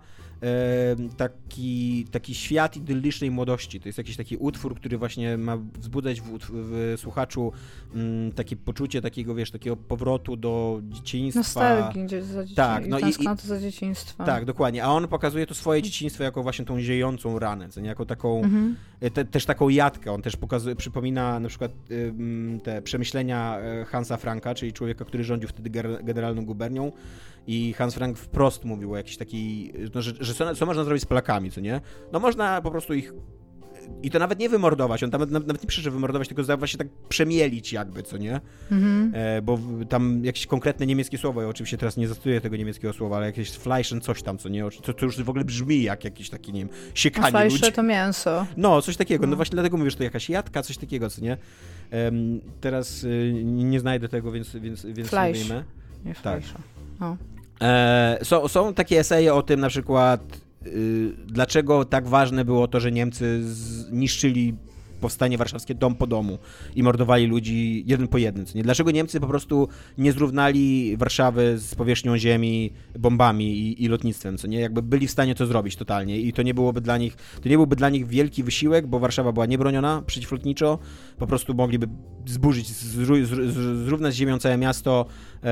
taki świat idyllicznej młodości. To jest jakiś taki utwór, który właśnie ma wzbudzać w słuchaczu takie poczucie takiego, wiesz, takiego powrotu do dzieciństwa. Nostalgii tak, no tęsknoty za dzieciństwem. Tak, dokładnie. A on pokazuje to swoje dzieciństwo jako właśnie tą ziejącą ranę, co nie? Jako taką, też taką jatkę. On też przypomina na przykład te przemyślenia Hansa Franka, czyli człowieka, który rządził wtedy generalną gubernią. I Hans Frank wprost mówił o jakiejś takiej, no, że co można zrobić z Polakami, co nie? No można po prostu ich I to nawet nie wymordować, on tam nawet nie pisze, że wymordować, tylko właśnie tak przemielić jakby, co nie? Bo tam jakieś konkretne niemieckie słowo, ja oczywiście teraz nie zastosuję tego niemieckiego słowa, ale jakieś Fleischen coś tam, co nie? To już w ogóle brzmi jak jakieś takie, nie wiem, siekanie ludzi. Fleisze to mięso. No, coś takiego, no właśnie dlatego mówię, że to jakaś jadka, coś takiego, co nie? Teraz nie znajdę tego, więc Fleisch. nie wiemy. Nie Tak. No. Są takie eseje o tym na przykład, dlaczego tak ważne było to, że Niemcy zniszczyli powstanie warszawskie dom po domu i mordowali ludzi jeden po jednym. Co nie? Dlaczego Niemcy po prostu nie zrównali Warszawy z powierzchnią ziemi bombami i lotnictwem, co nie? Jakby byli w stanie to zrobić totalnie i to nie byłby dla nich wielki wysiłek, bo Warszawa była niebroniona przeciwlotniczo, po prostu mogliby zburzyć, zrównać z ziemią całe miasto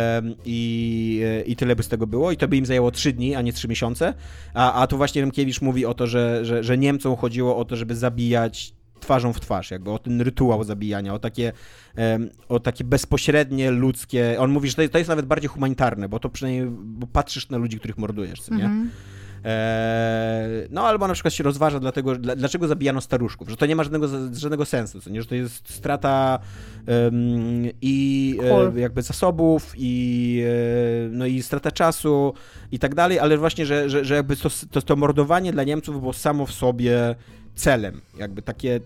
i tyle by z tego było i to by im zajęło 3 dni, a nie 3 miesiące, a tu właśnie Rymkiewicz mówi o to, że Niemcom chodziło o to, żeby zabijać twarzą w twarz, jakby o ten rytuał zabijania, o takie bezpośrednie ludzkie. On mówi, że to jest nawet bardziej humanitarne, bo to przynajmniej bo patrzysz na ludzi, których mordujesz, co nie? No albo na przykład się rozważa dlaczego zabijano staruszków, że to nie ma żadnego sensu, co nie? Że to jest strata jakby zasobów no i strata czasu i tak dalej, ale właśnie, że jakby to mordowanie dla Niemców było samo w sobie celem, jakby takie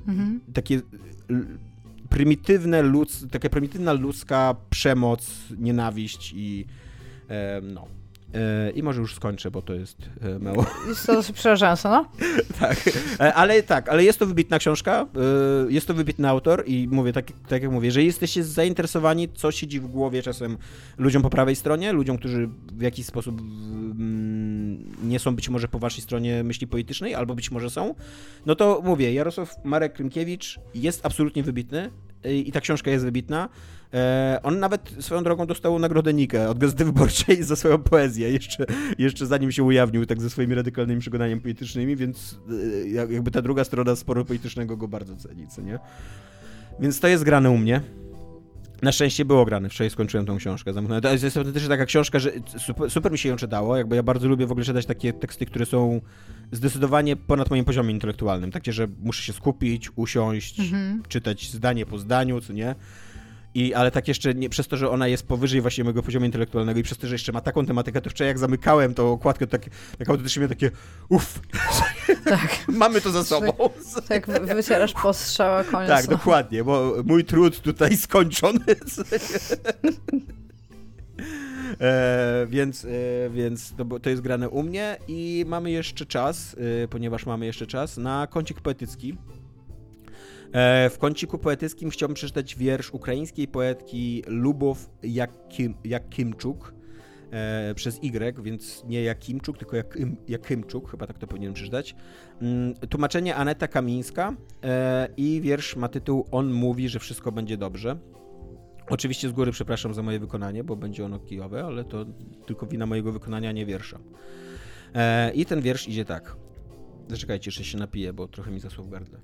taka prymitywna ludzka przemoc, nienawiść i no. I może już skończę, bo to jest mało. Jest to dosyć przerażające, no? ale jest to wybitna książka, jest to wybitny autor i mówię, tak jak mówię, że jesteście zainteresowani, co siedzi w głowie czasem ludziom po prawej stronie, ludziom, którzy w jakiś sposób nie są być może po waszej stronie myśli politycznej, albo być może są, no to mówię, Jarosław Marek Rymkiewicz jest absolutnie wybitny i ta książka jest wybitna. On nawet swoją drogą dostał nagrodę Nike od Gazety Wyborczej za swoją poezję, jeszcze zanim się ujawnił tak ze swoimi radykalnymi przekonaniami politycznymi, więc jakby ta druga strona sporu politycznego go bardzo ceni, co nie? Więc to jest grane u mnie. Na szczęście było grane, wczoraj skończyłem tą książkę. To jest autentycznie taka książka, że super mi się ją czytało, jakby ja bardzo lubię w ogóle czytać takie teksty, które są zdecydowanie ponad moim poziomem intelektualnym, takie, że muszę się skupić, usiąść, czytać zdanie po zdaniu, co nie? Ale tak jeszcze nie, przez to, że ona jest powyżej właśnie mojego poziomu intelektualnego i przez to, że jeszcze ma taką tematykę, to wczoraj jak zamykałem tą okładkę, tak autentycznie miałem takie tak. Mamy to za sobą. Tak, wycierasz postrzała, koniec. Tak, dokładnie, bo mój trud tutaj skończony. Więc to jest grane u mnie i mamy jeszcze czas, ponieważ mamy jeszcze czas na kącik poetycki. W kąciku poetyckim chciałbym przeczytać wiersz ukraińskiej poetki Lubow Jakimczuk przez Y, więc nie Jakimczuk, tylko Jakimczuk, chyba tak to powinienem przeczytać. Tłumaczenie Aneta Kamińska i wiersz ma tytuł On mówi, że wszystko będzie dobrze. Oczywiście z góry przepraszam za moje wykonanie, bo będzie ono kijowe, ale to tylko wina mojego wykonania, nie wiersza. I ten wiersz idzie tak. Zaczekajcie, jeszcze się napiję, bo trochę mi zasło w gardle.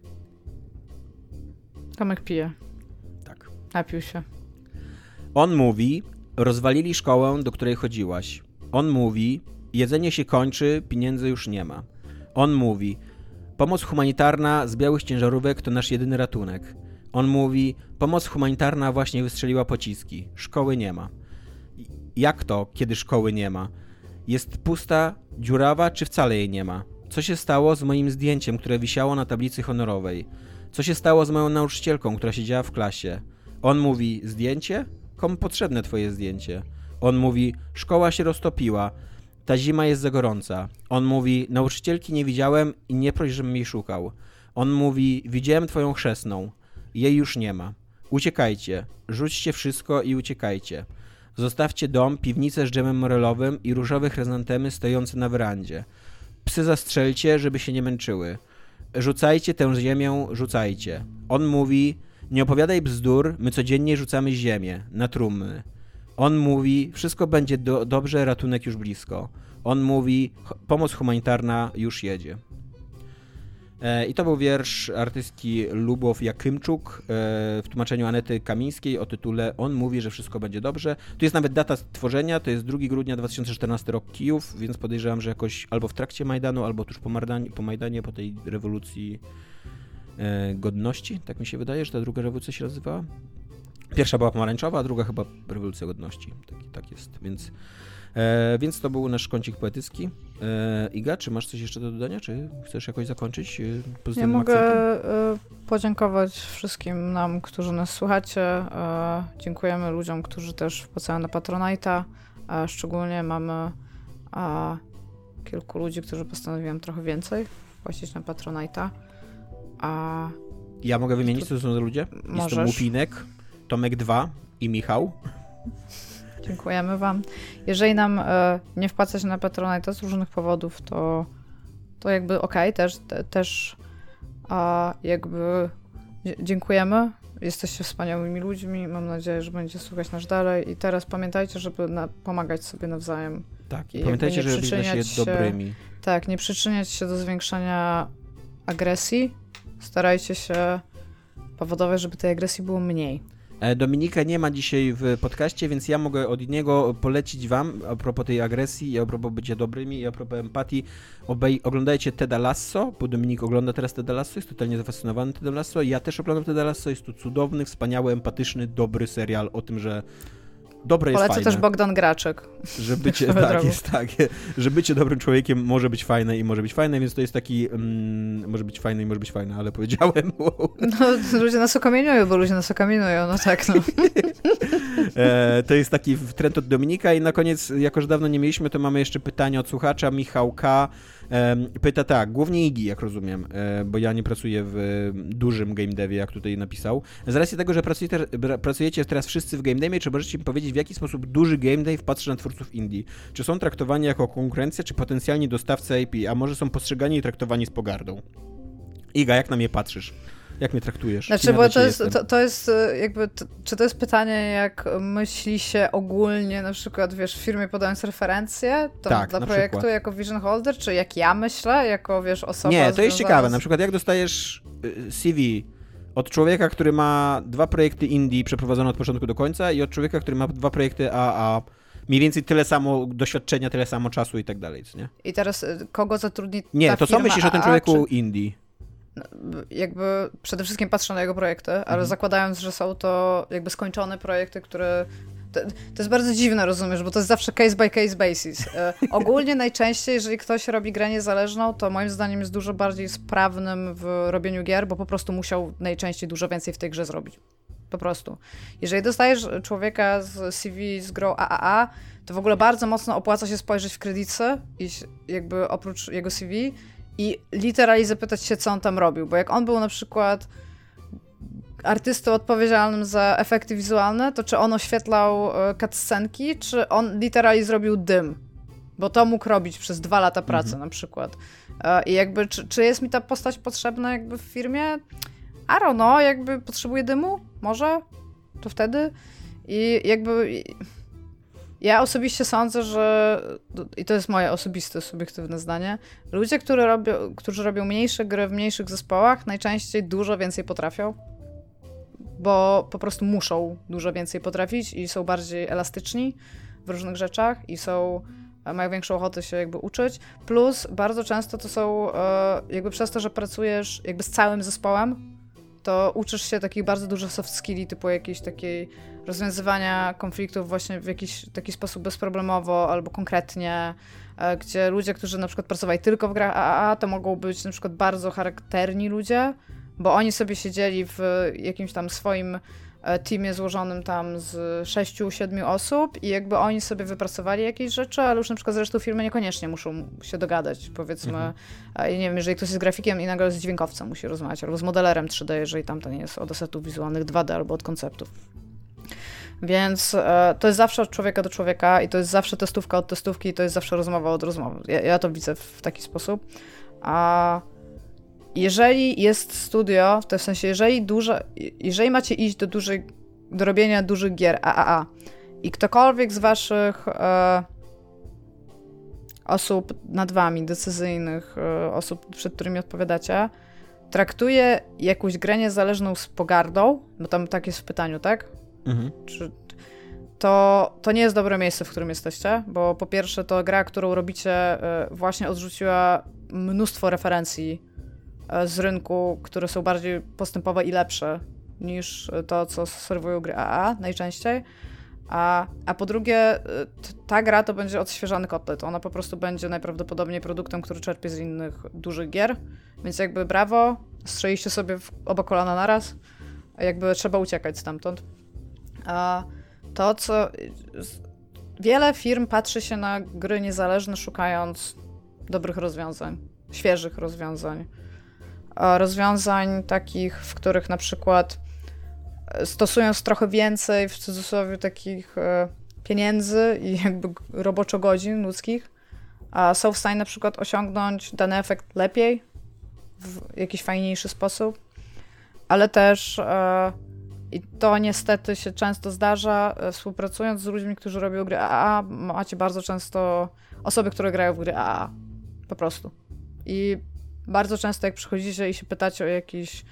Tomek pije. Tak. Napił się. On mówi, rozwalili szkołę, do której chodziłaś. On mówi, jedzenie się kończy, pieniędzy już nie ma. On mówi, pomoc humanitarna z białych ciężarówek to nasz jedyny ratunek. On mówi, pomoc humanitarna właśnie wystrzeliła pociski. Szkoły nie ma. Jak to, kiedy szkoły nie ma? Jest pusta, dziurawa, czy wcale jej nie ma? Co się stało z moim zdjęciem, które wisiało na tablicy honorowej? Co się stało z moją nauczycielką, która siedziała w klasie? On mówi, zdjęcie? Komu potrzebne twoje zdjęcie? On mówi, szkoła się roztopiła. Ta zima jest za gorąca. On mówi, nauczycielki nie widziałem i nie proś, żebym jej szukał. On mówi, widziałem twoją chrzestną. Jej już nie ma. Uciekajcie. Rzućcie wszystko i uciekajcie. Zostawcie dom, piwnicę z dżemem morelowym i różowe chryzantemy stojące na werandzie. Psy zastrzelcie, żeby się nie męczyły. Rzucajcie tę ziemię, rzucajcie. On mówi, nie opowiadaj bzdur, my codziennie rzucamy ziemię, na trumny. On mówi, wszystko będzie dobrze, ratunek już blisko. On mówi, pomoc humanitarna już jedzie. I to był wiersz artystki Lubow Jakimczuk w tłumaczeniu Anety Kamińskiej o tytule On mówi, że wszystko będzie dobrze. Tu jest nawet data stworzenia, to jest 2 grudnia 2014 rok Kijów, więc podejrzewam, że jakoś albo w trakcie Majdanu, albo tuż po Majdanie, po tej rewolucji Godności, tak mi się wydaje, że ta druga rewolucja się nazywała. Pierwsza była pomarańczowa, a druga chyba rewolucja godności. Tak jest, więc to był nasz kącik poetycki. Iga, czy masz coś jeszcze do dodania, czy chcesz jakoś zakończyć pozytywnym Ja mogę akcentem? podziękować wszystkim nam, którzy nas słuchacie. Dziękujemy ludziom, którzy też wpłacają na Patronite'a. Szczególnie mamy kilku ludzi, którzy postanowiłem trochę więcej wpłacić na Patronite'a. Ja mogę wymienić, co to są za ludzie? Możesz. Jest to Łupinek, Tomek 2 i Michał. Dziękujemy wam. Jeżeli nam nie wpłacać na Patronite z różnych powodów, to jakby okej, też jakby dziękujemy. Jesteście wspaniałymi ludźmi. Mam nadzieję, że będziecie słuchać nas dalej. I teraz pamiętajcie, żeby pomagać sobie nawzajem. Tak, i pamiętajcie, żeby być się dobrymi. Tak, nie przyczyniać się do zwiększania agresji. Starajcie się powodować, żeby tej agresji było mniej. Dominika nie ma dzisiaj w podcaście, więc ja mogę od niego polecić wam a propos tej agresji i a propos bycia dobrymi i a propos empatii. Oglądajcie Teda Lasso, bo Dominik ogląda teraz Teda Lasso, jest totalnie zafascynowany Tedem Lasso. Ja też oglądam Teda Lasso, jest to cudowny, wspaniały, empatyczny, dobry serial o tym, że dobre jest fajne. Polecę też Bogdan Graczyk. Że bycie, tak, jest tak, że bycie dobrym człowiekiem może być fajne i może być fajne, więc to jest taki, może być fajne i może być fajne, ale powiedziałem. Wow. No, ludzie nas okamieniują, bo ludzie nas okamieniują, no tak, no. To jest taki trend od Dominika i na koniec, jako że dawno nie mieliśmy, to mamy jeszcze pytanie od słuchacza, Michał K. Pyta tak, głównie Igi, jak rozumiem, bo ja nie pracuję w dużym game devie, jak tutaj napisał. Z racji tego, że pracujecie teraz wszyscy w game devie, czy możecie mi powiedzieć, w jaki sposób duży game dev patrzy na twórców indie? Czy są traktowani jako konkurencja, czy potencjalni dostawcy IP, a może są postrzegani i traktowani z pogardą? Iga, jak na mnie patrzysz? Jak mnie traktujesz? Znaczy, bo to jest jakby, czy to jest pytanie, jak myśli się ogólnie, na przykład, wiesz, w firmie podając referencje dla projektu przykład. Jako vision holder, czy jak ja myślę, jako, wiesz, osoba Nie, to jest ciekawe. Na przykład, jak dostajesz CV od człowieka, który ma 2 projekty indie przeprowadzone od początku do końca i od człowieka, który ma 2 projekty AAA, mniej więcej tyle samo doświadczenia, tyle samo czasu i tak dalej, co nie? I teraz kogo zatrudni ta Nie, to co firma myślisz o tym człowieku czy... indie? Jakby przede wszystkim patrzę na jego projekty, ale zakładając, że są to jakby skończone projekty, które... To jest bardzo dziwne, rozumiesz, bo to jest zawsze case by case basis. Ogólnie najczęściej, jeżeli ktoś robi grę niezależną, to moim zdaniem jest dużo bardziej sprawnym w robieniu gier, bo po prostu musiał najczęściej dużo więcej w tej grze zrobić. Po prostu. Jeżeli dostajesz człowieka z CV z grą AAA, to w ogóle bardzo mocno opłaca się spojrzeć w kredyty i jakby oprócz jego CV i literalnie zapytać się, co on tam robił, bo jak on był na przykład artystą odpowiedzialnym za efekty wizualne, to czy on oświetlał cutscenki, czy on literalnie zrobił dym, bo to mógł robić przez 2 lata pracy na przykład. I jakby, czy jest mi ta postać potrzebna jakby w firmie? I don't know, jakby potrzebuję dymu? Może? To wtedy? I jakby... Ja osobiście sądzę, i to jest moje osobiste, subiektywne zdanie, ludzie, którzy robią mniejsze gry w mniejszych zespołach, najczęściej dużo więcej potrafią, bo po prostu muszą dużo więcej potrafić i są bardziej elastyczni w różnych rzeczach i mają większą ochotę się jakby uczyć. Plus bardzo często to są jakby przez to, że pracujesz jakby z całym zespołem, to uczysz się takich bardzo dużych soft skilli, typu jakiejś takiej rozwiązywania konfliktów właśnie w jakiś taki sposób bezproblemowo albo konkretnie, gdzie ludzie, którzy na przykład pracowali tylko w grach AAA, to mogą być na przykład bardzo charakterni ludzie, bo oni sobie siedzieli w jakimś tam swoim teamie złożonym tam z 6-7 osób i jakby oni sobie wypracowali jakieś rzeczy, ale już na przykład z resztą firmy niekoniecznie muszą się dogadać, powiedzmy. Nie wiem, jeżeli ktoś jest grafikiem i nagle z dźwiękowcem musi rozmawiać, albo z modelerem 3D, jeżeli tamten jest od asetów wizualnych 2D albo od konceptów. Więc to jest zawsze od człowieka do człowieka i to jest zawsze testówka od testówki i to jest zawsze rozmowa od rozmowy. Ja to widzę w taki sposób. A jeżeli jest studio, w sensie jeżeli macie iść do robienia dużych gier AAA i ktokolwiek z waszych osób nad wami, decyzyjnych osób, przed którymi odpowiadacie, traktuje jakąś grę niezależną z pogardą, bo tam tak jest w pytaniu, tak? To nie jest dobre miejsce, w którym jesteście, bo po pierwsze to gra, którą robicie, właśnie odrzuciła mnóstwo referencji z rynku, które są bardziej postępowe i lepsze niż to, co serwują gry AAA najczęściej. A po drugie, ta gra to będzie odświeżany kotlet. Ona po prostu będzie najprawdopodobniej produktem, który czerpie z innych dużych gier. Więc jakby brawo, strzeliście sobie w oba kolana naraz. Jakby trzeba uciekać stamtąd. A to, co... Wiele firm patrzy się na gry niezależne, szukając dobrych rozwiązań, świeżych rozwiązań. Rozwiązań takich, w których na przykład stosując trochę więcej, w cudzysłowie, takich pieniędzy i jakby roboczo-godzin ludzkich, są w stanie na przykład osiągnąć dany efekt lepiej, w jakiś fajniejszy sposób, ale też i to niestety się często zdarza, współpracując z ludźmi, którzy robią gry AAA, macie bardzo często osoby, które grają w gry AAA. Po prostu. I bardzo często jak przychodzicie i się pytacie o jakiś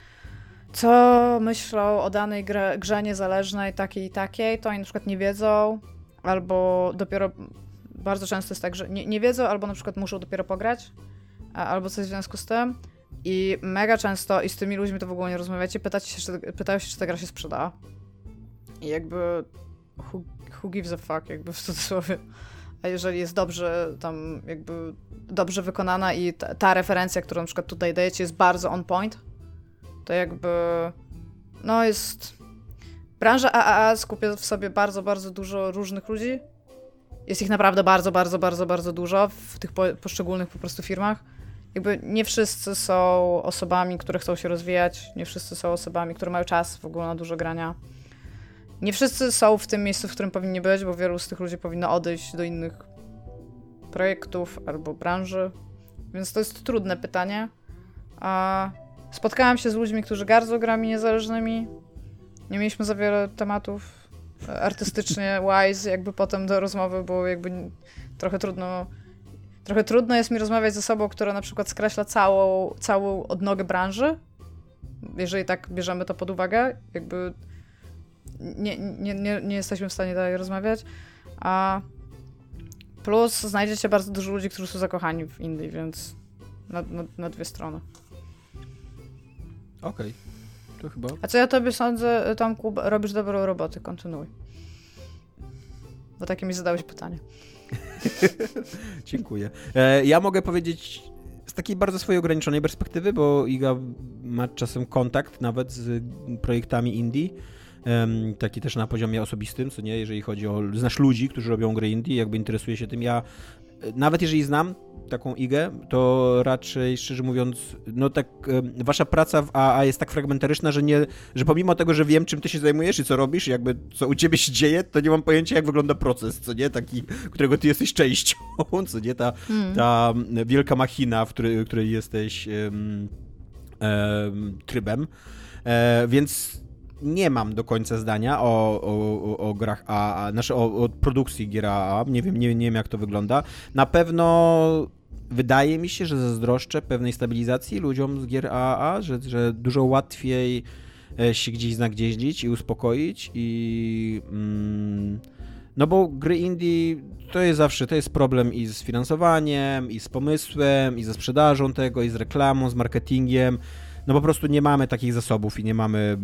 co myślą o danej grze niezależnej, takiej i takiej, to oni na przykład nie wiedzą, albo dopiero bardzo często jest tak, że nie wiedzą, albo na przykład muszą dopiero pograć, albo coś w związku z tym. I mega często, i z tymi ludźmi to w ogóle nie rozmawiacie, pytają się, czy ta gra się sprzedała. I jakby who gives a fuck, jakby w cudzysłowie. A jeżeli jest dobrze wykonana i ta referencja, którą na przykład tutaj dajecie, jest bardzo on point, to jakby jest... Branża AAA skupia w sobie bardzo, bardzo dużo różnych ludzi. Jest ich naprawdę bardzo, bardzo, bardzo, bardzo dużo w tych poszczególnych po prostu firmach. Jakby nie wszyscy są osobami, które chcą się rozwijać, nie wszyscy są osobami, które mają czas w ogóle na dużo grania. Nie wszyscy są w tym miejscu, w którym powinni być, bo wielu z tych ludzi powinno odejść do innych projektów albo branży. Więc to jest trudne pytanie. Spotkałam się z ludźmi, którzy gardzą grami niezależnymi. Nie mieliśmy za wiele tematów artystycznie wise, jakby potem do rozmowy, bo jakby trochę trudno jest mi rozmawiać ze osobą, która na przykład skreśla całą odnogę branży, jeżeli tak bierzemy to pod uwagę. Jakby nie jesteśmy w stanie dalej rozmawiać. Plus znajdziecie bardzo dużo ludzi, którzy są zakochani w indie, więc na dwie strony. Okej. To chyba... A co ja tobie sądzę, Tomku, robisz dobrą robotę, kontynuuj. Bo takie mi zadałeś pytanie. Dziękuję. Ja mogę powiedzieć z takiej bardzo swojej ograniczonej perspektywy, bo Iga ma czasem kontakt nawet z projektami indie, taki też na poziomie osobistym, co nie, jeżeli chodzi o... Znasz ludzi, którzy robią gry indie, jakby interesuje się tym. Ja, nawet jeżeli znam taką Igę, to raczej, szczerze mówiąc, wasza praca w AAA jest tak fragmentaryczna, że pomimo tego, że wiem, czym ty się zajmujesz i co robisz, jakby co u ciebie się dzieje, to nie mam pojęcia, jak wygląda proces, co nie? Taki, którego ty jesteś częścią, co nie? Ta wielka machina, w której jesteś trybem. Więc nie mam do końca zdania o grach AAA, znaczy o produkcji gier AAA. Nie wiem, jak to wygląda. Na pewno wydaje mi się, że zazdroszczę pewnej stabilizacji ludziom z gier AAA, że dużo łatwiej się gdzieś znagnieździć i uspokoić no bo gry indie to jest problem i z finansowaniem, i z pomysłem, i ze sprzedażą tego, i z reklamą, z marketingiem. No po prostu nie mamy takich zasobów i nie mamy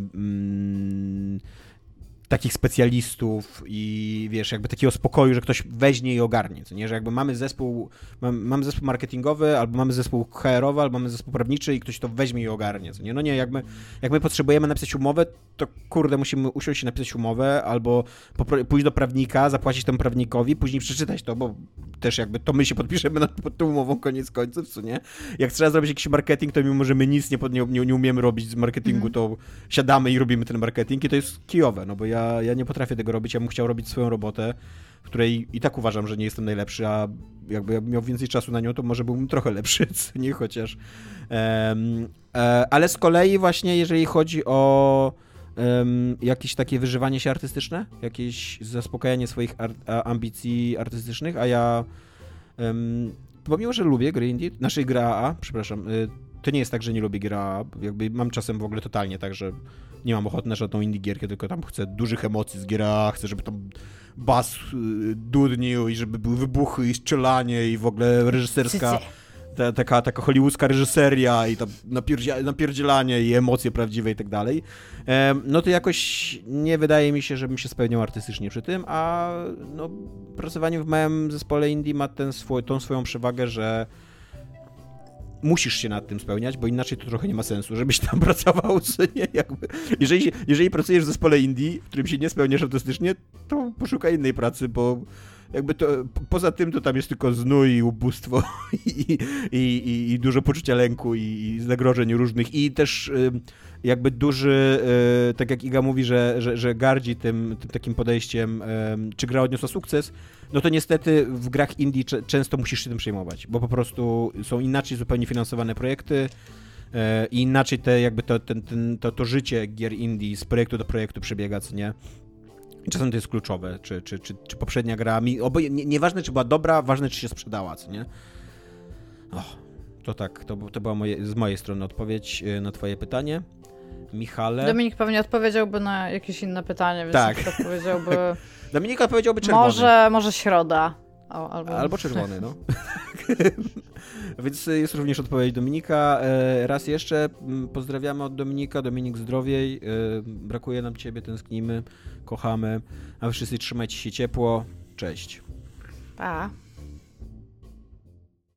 takich specjalistów i wiesz, jakby takiego spokoju, że ktoś weźmie i ogarnie, co nie? Że jakby mamy zespół marketingowy, albo mamy zespół HR-owy, albo mamy zespół prawniczy i ktoś to weźmie i ogarnie, co nie? No nie, jak my potrzebujemy napisać umowę, to kurde, musimy usiąść i napisać umowę, albo pójść do prawnika, zapłacić temu prawnikowi, później przeczytać to, bo też jakby to my się podpiszemy pod tą umową koniec końców, co nie? Jak trzeba zrobić jakiś marketing, to mimo, że my nic nie umiemy robić z marketingu, to siadamy i robimy ten marketing i to jest kijowe, no bo ja nie potrafię tego robić, ja bym chciał robić swoją robotę, w której i tak uważam, że nie jestem najlepszy, a jakby miał więcej czasu na nią, to może byłbym trochę lepszy, nie chociaż. Ale z kolei właśnie, jeżeli chodzi o jakieś takie wyżywanie się artystyczne, jakieś zaspokajanie swoich ambicji artystycznych, a ja pomimo, że lubię gry indie, naszej gry AAA, przepraszam, to nie jest tak, że nie lubię gier AAA, jakby mam czasem w ogóle totalnie tak, że nie mam ochoty na żadną indie gierkę, tylko tam chcę dużych emocji z gier AAA, chcę, żeby tam bas dudnił i żeby były wybuchy i strzelanie i w ogóle taka hollywoodzka reżyseria i tam napierdzielanie i emocje prawdziwe i tak dalej, no to jakoś nie wydaje mi się, żebym się spełniał artystycznie przy tym, a no, pracowanie w małym zespole indie ma tą swoją przewagę, że musisz się nad tym spełniać, bo inaczej to trochę nie ma sensu, żebyś tam pracował, co nie, jakby. Jeżeli pracujesz w zespole indie, w którym się nie spełniasz artystycznie, to poszukaj innej pracy, bo jakby to, poza tym to tam jest tylko znój i ubóstwo i dużo poczucia lęku i zagrożeń różnych i też jakby duży, tak jak Iga mówi, że gardzi tym takim podejściem, czy gra odniosła sukces, no to niestety w grach indie często musisz się tym przejmować, bo po prostu są inaczej zupełnie finansowane projekty i inaczej to życie gier indie z projektu do projektu przebiega, co nie? Czasem to jest kluczowe, czy poprzednia gra, nieważne czy była dobra, ważne czy się sprzedała, co nie? To tak, to była z mojej strony odpowiedź na twoje pytanie. Michale? Dominik pewnie odpowiedziałby na jakieś inne pytanie, więc tak. odpowiedziałby... Dominik odpowiedziałby czerwony. Może środa. Albo czerwony, no. Więc jest również odpowiedź Dominika. Raz jeszcze pozdrawiamy od Dominika. Dominik, zdrowiej. Brakuje nam ciebie, tęsknimy, kochamy. A wy wszyscy trzymajcie się ciepło. Cześć. Pa.